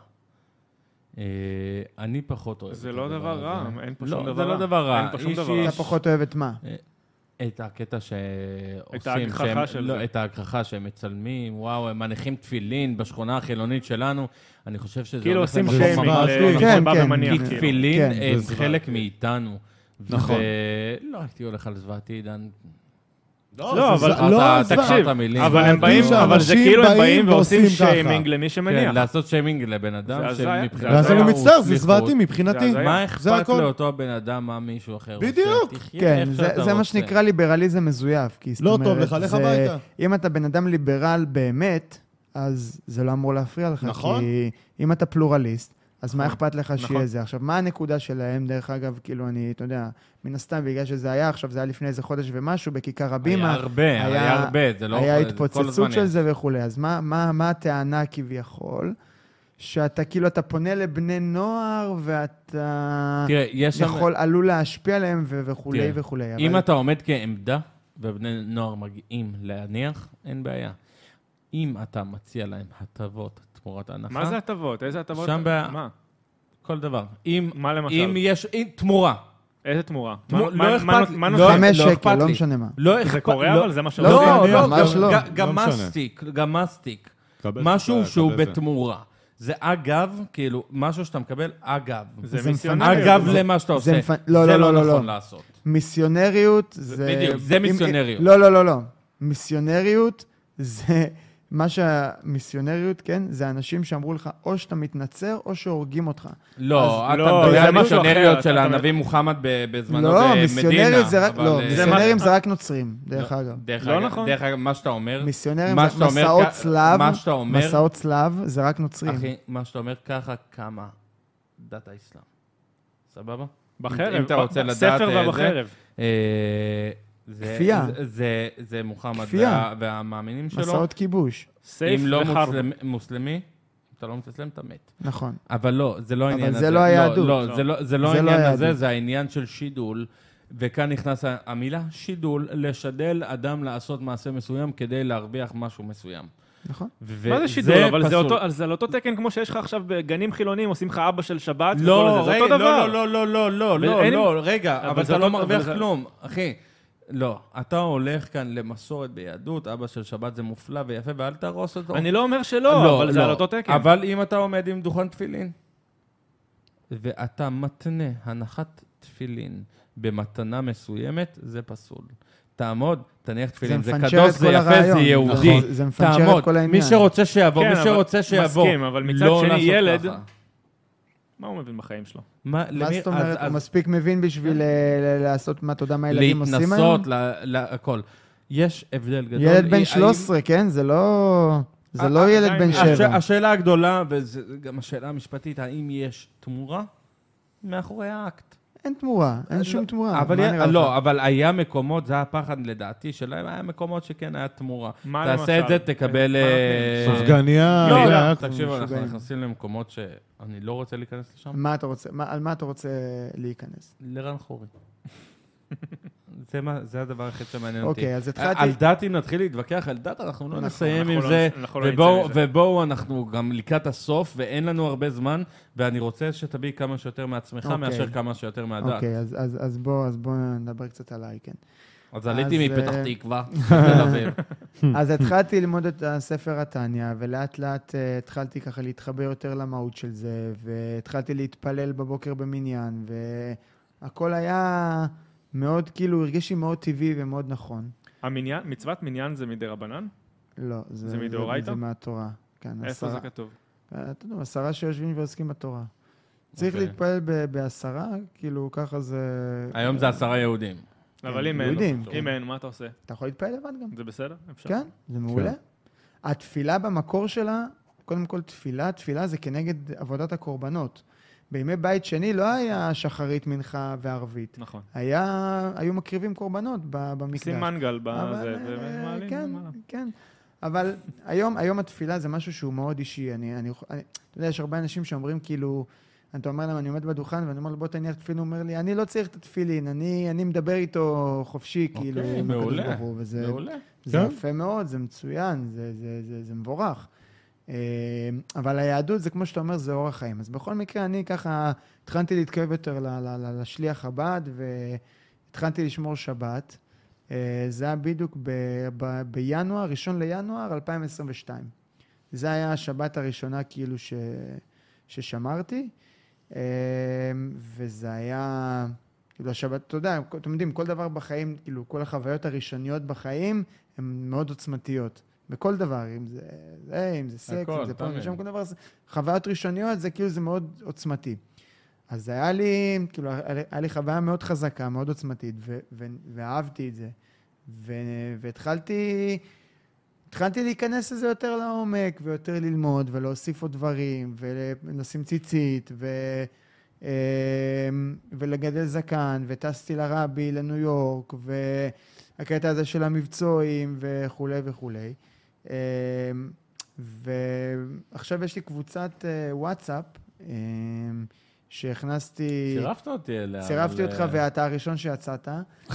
אני פחות אוהב. זה לא דבר רע, אין פה שום דבר רע. זה לא דבר רע. אתה פחות אוהב את מה? את הקטע שעושים, את ההכרחה שהם מצלמים, וואו, הם מניחים תפילין בשכונה החילונית שלנו, אני חושב שזה... כאילו עושים שיימינג, כי תפילין הם חלק מאיתנו. נכון. ולא הייתי הולך על זוועתי עידן... לא, אבל תקשיב, אבל זה כאילו הם באים ועושים שיימינג למי שמניח. כן, לעשות שיימינג לבן אדם שמבחינתי... אז אני מצטער, זה זוועתי מבחינתי. מה אכפת לאותו בן אדם, מה מישהו אחר עושה? בדיוק. כן, זה מה שנקרא ליברליזם מזויף. לא טוב לך, לך הביתה. אם אתה בן אדם ליברל באמת, אז זה לא אמור להפריע לך. נכון. כי אם אתה פלורליסט, אז מה אכפת לך שיהיה זה? עכשיו, מה הנקודה שלהם? דרך אגב, כאילו אני, אתה יודע, מן הסתם, בגלל שזה היה עכשיו, זה היה לפני איזה חודש ומשהו, בכיכר הבימה. היה הרבה, זה לא... היה התפוצצות של זה וכו'. אז מה הטענה כביכול? שאתה כאילו, אתה פונה לבני נוער, ואתה עלול להשפיע עליהם וכו' וכו'. אם אתה עומד כעמדה, ובני נוער מגיעים להניח, אין בעיה. אם אתה מציע להם הטבות תמורת הנחה... מה זה הטבות? איזה הטבות? שם מה? כל דבר. מה למשל? אם יש תמורה, איזה תמורה? לא אכפת לי. מה נותן? 5 שקל, לא משנה מה. זה קורה, אבל זה מה שעושים. לא, ממש לא. גם מסטיק. משהו שהוא בתמורה. זה אגב, כאילו, משהו שאתה מקבל אגב. זה מיסיונריות. אגב למה שאתה עושה. זה לא נכון לעשות. מיסיונריות זה... בדיוק, זה מיסיונריות. לא. מיסיונריות זה... מה שהמיסיונריות, כן, זה אנשים שאמרו לך, או שאתה מתנצר, או שהורגים אותך. לא, אתה מדבר על מיסיונריות של הנביא מוחמד בזמנו במדינה. מיסיונריות זה רק נוצרים, דרך אגב. לא נכון. דרך אגב, מה שאתה אומר... מיסיונרים זה מסעות צלב, זה רק נוצרים. אחי, מה שאתה אומר, ככה קמה דת האסלאם. סבבה? בחרב. אם אתה רוצה לדעת... ספר ובחרב. כפייה. זה מוחמד והמאמינים שלו. מסעות כיבוש. אם לא מוסלמי, אתה לא מתסלם, אתה מת. נכון. אבל לא, זה לא העניין הזה. אבל זה לא היהדות. לא, זה לא העניין הזה, זה העניין של שידול. וכאן נכנס המילה שידול, לשדל אדם לעשות מעשה מסוים כדי להרוויח משהו מסוים. נכון. מה זה שידול? אבל זה על אותו תקן כמו שיש לך עכשיו בגנים חילונים, עושים לך אבא של שבת וכל זה. זה אותו דבר. לא, רגע, אבל אתה לא מרוויח כלום, אחי. לא, אתה הולך כאן למסורת ביהדות, אבא של שבת זה מופלא ויפה, ואל תהרוס אותו. אני לא אומר שלא, אבל זה על אותו תקן. אבל אם אתה עומד עם דוכן תפילין, ואתה מתנה הנחת תפילין במתנה מסוימת, זה פסול. תעמוד, תניח תפילין, זה קדוש, זה יפה, זה יהודי. זה מפנצ'ר את כל העניין. מי שרוצה שיבוא, מי שרוצה שיבוא. מסכים, אבל מצד שני ילד... מה הוא מבין בחיים שלו? מה זאת אומרת? הוא מספיק מבין בשביל לעשות מה, אתה יודע מה ילדים עושים היום? להתנסות, הכל. יש הבדל גדול. ילד בן 13, כן? זה לא ילד בן 7. השאלה הגדולה, וגם השאלה המשפטית, האם יש תמורה מאחורי האקט? אין תמורה, אין שום תמורה. לא, אבל היה מקומות, זה הפחד לדעתי שלהם, היה מקומות שכן היה תמורה. תעשה את זה, תקבל... סופגניה. לא, תקשיבו, אנחנו נכנסים למקומות שאני לא רוצה להיכנס לשם. על מה אתה רוצה להיכנס? לרן חורי. זה הדבר הכי שמעניין אותי. אוקיי, אז התחלתי... על דתי נתחיל להתווכח, על דת אנחנו לא נסיים עם זה, ובואו אנחנו גם לקראת הסוף, ואין לנו הרבה זמן, ואני רוצה שתביא כמה שיותר מעצמך, מאשר כמה שיותר מהדת. אוקיי, אז בואו נדבר קצת עליי, כן. אז עליתי מפתח תקווה, אז התחלתי ללמוד את הספר התניא, ולאט לאט התחלתי ככה להתחבר יותר למהות של זה, והתחלתי להתפלל בבוקר במניין, והכל היה... מאוד, כאילו, הרגיש לי מאוד טבעי ומאוד נכון. מצוות מניין זה מדי רבנן? לא, זה מדאורייתא? זה מהתורה. איפה זה כתוב? אתה יודע, 10 שיושבים ועוסקים בתורה. צריך להתפעל ב10, כאילו, ככה זה... היום זה 10 יהודים. אבל אם אין, מה אתה עושה? אתה יכול להתפעל לבד גם. זה בסדר? אפשר? כן, זה מעולה. התפילה במקור שלה, קודם כל תפילה זה כנגד עבודת הקורבנות. בימי בית שני לא היה שחרית, מנחה וערבית. נכון. היו מקריבים קורבנות במקדש. עושים מנגל בזה, ומעלים. כן. אבל היום התפילה זה משהו שהוא מאוד אישי. אתה יודע, יש הרבה אנשים שאומרים כאילו, אתה אומר להם, אני עומד בדוכן, ואני אומר לו, בוא תניח תפילין, הוא אומר לי, אני לא צריך את התפילין, אני מדבר איתו חופשי, כאילו. אוקיי, מעולה. זה יפה מאוד, זה מצוין, זה מבורך. אבל היהדות זה כמו שאתה אומר, זה אורח חיים. אז בכל מקרה אני ככה התחלתי להתקרב יותר לשליח חב"ד, והתחלתי לשמור שבת. זה היה בדיוק בינואר, 1 לינואר 2022. זה היה השבת הראשונה כאילו ששמרתי, וזה היה, כאילו השבת, אתה יודע, אתם יודעים, כל דבר בחיים, כאילו כל החוויות הראשוניות בחיים, הן מאוד עוצמתיות. בכל דבר, אם זה סקס, אם זה פה, משם, כל דבר, חוויות ראשוניות, זה כאילו, זה מאוד עוצמתי. אז היה לי חוויה מאוד חזקה, מאוד עוצמתית, ואהבתי את זה. והתחלתי להיכנס לזה יותר לעומק, ויותר ללמוד, ולהוסיף עוד דברים, ולשים ציצית, ולגדל זקן, וטסתי לרבי, לניו יורק, והקטע הזה של המבצועים, וכו' וכו'. ועכשיו יש לי קבוצת וואטסאפ, שהכנסתי... צירפת אותי אליה. צירפתי אותך ואתה הראשון שיצאת.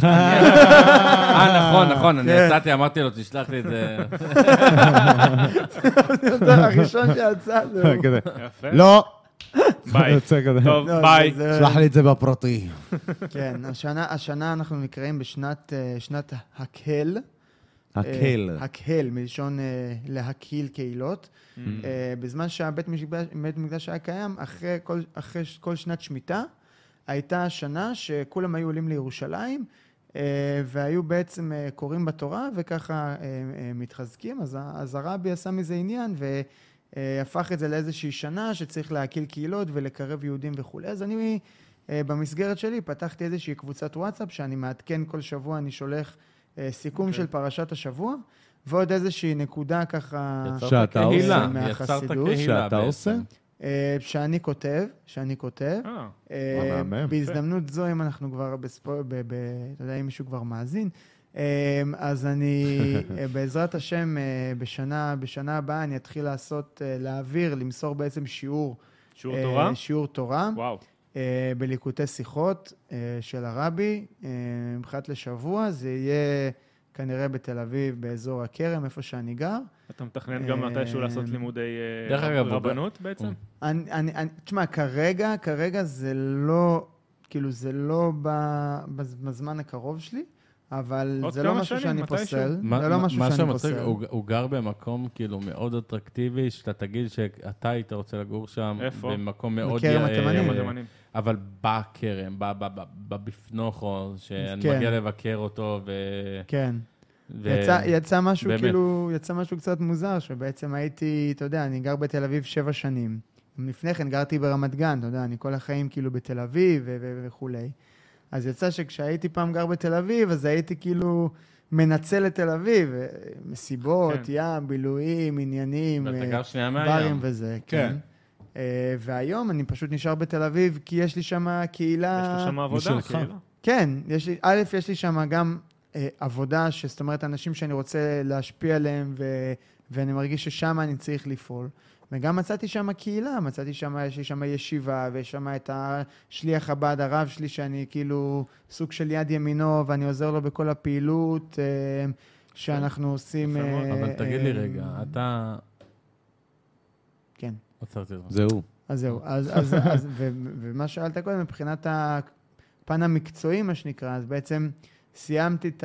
נכון, אני יצאתי, אמרתי לו, תשלח לי את זה. הראשון שיצא. לא. ביי. טוב, ביי. שלח לי את זה בפרטי. כן, השנה אנחנו נקראים בשנת הקהל. הקהל, מלשון להקהיל קהילות. בזמן שהבית מקדש היה קיים, אחרי כל שנת שמיטה, הייתה השנה שכולם היו עולים לירושלים, והיו בעצם קוראים בתורה, וככה מתחזקים. אז הרבי עשה מזה עניין, והפך את זה לאיזושהי שנה שצריך להקיל קהילות ולקרב יהודים וכו'. אז אני, במסגרת שלי, פתחתי איזושהי קבוצת וואטסאפ, שאני מעדכן כל שבוע, אני שולח סיכום של פרשת השבוע, ועוד איזושהי נקודה ככה... יצרת קהילה. שאתה עושה? שאני כותב. בהזדמנות זו, אם אנחנו כבר אתה יודע, אם מישהו כבר מאזין, אז אני, בעזרת השם, בשנה הבאה אני אתחיל למסור בעצם שיעור תורה? שיעור תורה. וואו. בליקוטי שיחות של הרבי, אחת לשבוע, זה יהיה כנראה בתל אביב, באזור הכרם, איפה שאני גר. אתה מתכנן גם מתישהו לעשות לימודי רבנות בעצם? תשמע, כרגע זה לא, כאילו זה לא בזמן הקרוב שלי, אבל זה לא משהו שאני פוסל. זה לא משהו שאני פוסל. הוא גר במקום כאילו מאוד אטרקטיבי, שאתה תגיד שאתה היית רוצה לגור שם, במקום מאוד... בכרם התימנים. אבל בכרם, בפנוך, שאני מגיע לבקר אותו כן. יצא משהו קצת מוזר, שבעצם הייתי, אתה יודע, אני גר בתל אביב 7 שנים. לפני כן גרתי ברמת גן, אתה יודע, אני כל החיים כאילו בתל אביב וכו'. אז יצא שכשהייתי פעם גר בתל אביב, אז הייתי כאילו מנצל את תל אביב, מסיבות, ים, בילויים, עניינים, ברים וזה, כן. והיום אני פשוט נשאר בתל אביב, כי יש לי שם קהילה... יש לך שם עבודה, כאילו? כן, יש לי שם גם עבודה, זאת אומרת, אנשים שאני רוצה להשפיע עליהם, ואני מרגיש ששם אני צריך לפעול. וגם מצאתי שם קהילה, יש לי שם ישיבה, ויש שם את השליח חב"ד, הרב שלי, שאני כאילו סוג של יד ימינו, ואני עוזר לו בכל הפעילות שאנחנו עושים... אבל תגיד לי רגע, אתה... כן. זהו. אז זהו. ומה שאלת קודם, מבחינת הפן המקצועי, מה שנקרא, אז בעצם סיימתי את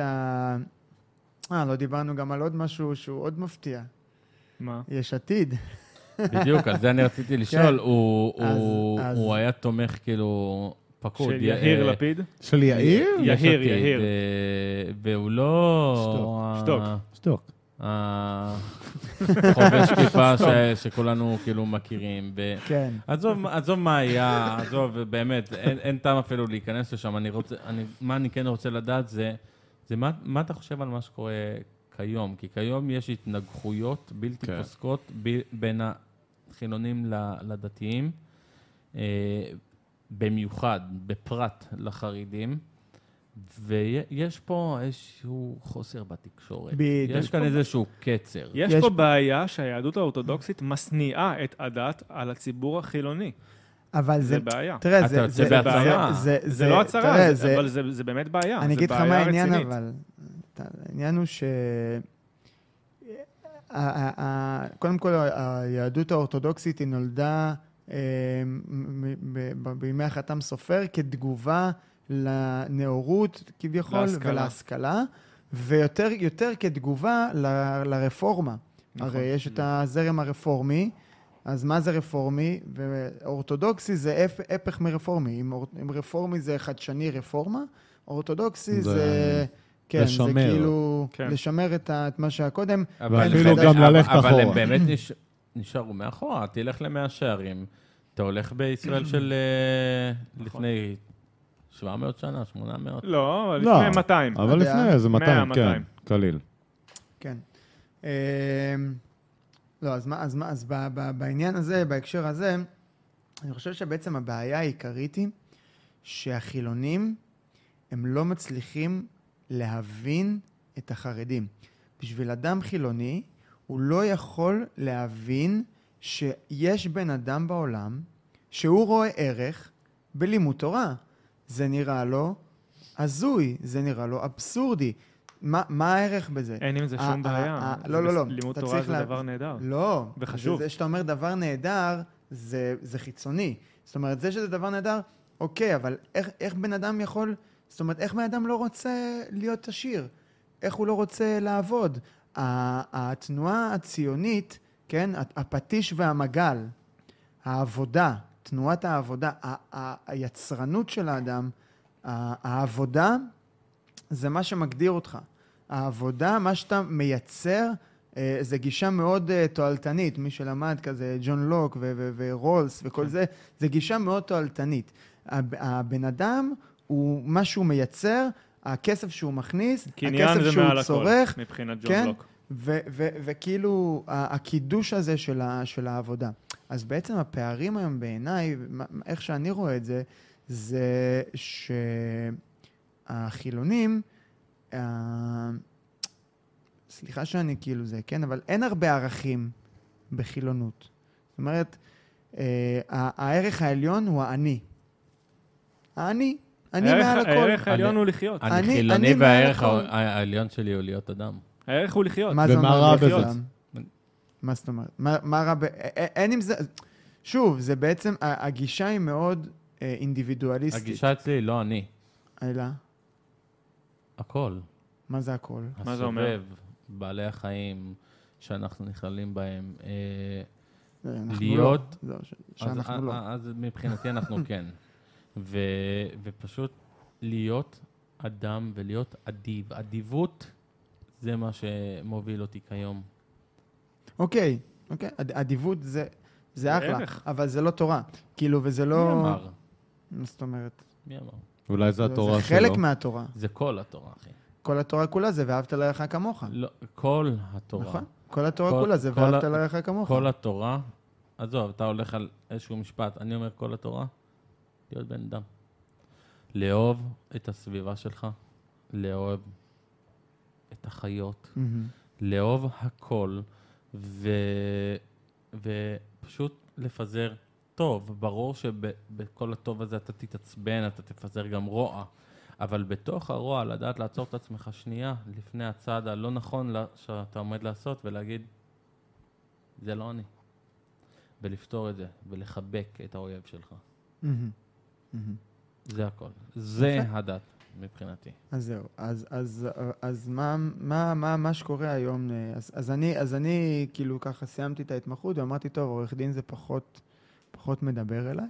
לא דיברנו גם על עוד משהו שהוא עוד מפתיע. מה? יש עתיד. בדיוק, על זה אני רציתי לשאול. הוא היה תומך כאילו פקוד. של יאיר לפיד? של יאיר? יאיר. והוא לא... שתוק. חובש כיפה שכולנו כאילו מכירים. כן. עזוב מה היה, עזוב, באמת, אין טעם אפילו להיכנס לשם. מה אני כן רוצה לדעת זה מה אתה חושב על מה שקורה כיום? כי כיום יש התנגחויות בלתי פוסקות בין החילונים לדתיים, במיוחד, בפרט לחרדים. ויש פה איזשהו חוסר בתקשורת. יש כאן איזשהו קצר. יש פה בעיה שהיהדות האורתודוקסית מסניעה את הדת על הציבור החילוני. אבל זה בעיה. תראה, זה לא הצהרה, אבל זה באמת בעיה. אני אגיד לך מה העניין, אבל העניין הוא קודם כל, היהדות האורתודוקסית היא נולדה בימי החתם סופר כתגובה לנאורות כביכול ולהשכלה, ויותר כתגובה לרפורמה. הרי יש את הזרם הרפורמי, אז מה זה רפורמי? ואורתודוקסי זה הפך מרפורמי. אם רפורמי זה חדשני רפורמה, אורתודוקסי זה... כן, זה כאילו לשמר את מה שהקודם. אפילו גם ללכת אחורה. אבל הם באמת נשארו מאחורה. תלך למאה שערים. אתה הולך בישראל של לפני 700 שנה, 800? לא, לפני 200. אבל לפני איזה 200, כן, כליל. כן. לא, אז בעניין הזה, בהקשר הזה, אני חושב שבעצם הבעיה העיקרית היא שהחילונים הם לא מצליחים להבין את החרדים. בשביל אדם חילוני, הוא לא יכול להבין שיש בן אדם בעולם שהוא רואה ערך בלימוד תורה. זה נראה לו הזוי, זה נראה לו אבסורדי. מה הערך בזה? אין עם זה שום בעיה. לא. לימוד תורה זה דבר נהדר. לא. וחשוב. זה שאתה אומר דבר נהדר, זה חיצוני. זאת אומרת, זה שזה דבר נהדר, אוקיי, אבל איך בן אדם יכול, זאת אומרת, איך בן אדם לא רוצה להיות עשיר? איך הוא לא רוצה לעבוד? התנועה הציונית, כן, הפטיש והמגל, העבודה, תנועת העבודה, היצרנות של האדם, העבודה זה מה שמגדיר אותך. העבודה, מה שאתה מייצר, זה גישה מאוד תועלתנית. מי שלמד כזה, ג'ון לוק ורולס וכל זה, זה גישה מאוד תועלתנית. הבן אדם הוא מה שהוא מייצר, הכסף שהוא מכניס, הכסף שהוא צורך, מבחינת ג'ון לוק. וכאילו הקידוש הזה של העבודה. אז בעצם הפערים היום בעיניי, איך שאני רואה את זה, זה שהחילונים, סליחה שאני כאילו זה, כן, אבל אין הרבה ערכים בחילונות. זאת אומרת, הערך העליון הוא האני. האני. אני מעל הכל. הערך העליון הוא לחיות. אני חילוני והערך העליון שלי הוא להיות אדם. הערך הוא לחיות. מה זה אומר לחיות? מה זאת אומרת? מה רע אין עם זה... שוב, זה בעצם, הגישה היא מאוד אינדיבידואליסטית. הגישה אצלי לא אני. אלא? הכל. מה זה הכל? מה זה אומר? הסובב, בעלי החיים שאנחנו נכללים בהם. להיות... שאנחנו לא. אז מבחינתי אנחנו כן. ופשוט להיות אדם ולהיות אדיב. אדיבות זה מה שמוביל אותי כיום. אוקיי. אדיבות זה אחלה, אבל זה לא תורה. כאילו, וזה לא... מי אמר? מה זאת אומרת? מי אמר? אולי זה התורה שלו. שלו. זה חלק מהתורה. זה כל התורה, אחי. כל התורה כולה זה ואהבת לרעך כמוך. לא, כל התורה. נכון. כל התורה כולה זה ואהבת לרעך כמוך. כל התורה, עזוב, אתה הולך על איזשהו משפט, אני אומר כל התורה, להיות בן אדם. לאהוב את הסביבה שלך, לאהוב את החיות, לאהוב הכל, ופשוט לפזר טוב. ברור שבכל הטוב הזה אתה תתעצבן, אתה תפזר גם רוע, אבל בתוך הרוע לדעת לעצור את עצמך שנייה לפני הצעד הלא נכון שאתה עומד לעשות ולהגיד, זה לא אני. ולפתור את זה, ולחבק את האויב שלך. זה הכל. זה הדת מבחינתי. אז זהו. אז מה שקורה היום? אז אני כאילו ככה סיימתי את ההתמחות ואמרתי, טוב, עורך דין זה פחות מדבר אליי.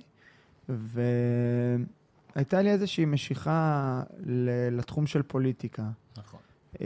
והייתה לי איזושהי משיכה לתחום של פוליטיקה. נכון.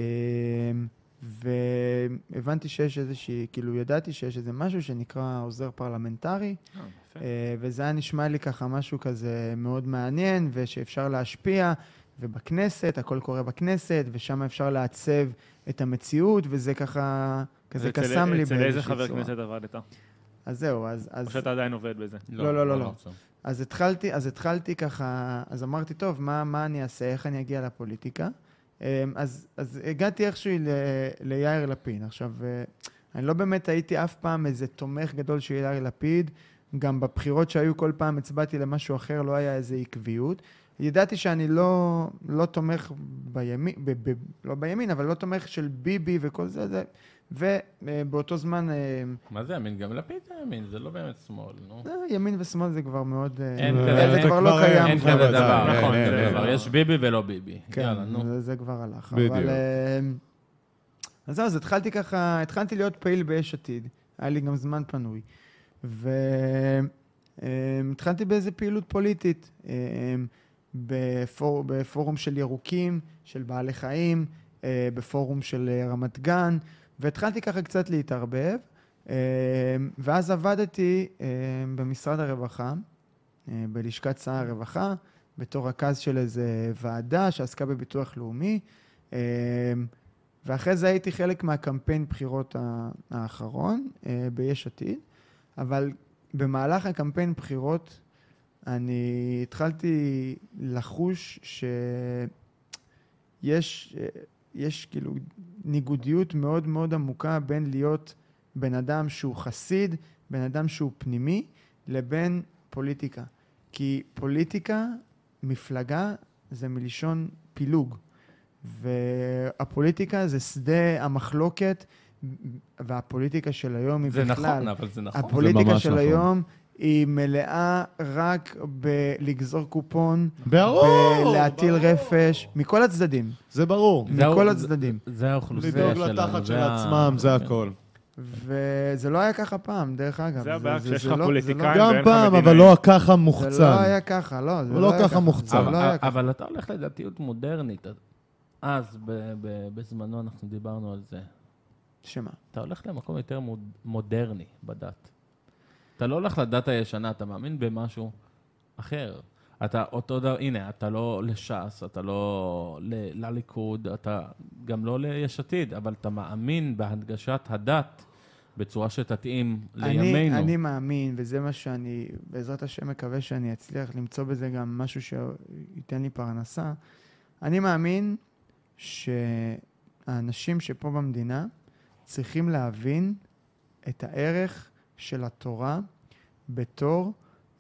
והבנתי שיש איזושהי, כאילו ידעתי שיש איזה משהו שנקרא עוזר פרלמנטרי, וזה היה נשמע לי ככה משהו כזה מאוד מעניין, ושאפשר להשפיע, ובכנסת, הכל קורה בכנסת, ושם אפשר לעצב את המציאות, וזה ככה, כזה קסם לי. אצל איזה חבר כנסת עבדת? אז זהו, או שאתה עדיין עובד בזה? לא. אז התחלתי ככה, אז אמרתי, טוב, מה אני אעשה, איך אני אגיע לפוליטיקה? אז הגעתי איכשהו ליאיר לפיד. עכשיו, אני לא באמת הייתי אף פעם איזה תומך גדול של יאיר לפיד, גם בבחירות שהיו כל פעם הצבעתי למשהו אחר, לא היה איזה עקביות. ידעתי שאני לא תומך בימין, לא בימין, אבל לא תומך של ביבי וכל זה, ובאותו זמן... מה זה ימין? גם לפיד זה ימין, זה לא באמת שמאל, נו. ימין ושמאל זה כבר מאוד... זה כבר לא קיים. אין כזה דבר, נכון, זה דבר. יש ביבי ולא ביבי. כן, זה כבר הלך. בדיוק. אז זהו, אז התחלתי להיות פעיל ביש עתיד. היה לי גם זמן פנוי. והתחלתי באיזה פעילות פוליטית. בפורום של ירוקים, של בעלי חיים, בפורום של רמת גן, והתחלתי ככה קצת להתערבב, ואז עבדתי במשרד הרווחה, בלשכת שר הרווחה, בתור רכז של איזה ועדה שעסקה בביטוח לאומי, ואחרי זה הייתי חלק מהקמפיין בחירות האחרון ביש עתיד, אבל במהלך הקמפיין בחירות, אני התחלתי לחוש שיש כאילו ניגודיות מאוד מאוד עמוקה בין להיות בן אדם שהוא חסיד, בן אדם שהוא פנימי, לבין פוליטיקה. כי פוליטיקה, מפלגה, זה מלשון פילוג. והפוליטיקה זה שדה המחלוקת, והפוליטיקה של היום היא בכלל. זה נכון, אבל זה נכון. הפוליטיקה של היום היא מלאה רק בלגזור קופון, ברור, להטיל רפש, מכל הצדדים. זה ברור. מכל הצדדים. זה האוכלוסייה לדאוג לתחת של עצמם, זה הכל. וזה לא היה ככה פעם, דרך אגב. זה הבעיה כשיש לך פוליטיקאים ואין לך גם פעם, מדינאים. אבל לא ככה מוחצן. זה לא היה ככה, לא. הוא לא ככה מוחצן. אבל אתה הולך לדתיות מודרנית. אז בזמנו אנחנו דיברנו על זה. שמה? אתה הולך למקום יותר מודרני בדת. אתה לא הולך לדת הישנה, אתה מאמין במשהו אחר. אתה אותו דבר, הנה, אתה לא לש"ס, אתה לא לליכוד, אתה גם לא ליש עתיד, אבל אתה מאמין בהנגשת הדת בצורה שתתאים לימינו. אני מאמין, וזה מה שאני, בעזרת השם מקווה שאני אצליח למצוא בזה גם משהו שייתן לי פרנסה. אני מאמין שהאנשים שפה במדינה צריכים להבין את הערך של התורה בתור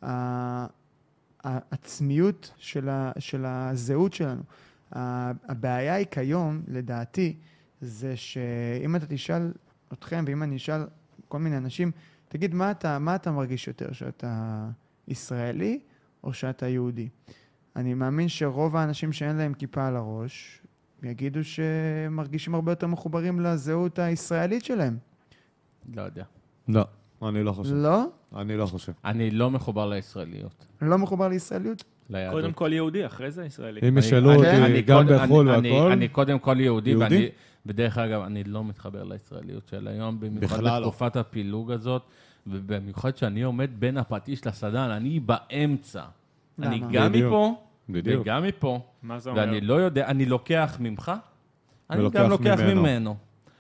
העצמיות של הזהות שלנו. הבעיה היא כיום, לדעתי, זה שאם אתה תשאל אתכם, ואם אני אשאל כל מיני אנשים, תגיד, מה אתה מרגיש יותר? שאתה ישראלי או שאתה יהודי? אני מאמין שרוב האנשים שאין להם כיפה על הראש, יגידו שמרגישים הרבה יותר מחוברים לזהות הישראלית שלהם. לא יודע. לא, אני לא חושב. לא? אני לא חושב. אני לא מחובר לישראליות. לא מחובר לישראליות? ליהדות. קודם כל יהודי, אחרי זה ישראלי. אם ישאלו אותי גם בחול והכל. אני קודם כל יהודי, בדרך אגב, אני לא מתחבר לישראליות של היום, במיוחד בתקופת הפילוג הזאת, ובמיוחד שאני עומד בין הפטיש לסדן, אני באמצע. אני גם מפה, וגם מפה, ואני לא יודע, אני לוקח ממך, אני גם לוקח ממנו.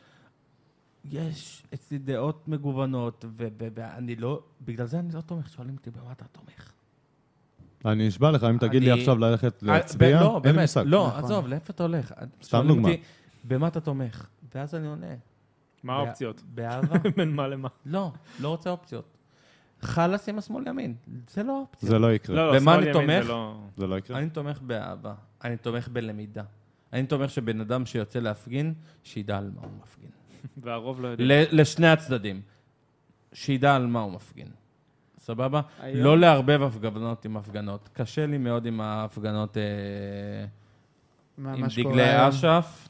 יש אצלי דעות מגוונות, ואני לא, בגלל זה אני לא תומך, שואלים אותי במה אתה תומך. אני אשבע לך, אם תגיד לי עכשיו ללכת להצביע, לא, באמת, לא, עזוב, לאיפה אתה הולך? סתם דוגמה. במה אתה תומך? ואז אני עונה. מה האופציות? באהבה? בין מה למה? לא, לא רוצה אופציות. חלאס עם השמאל ימין, זה לא אופציות. זה לא יקרה. לא, במה שמאל אני ימין תומך? זה לא יקרה. אני תומך באהבה, אני תומך בלמידה. אני תומך שבן אדם שיוצא להפגין, שידע על מה הוא מפגין. והרוב לא יודע. לשני הצדדים. שידע על מה הוא מפגין. סבבה? לא לערבב הפגנות עם הפגנות. קשה לי מאוד עם ההפגנות עם דגלי אש"ף,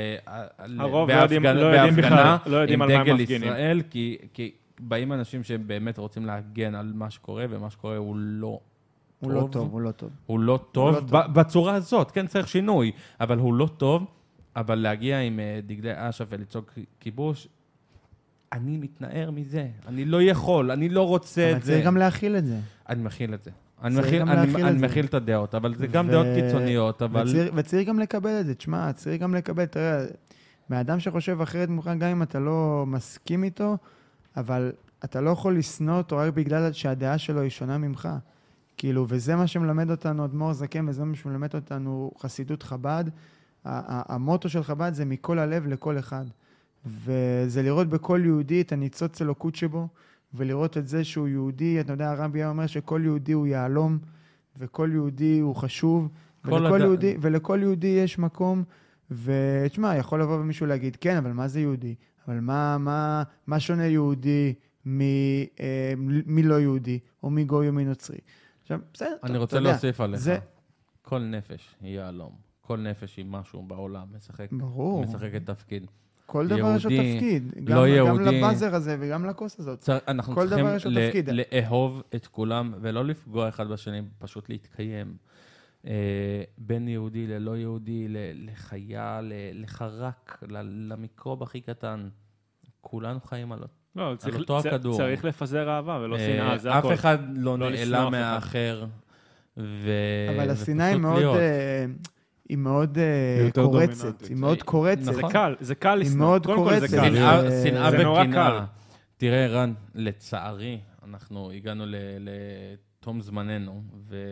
בהפגנה עם דגל ישראל, כי באים אנשים שהם באמת רוצים להגן על מה שקורה, ומה שקורה הוא לא טוב. הוא לא טוב בצורה הזאת, כן צריך שינוי, אבל הוא לא טוב, אבל להגיע עם דגלי אש"ף וליצוג כיבוש, אני מתנער מזה, אני לא יכול, אני לא רוצה את זה. אבל צריך גם להכיל את זה. אני מכיל את זה. אני מכיל את הדעות, אבל זה גם דעות קיצוניות, אבל... וצריך גם לקבל את זה, תשמע, צריך גם לקבל, תראה, מהאדם שחושב אחרת מוכן, גם אם אתה לא מסכים איתו, אבל אתה לא יכול לסנוע אותו רק בגלל שהדעה שלו היא שונה ממך. כאילו, וזה מה שמלמד אותנו אדמו"ר זקן, וזה מה שמלמד אותנו חסידות חב"ד. המוטו של חב"ד זה מכל הלב לכל אחד. וזה לראות בכל יהודי את הניצוץ אלוקות שבו, ולראות את זה שהוא יהודי. אתה יודע, הרבי אומר שכל יהודי הוא יעלום, וכל יהודי הוא חשוב, ולכל יהודי יש מקום. ותשמע, יכול לבוא במישהו להגיד, כן, אבל מה זה יהודי? אבל מה שונה יהודי מלא יהודי, או מגוי או מנוצרי? עכשיו, בסדר, אני רוצה להוסיף עליך. כל נפש היא יעלום. כל נפש היא משהו בעולם, משחקת תפקיד. כל דבר יש לו תפקיד. לא יהודי. גם לבאזר הזה וגם לכוס הזאת. אנחנו צריכים לאהוב את כולם, ולא לפגוע אחד בשני, פשוט להתקיים. בין יהודי ללא יהודי, לחיה, לחרק, למיקרוב הכי קטן. כולנו חיים על אותו הכדור. צריך לפזר אהבה ולא שנאה, זה הכל. אף אחד לא נעלם מהאחר. אבל השנאה היא מאוד קורצת. היא מאוד קורצת. זה קל לשנאה. היא מאוד קורצת. שנאה וקנאה. תראה, רן, לצערי, אנחנו הגענו לתום זמננו,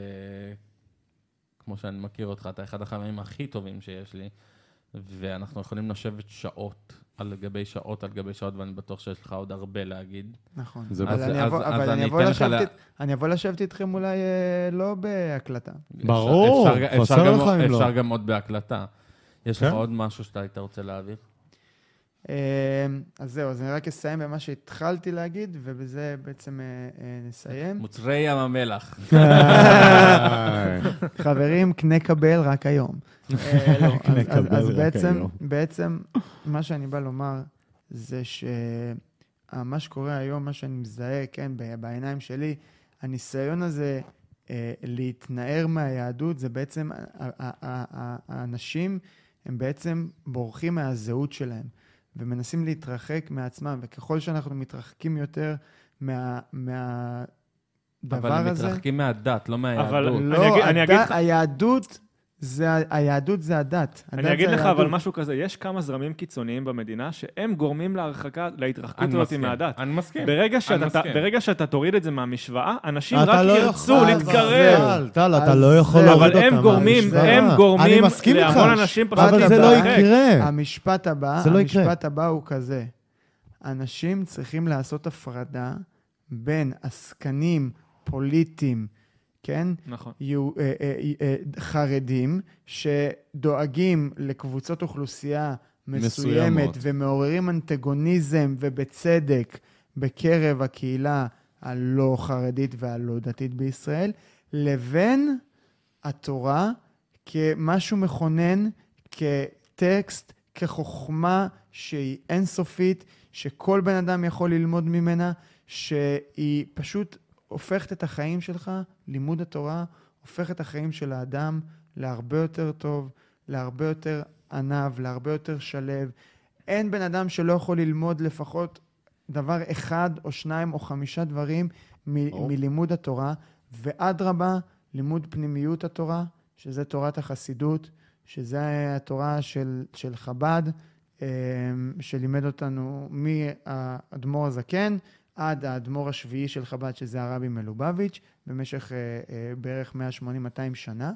כמו שאני מכיר אותך, אתה אחד החברים הכי טובים שיש לי, ואנחנו יכולים לשבת שעות על גבי שעות על גבי שעות, ואני בטוח שיש לך עוד הרבה להגיד. נכון. אבל אני אבוא לשבת איתכם אולי לא בהקלטה. ברור, אפשר גם עוד בהקלטה. יש לך עוד משהו שאתה היית רוצה להעביר? אז זהו, אז אני רק אסיים במה שהתחלתי להגיד, ובזה בעצם נסיים. מוצרי ים המלח. חברים, קנה קבל רק היום. אז בעצם מה שאני בא לומר, זה שמה שקורה היום, מה שאני מזהה, כן, בעיניים שלי, הניסיון הזה להתנער מהיהדות, זה בעצם, האנשים הם בעצם בורחים מהזהות שלהם, ומנסים להתרחק מעצמם, וככל שאנחנו מתרחקים יותר מהדבר הזה... אבל הם מתרחקים מהדת, לא מהיהדות. לא, היהדות זה הדת. אני אגיד לך אבל משהו כזה, יש כמה זרמים קיצוניים במדינה שהם גורמים להתרחקות הזאת מהדת. אני מסכים. ברגע שאתה תוריד את זה מהמשוואה, אנשים רק ירצו להתקרב. טל, אתה לא יכול להוריד אותם מהמשוואה. אבל הם גורמים להמון אנשים פשוט אבל זה לא יקרה. המשפט הבא הוא כזה, אנשים צריכים לעשות הפרדה בין עסקנים פוליטיים, כן? נכון. חרדים שדואגים לקבוצות אוכלוסייה מסוימת ומעוררים אנטגוניזם ובצדק בקרב הקהילה הלא חרדית והלא דתית בישראל, לבין התורה כמשהו מכונן, כטקסט, כחוכמה שהיא אינסופית, שכל בן אדם יכול ללמוד ממנה, שהיא פשוט הופכת את החיים שלך, לימוד התורה, הופך את החיים של האדם להרבה יותר טוב, להרבה יותר ענב, להרבה יותר שלב. אין בן אדם שלא יכול ללמוד לפחות דבר אחד או שניים או 5 דברים מלימוד התורה, ועד רבה לימוד פנימיות התורה, שזה תורת החסידות, שזה התורה של חב"ד, שלימד אותנו מהאדמו"ר הזקן, עד האדמו"ר השביעי של חב"ד, שזה הרבי מלובביץ', במשך בערך 180-200 שנה.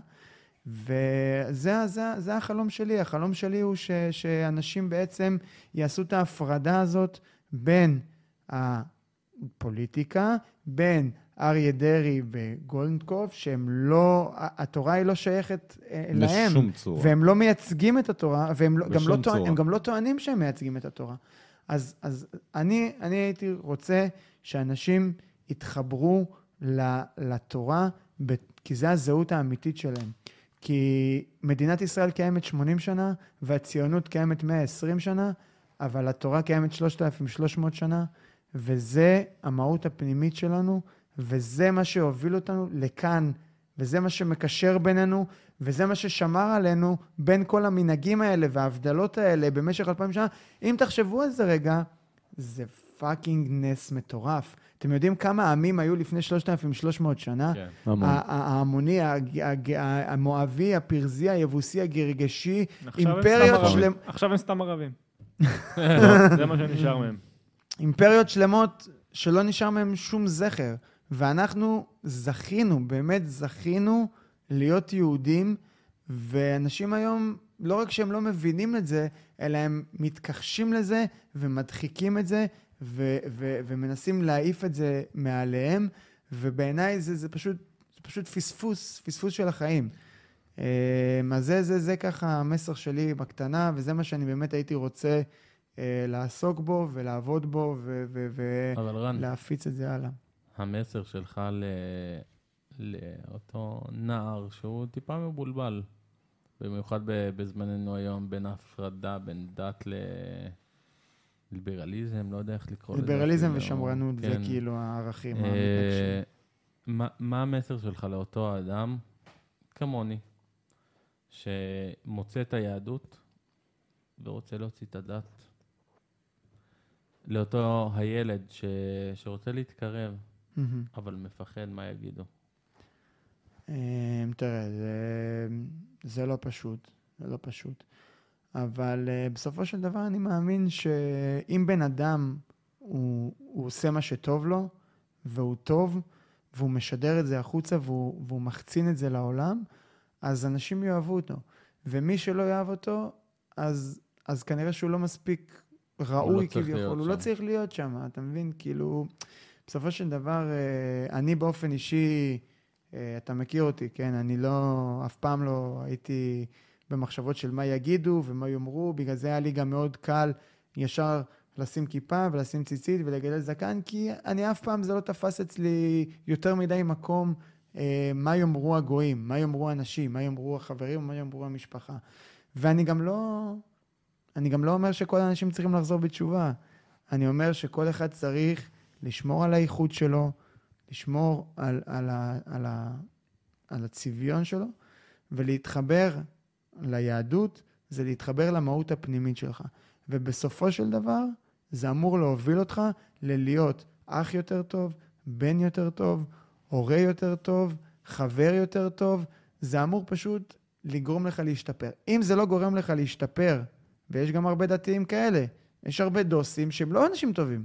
וזה החלום שלי. החלום שלי הוא שאנשים בעצם יעשו את ההפרדה הזאת בין הפוליטיקה, בין אריה דרעי וגולדקנופ, שהם לא, התורה היא לא שייכת להם. לשום צורה. והם לא מייצגים את התורה, והם גם לא טוענים שהם מייצגים את התורה. אז אני הייתי רוצה שאנשים יתחברו לתורה, כי זה הזהות האמיתית שלהם. כי מדינת ישראל קיימת 80 שנה, והציונות קיימת 120 שנה, אבל התורה קיימת 3,300 שנה, וזה המהות הפנימית שלנו, וזה מה שהוביל אותנו לכאן, וזה מה שמקשר בינינו, וזה מה ששמר עלינו בין כל המנהגים האלה וההבדלות האלה במשך 2000 שנה. אם תחשבו על זה רגע, זה פאקינג נס מטורף. אתם יודעים כמה עמים היו לפני 3,300 שנה? כן. העמוני, המואבי, הפרזי, היבוסי, הגרגשי, אימפריות שלמות. עכשיו הם סתם ערבים. זה מה שנשאר מהם. אימפריות שלמות שלא נשאר מהם שום זכר. ואנחנו זכינו, באמת זכינו להיות יהודים, ואנשים היום, לא רק שהם לא מבינים את זה, אלא הם מתכחשים לזה ומדחיקים את זה, ומנסים להעיף את זה מעליהם, ובעיניי זה פשוט פספוס של החיים. אז זה ככה המסר שלי בקטנה, וזה מה שאני באמת הייתי רוצה לעסוק בו ולעבוד בו, ולהפיץ את זה הלאה. המסר שלך לאותו נער שהוא טיפה מבולבל, במיוחד בזמננו היום, בין ההפרדה, בין דת לליברליזם, לא יודע איך לקרוא לזה. ליברליזם ושמרנות, זה כאילו הערכים המתנגשים. מה המסר שלך לאותו אדם, כמוני, שמוצא את היהדות ורוצה להוציא את הדת? לאותו הילד שרוצה להתקרב, אבל מפחד מה יגידו. תראה, זה לא פשוט, זה לא פשוט. אבל בסופו של דבר אני מאמין שאם בן אדם הוא עושה מה שטוב לו, והוא טוב, והוא משדר את זה החוצה, והוא מחצין את זה לעולם, אז אנשים יאהבו אותו. ומי שלא יאהב אותו, אז כנראה שהוא לא מספיק ראוי כביכול, הוא לא צריך להיות שם, אתה מבין? כאילו, בסופו של דבר, אני באופן אישי, אתה מכיר אותי, כן? אני אף פעם לא הייתי במחשבות של מה יגידו ומה יאמרו, בגלל זה היה לי גם מאוד קל ישר לשים כיפה ולשים ציצית ולגלל זקן, כי אני אף פעם זה לא תפס אצלי יותר מדי מקום, מה יאמרו הגויים, מה יאמרו האנשים, מה יאמרו החברים, מה יאמרו המשפחה. ואני גם לא אומר שכל האנשים צריכים לחזור בתשובה. אני אומר שכל אחד צריך לשמור על האיכות שלו, לשמור על הצביון שלו, ולהתחבר ליהדות, זה להתחבר למהות הפנימית שלך. ובסופו של דבר, זה אמור להוביל אותך ללהיות אח יותר טוב, בן יותר טוב, הורה יותר טוב, חבר יותר טוב. זה אמור פשוט לגרום לך להשתפר. אם זה לא גורם לך להשתפר, ויש גם הרבה דתיים כאלה, יש הרבה דוסים שהם לא אנשים טובים.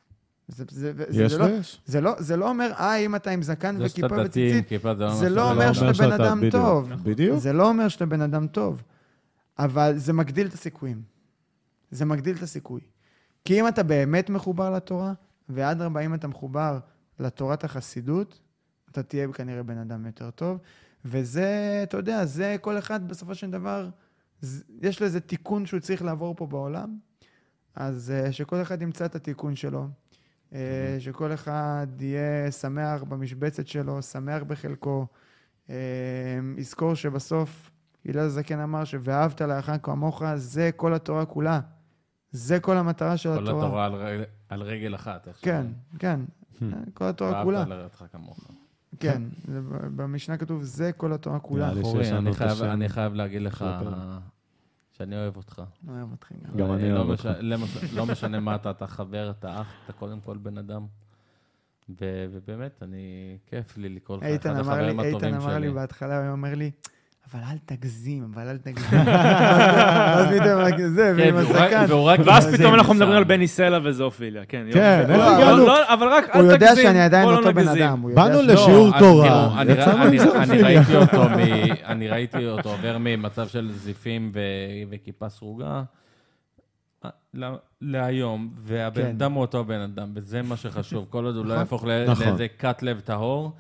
זה לא אומר, אם אתה עם זקן וכיפה וציצית, זה לא אומר שאתה בן אדם טוב. זה לא אומר שאתה בן אדם טוב. אבל זה מגדיל את הסיכויים. זה מגדיל את הסיכוי. כי אם אתה באמת מחובר לתורה, ועד רבה אם אתה מחובר לתורת החסידות, אתה תהיה כנראה בן אדם יותר טוב. וזה, אתה יודע, זה כל אחד בסופו של דבר, יש לו איזה תיקון שהוא צריך לעבור פה בעולם, אז שכל אחד ימצא את התיקון שלו, שכל אחד יהיה שמח במשבצת שלו, שמח בחלקו, יזכור שבסוף, הלל הזקן אמר ואהבת לרעך כמוך, זה כל התורה כולה. זה כל המטרה של התורה. כל התורה על רגל אחת. כן, כן. כל התורה כולה. ואהבת לרעך כמוך. כן, במשנה כתוב, זה כל התורה כולה. אני חייב להגיד לך שאני אוהב אותך. אוהב אותך גם. גם אני אוהב אותך. לא משנה מה אתה חבר, אתה אח, אתה קודם כל בן אדם. ובאמת, כיף לי לקרוא לך אחד החברים הטובים שלי. איתן אמר לי בהתחלה, הוא אומר לי, אבל אל תגזים. אז פתאום זה, ועם הזקן. ואז פתאום אנחנו מדברים על בני סלע וזופיליה, כן. כן, אבל רק אל תגזים. הוא יודע שאני עדיין אותו בן אדם. באנו לשיעור תורה. אני ראיתי אותו עובר ממצב של זיפים וכיפה סרוגה להיום, והבן אדם הוא אותו בן אדם, וזה מה שחשוב. כל עוד הוא לא יהפוך לאיזה קט לב טהור.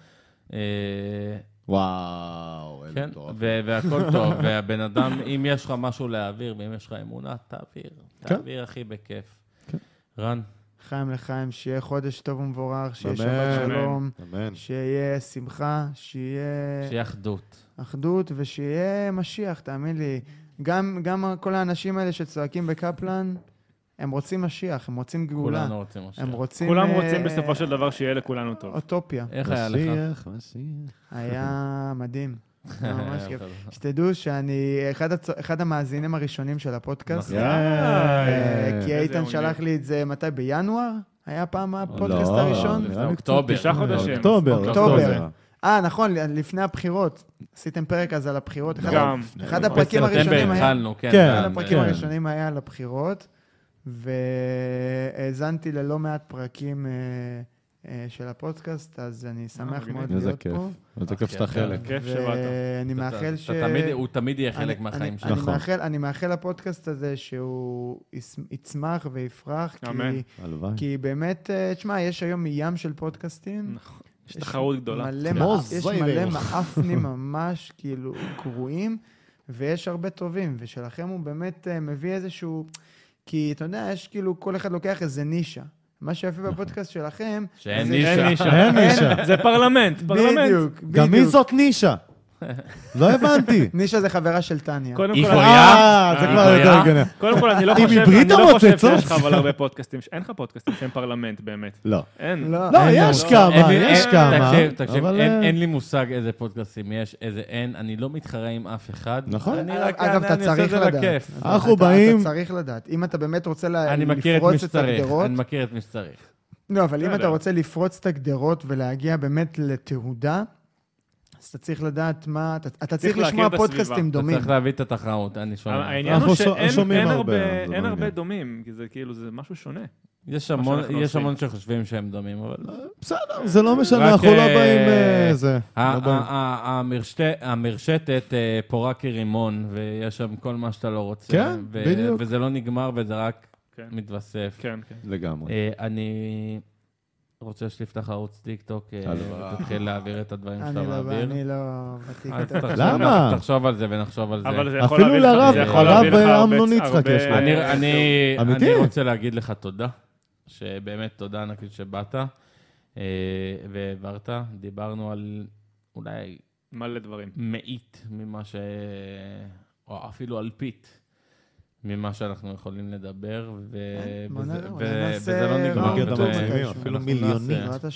וואו, כן, והכל טוב, והבן אדם, אם יש לך משהו להעביר, ואם יש לך אמונה, תעביר הכי בכיף. רן. חיים לחיים, שיהיה חודש טוב ומבורך, שיהיה שבת שלום, שיהיה שמחה, שיהיה אחדות, ושיהיה משיח, תאמין לי. גם כל האנשים האלה שצועקים בקפלן, הם רוצים משיח, הם רוצים גאולה. כולנו רוצים משיח. כולם רוצים בסופו של דבר שיהיה לכולנו טוב. אוטופיה. איך היה לך? היה מדהים. ממש כיף. שתדעו שאני אחד המאזינים הראשונים של הפודקאסט. כי איתן שלח לי את זה מתי? בינואר? היה פעם הפודקאסט הראשון? אוקטובר. 9 חודשים. אוקטובר. נכון, לפני הבחירות. עשיתם פרק אז על הבחירות. אחד הפרקים הראשונים היה על הבחירות. והאזנתי ללא מעט פרקים של הפודקאסט, אז אני שמח מאוד להיות פה. איזה כיף שאתה חלק. כיף שבאת. אני מאחל הוא תמיד יהיה חלק מהחיים שלך. אני מאחל לפודקאסט הזה שהוא יצמח ויפרח, כי באמת, תשמע, יש היום ים של פודקאסטים. יש תחרות גדולה. יש מלא מאפנים ממש כאילו קרועים, ויש הרבה טובים, ושלכם הוא באמת מביא איזשהו... כי אתה יודע, יש כאילו, כל אחד לוקח איזה נישה. מה שיפה בפודקאסט שלכם... שאין נישה. זה פרלמנט. בדיוק. גם מי זאת נישה? לא הבנתי. נישה זה חברה של טניה. היא חויה? זה כבר יותר גנה. קודם כל, אני לא חושב שיש לך אבל הרבה פודקאסטים. אין לך פודקאסטים שהם פרלמנט באמת. לא. אין. לא, יש כמה. תקשיב, אין לי מושג איזה פודקאסטים יש, איזה אין. אני לא מתחרה עם אף אחד. נכון. אגב, אתה צריך לדעת. אנחנו באים... אתה צריך לדעת. אם אתה באמת רוצה לפרוץ את הגדרות... אני מכיר את מי שצריך. לא, אבל אם אתה רוצה לפרוץ את הגדרות ולהגיע באמת לתהודה, אז אתה צריך לדעת מה... אתה צריך לשמוע פודקאסטים דומים. אתה צריך להביא את השתתף, אני שומע. העניין הוא שאין הרבה דומים, כי זה כאילו, זה משהו שונה. יש המון שחושבים שהם דומים, אבל... בסדר, זה לא משנה, אנחנו לא באים... המרשתת פורה כרימון, ויש שם כל מה שאתה לא רוצה. כן, בדיוק. וזה לא נגמר, וזה רק מתווסף. כן, כן. לגמרי. רוצה שתפתח ערוץ טיק טוק, ותתחיל להעביר את הדברים שאתה מעביר. אני לא ותיק. למה? תחשוב על זה ונחשוב על זה. אפילו לרב, הרב אמנון יצחק יש לו. אני רוצה להגיד לך תודה, שבאמת תודה ענקית שבאת, והעברת, דיברנו על אולי מלא דברים. מאית ממה או אפילו אלפית. ממה שאנחנו יכולים לדבר, וזה לא נגמר. אפילו מיליוני.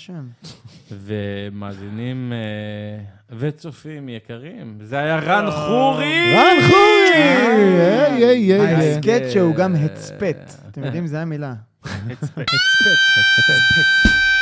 ומאזינים וצופים יקרים. זה היה רן חורי! רן חורי! ההסקט שהוא גם הצפת. אתם יודעים, זה המילה. הצפת.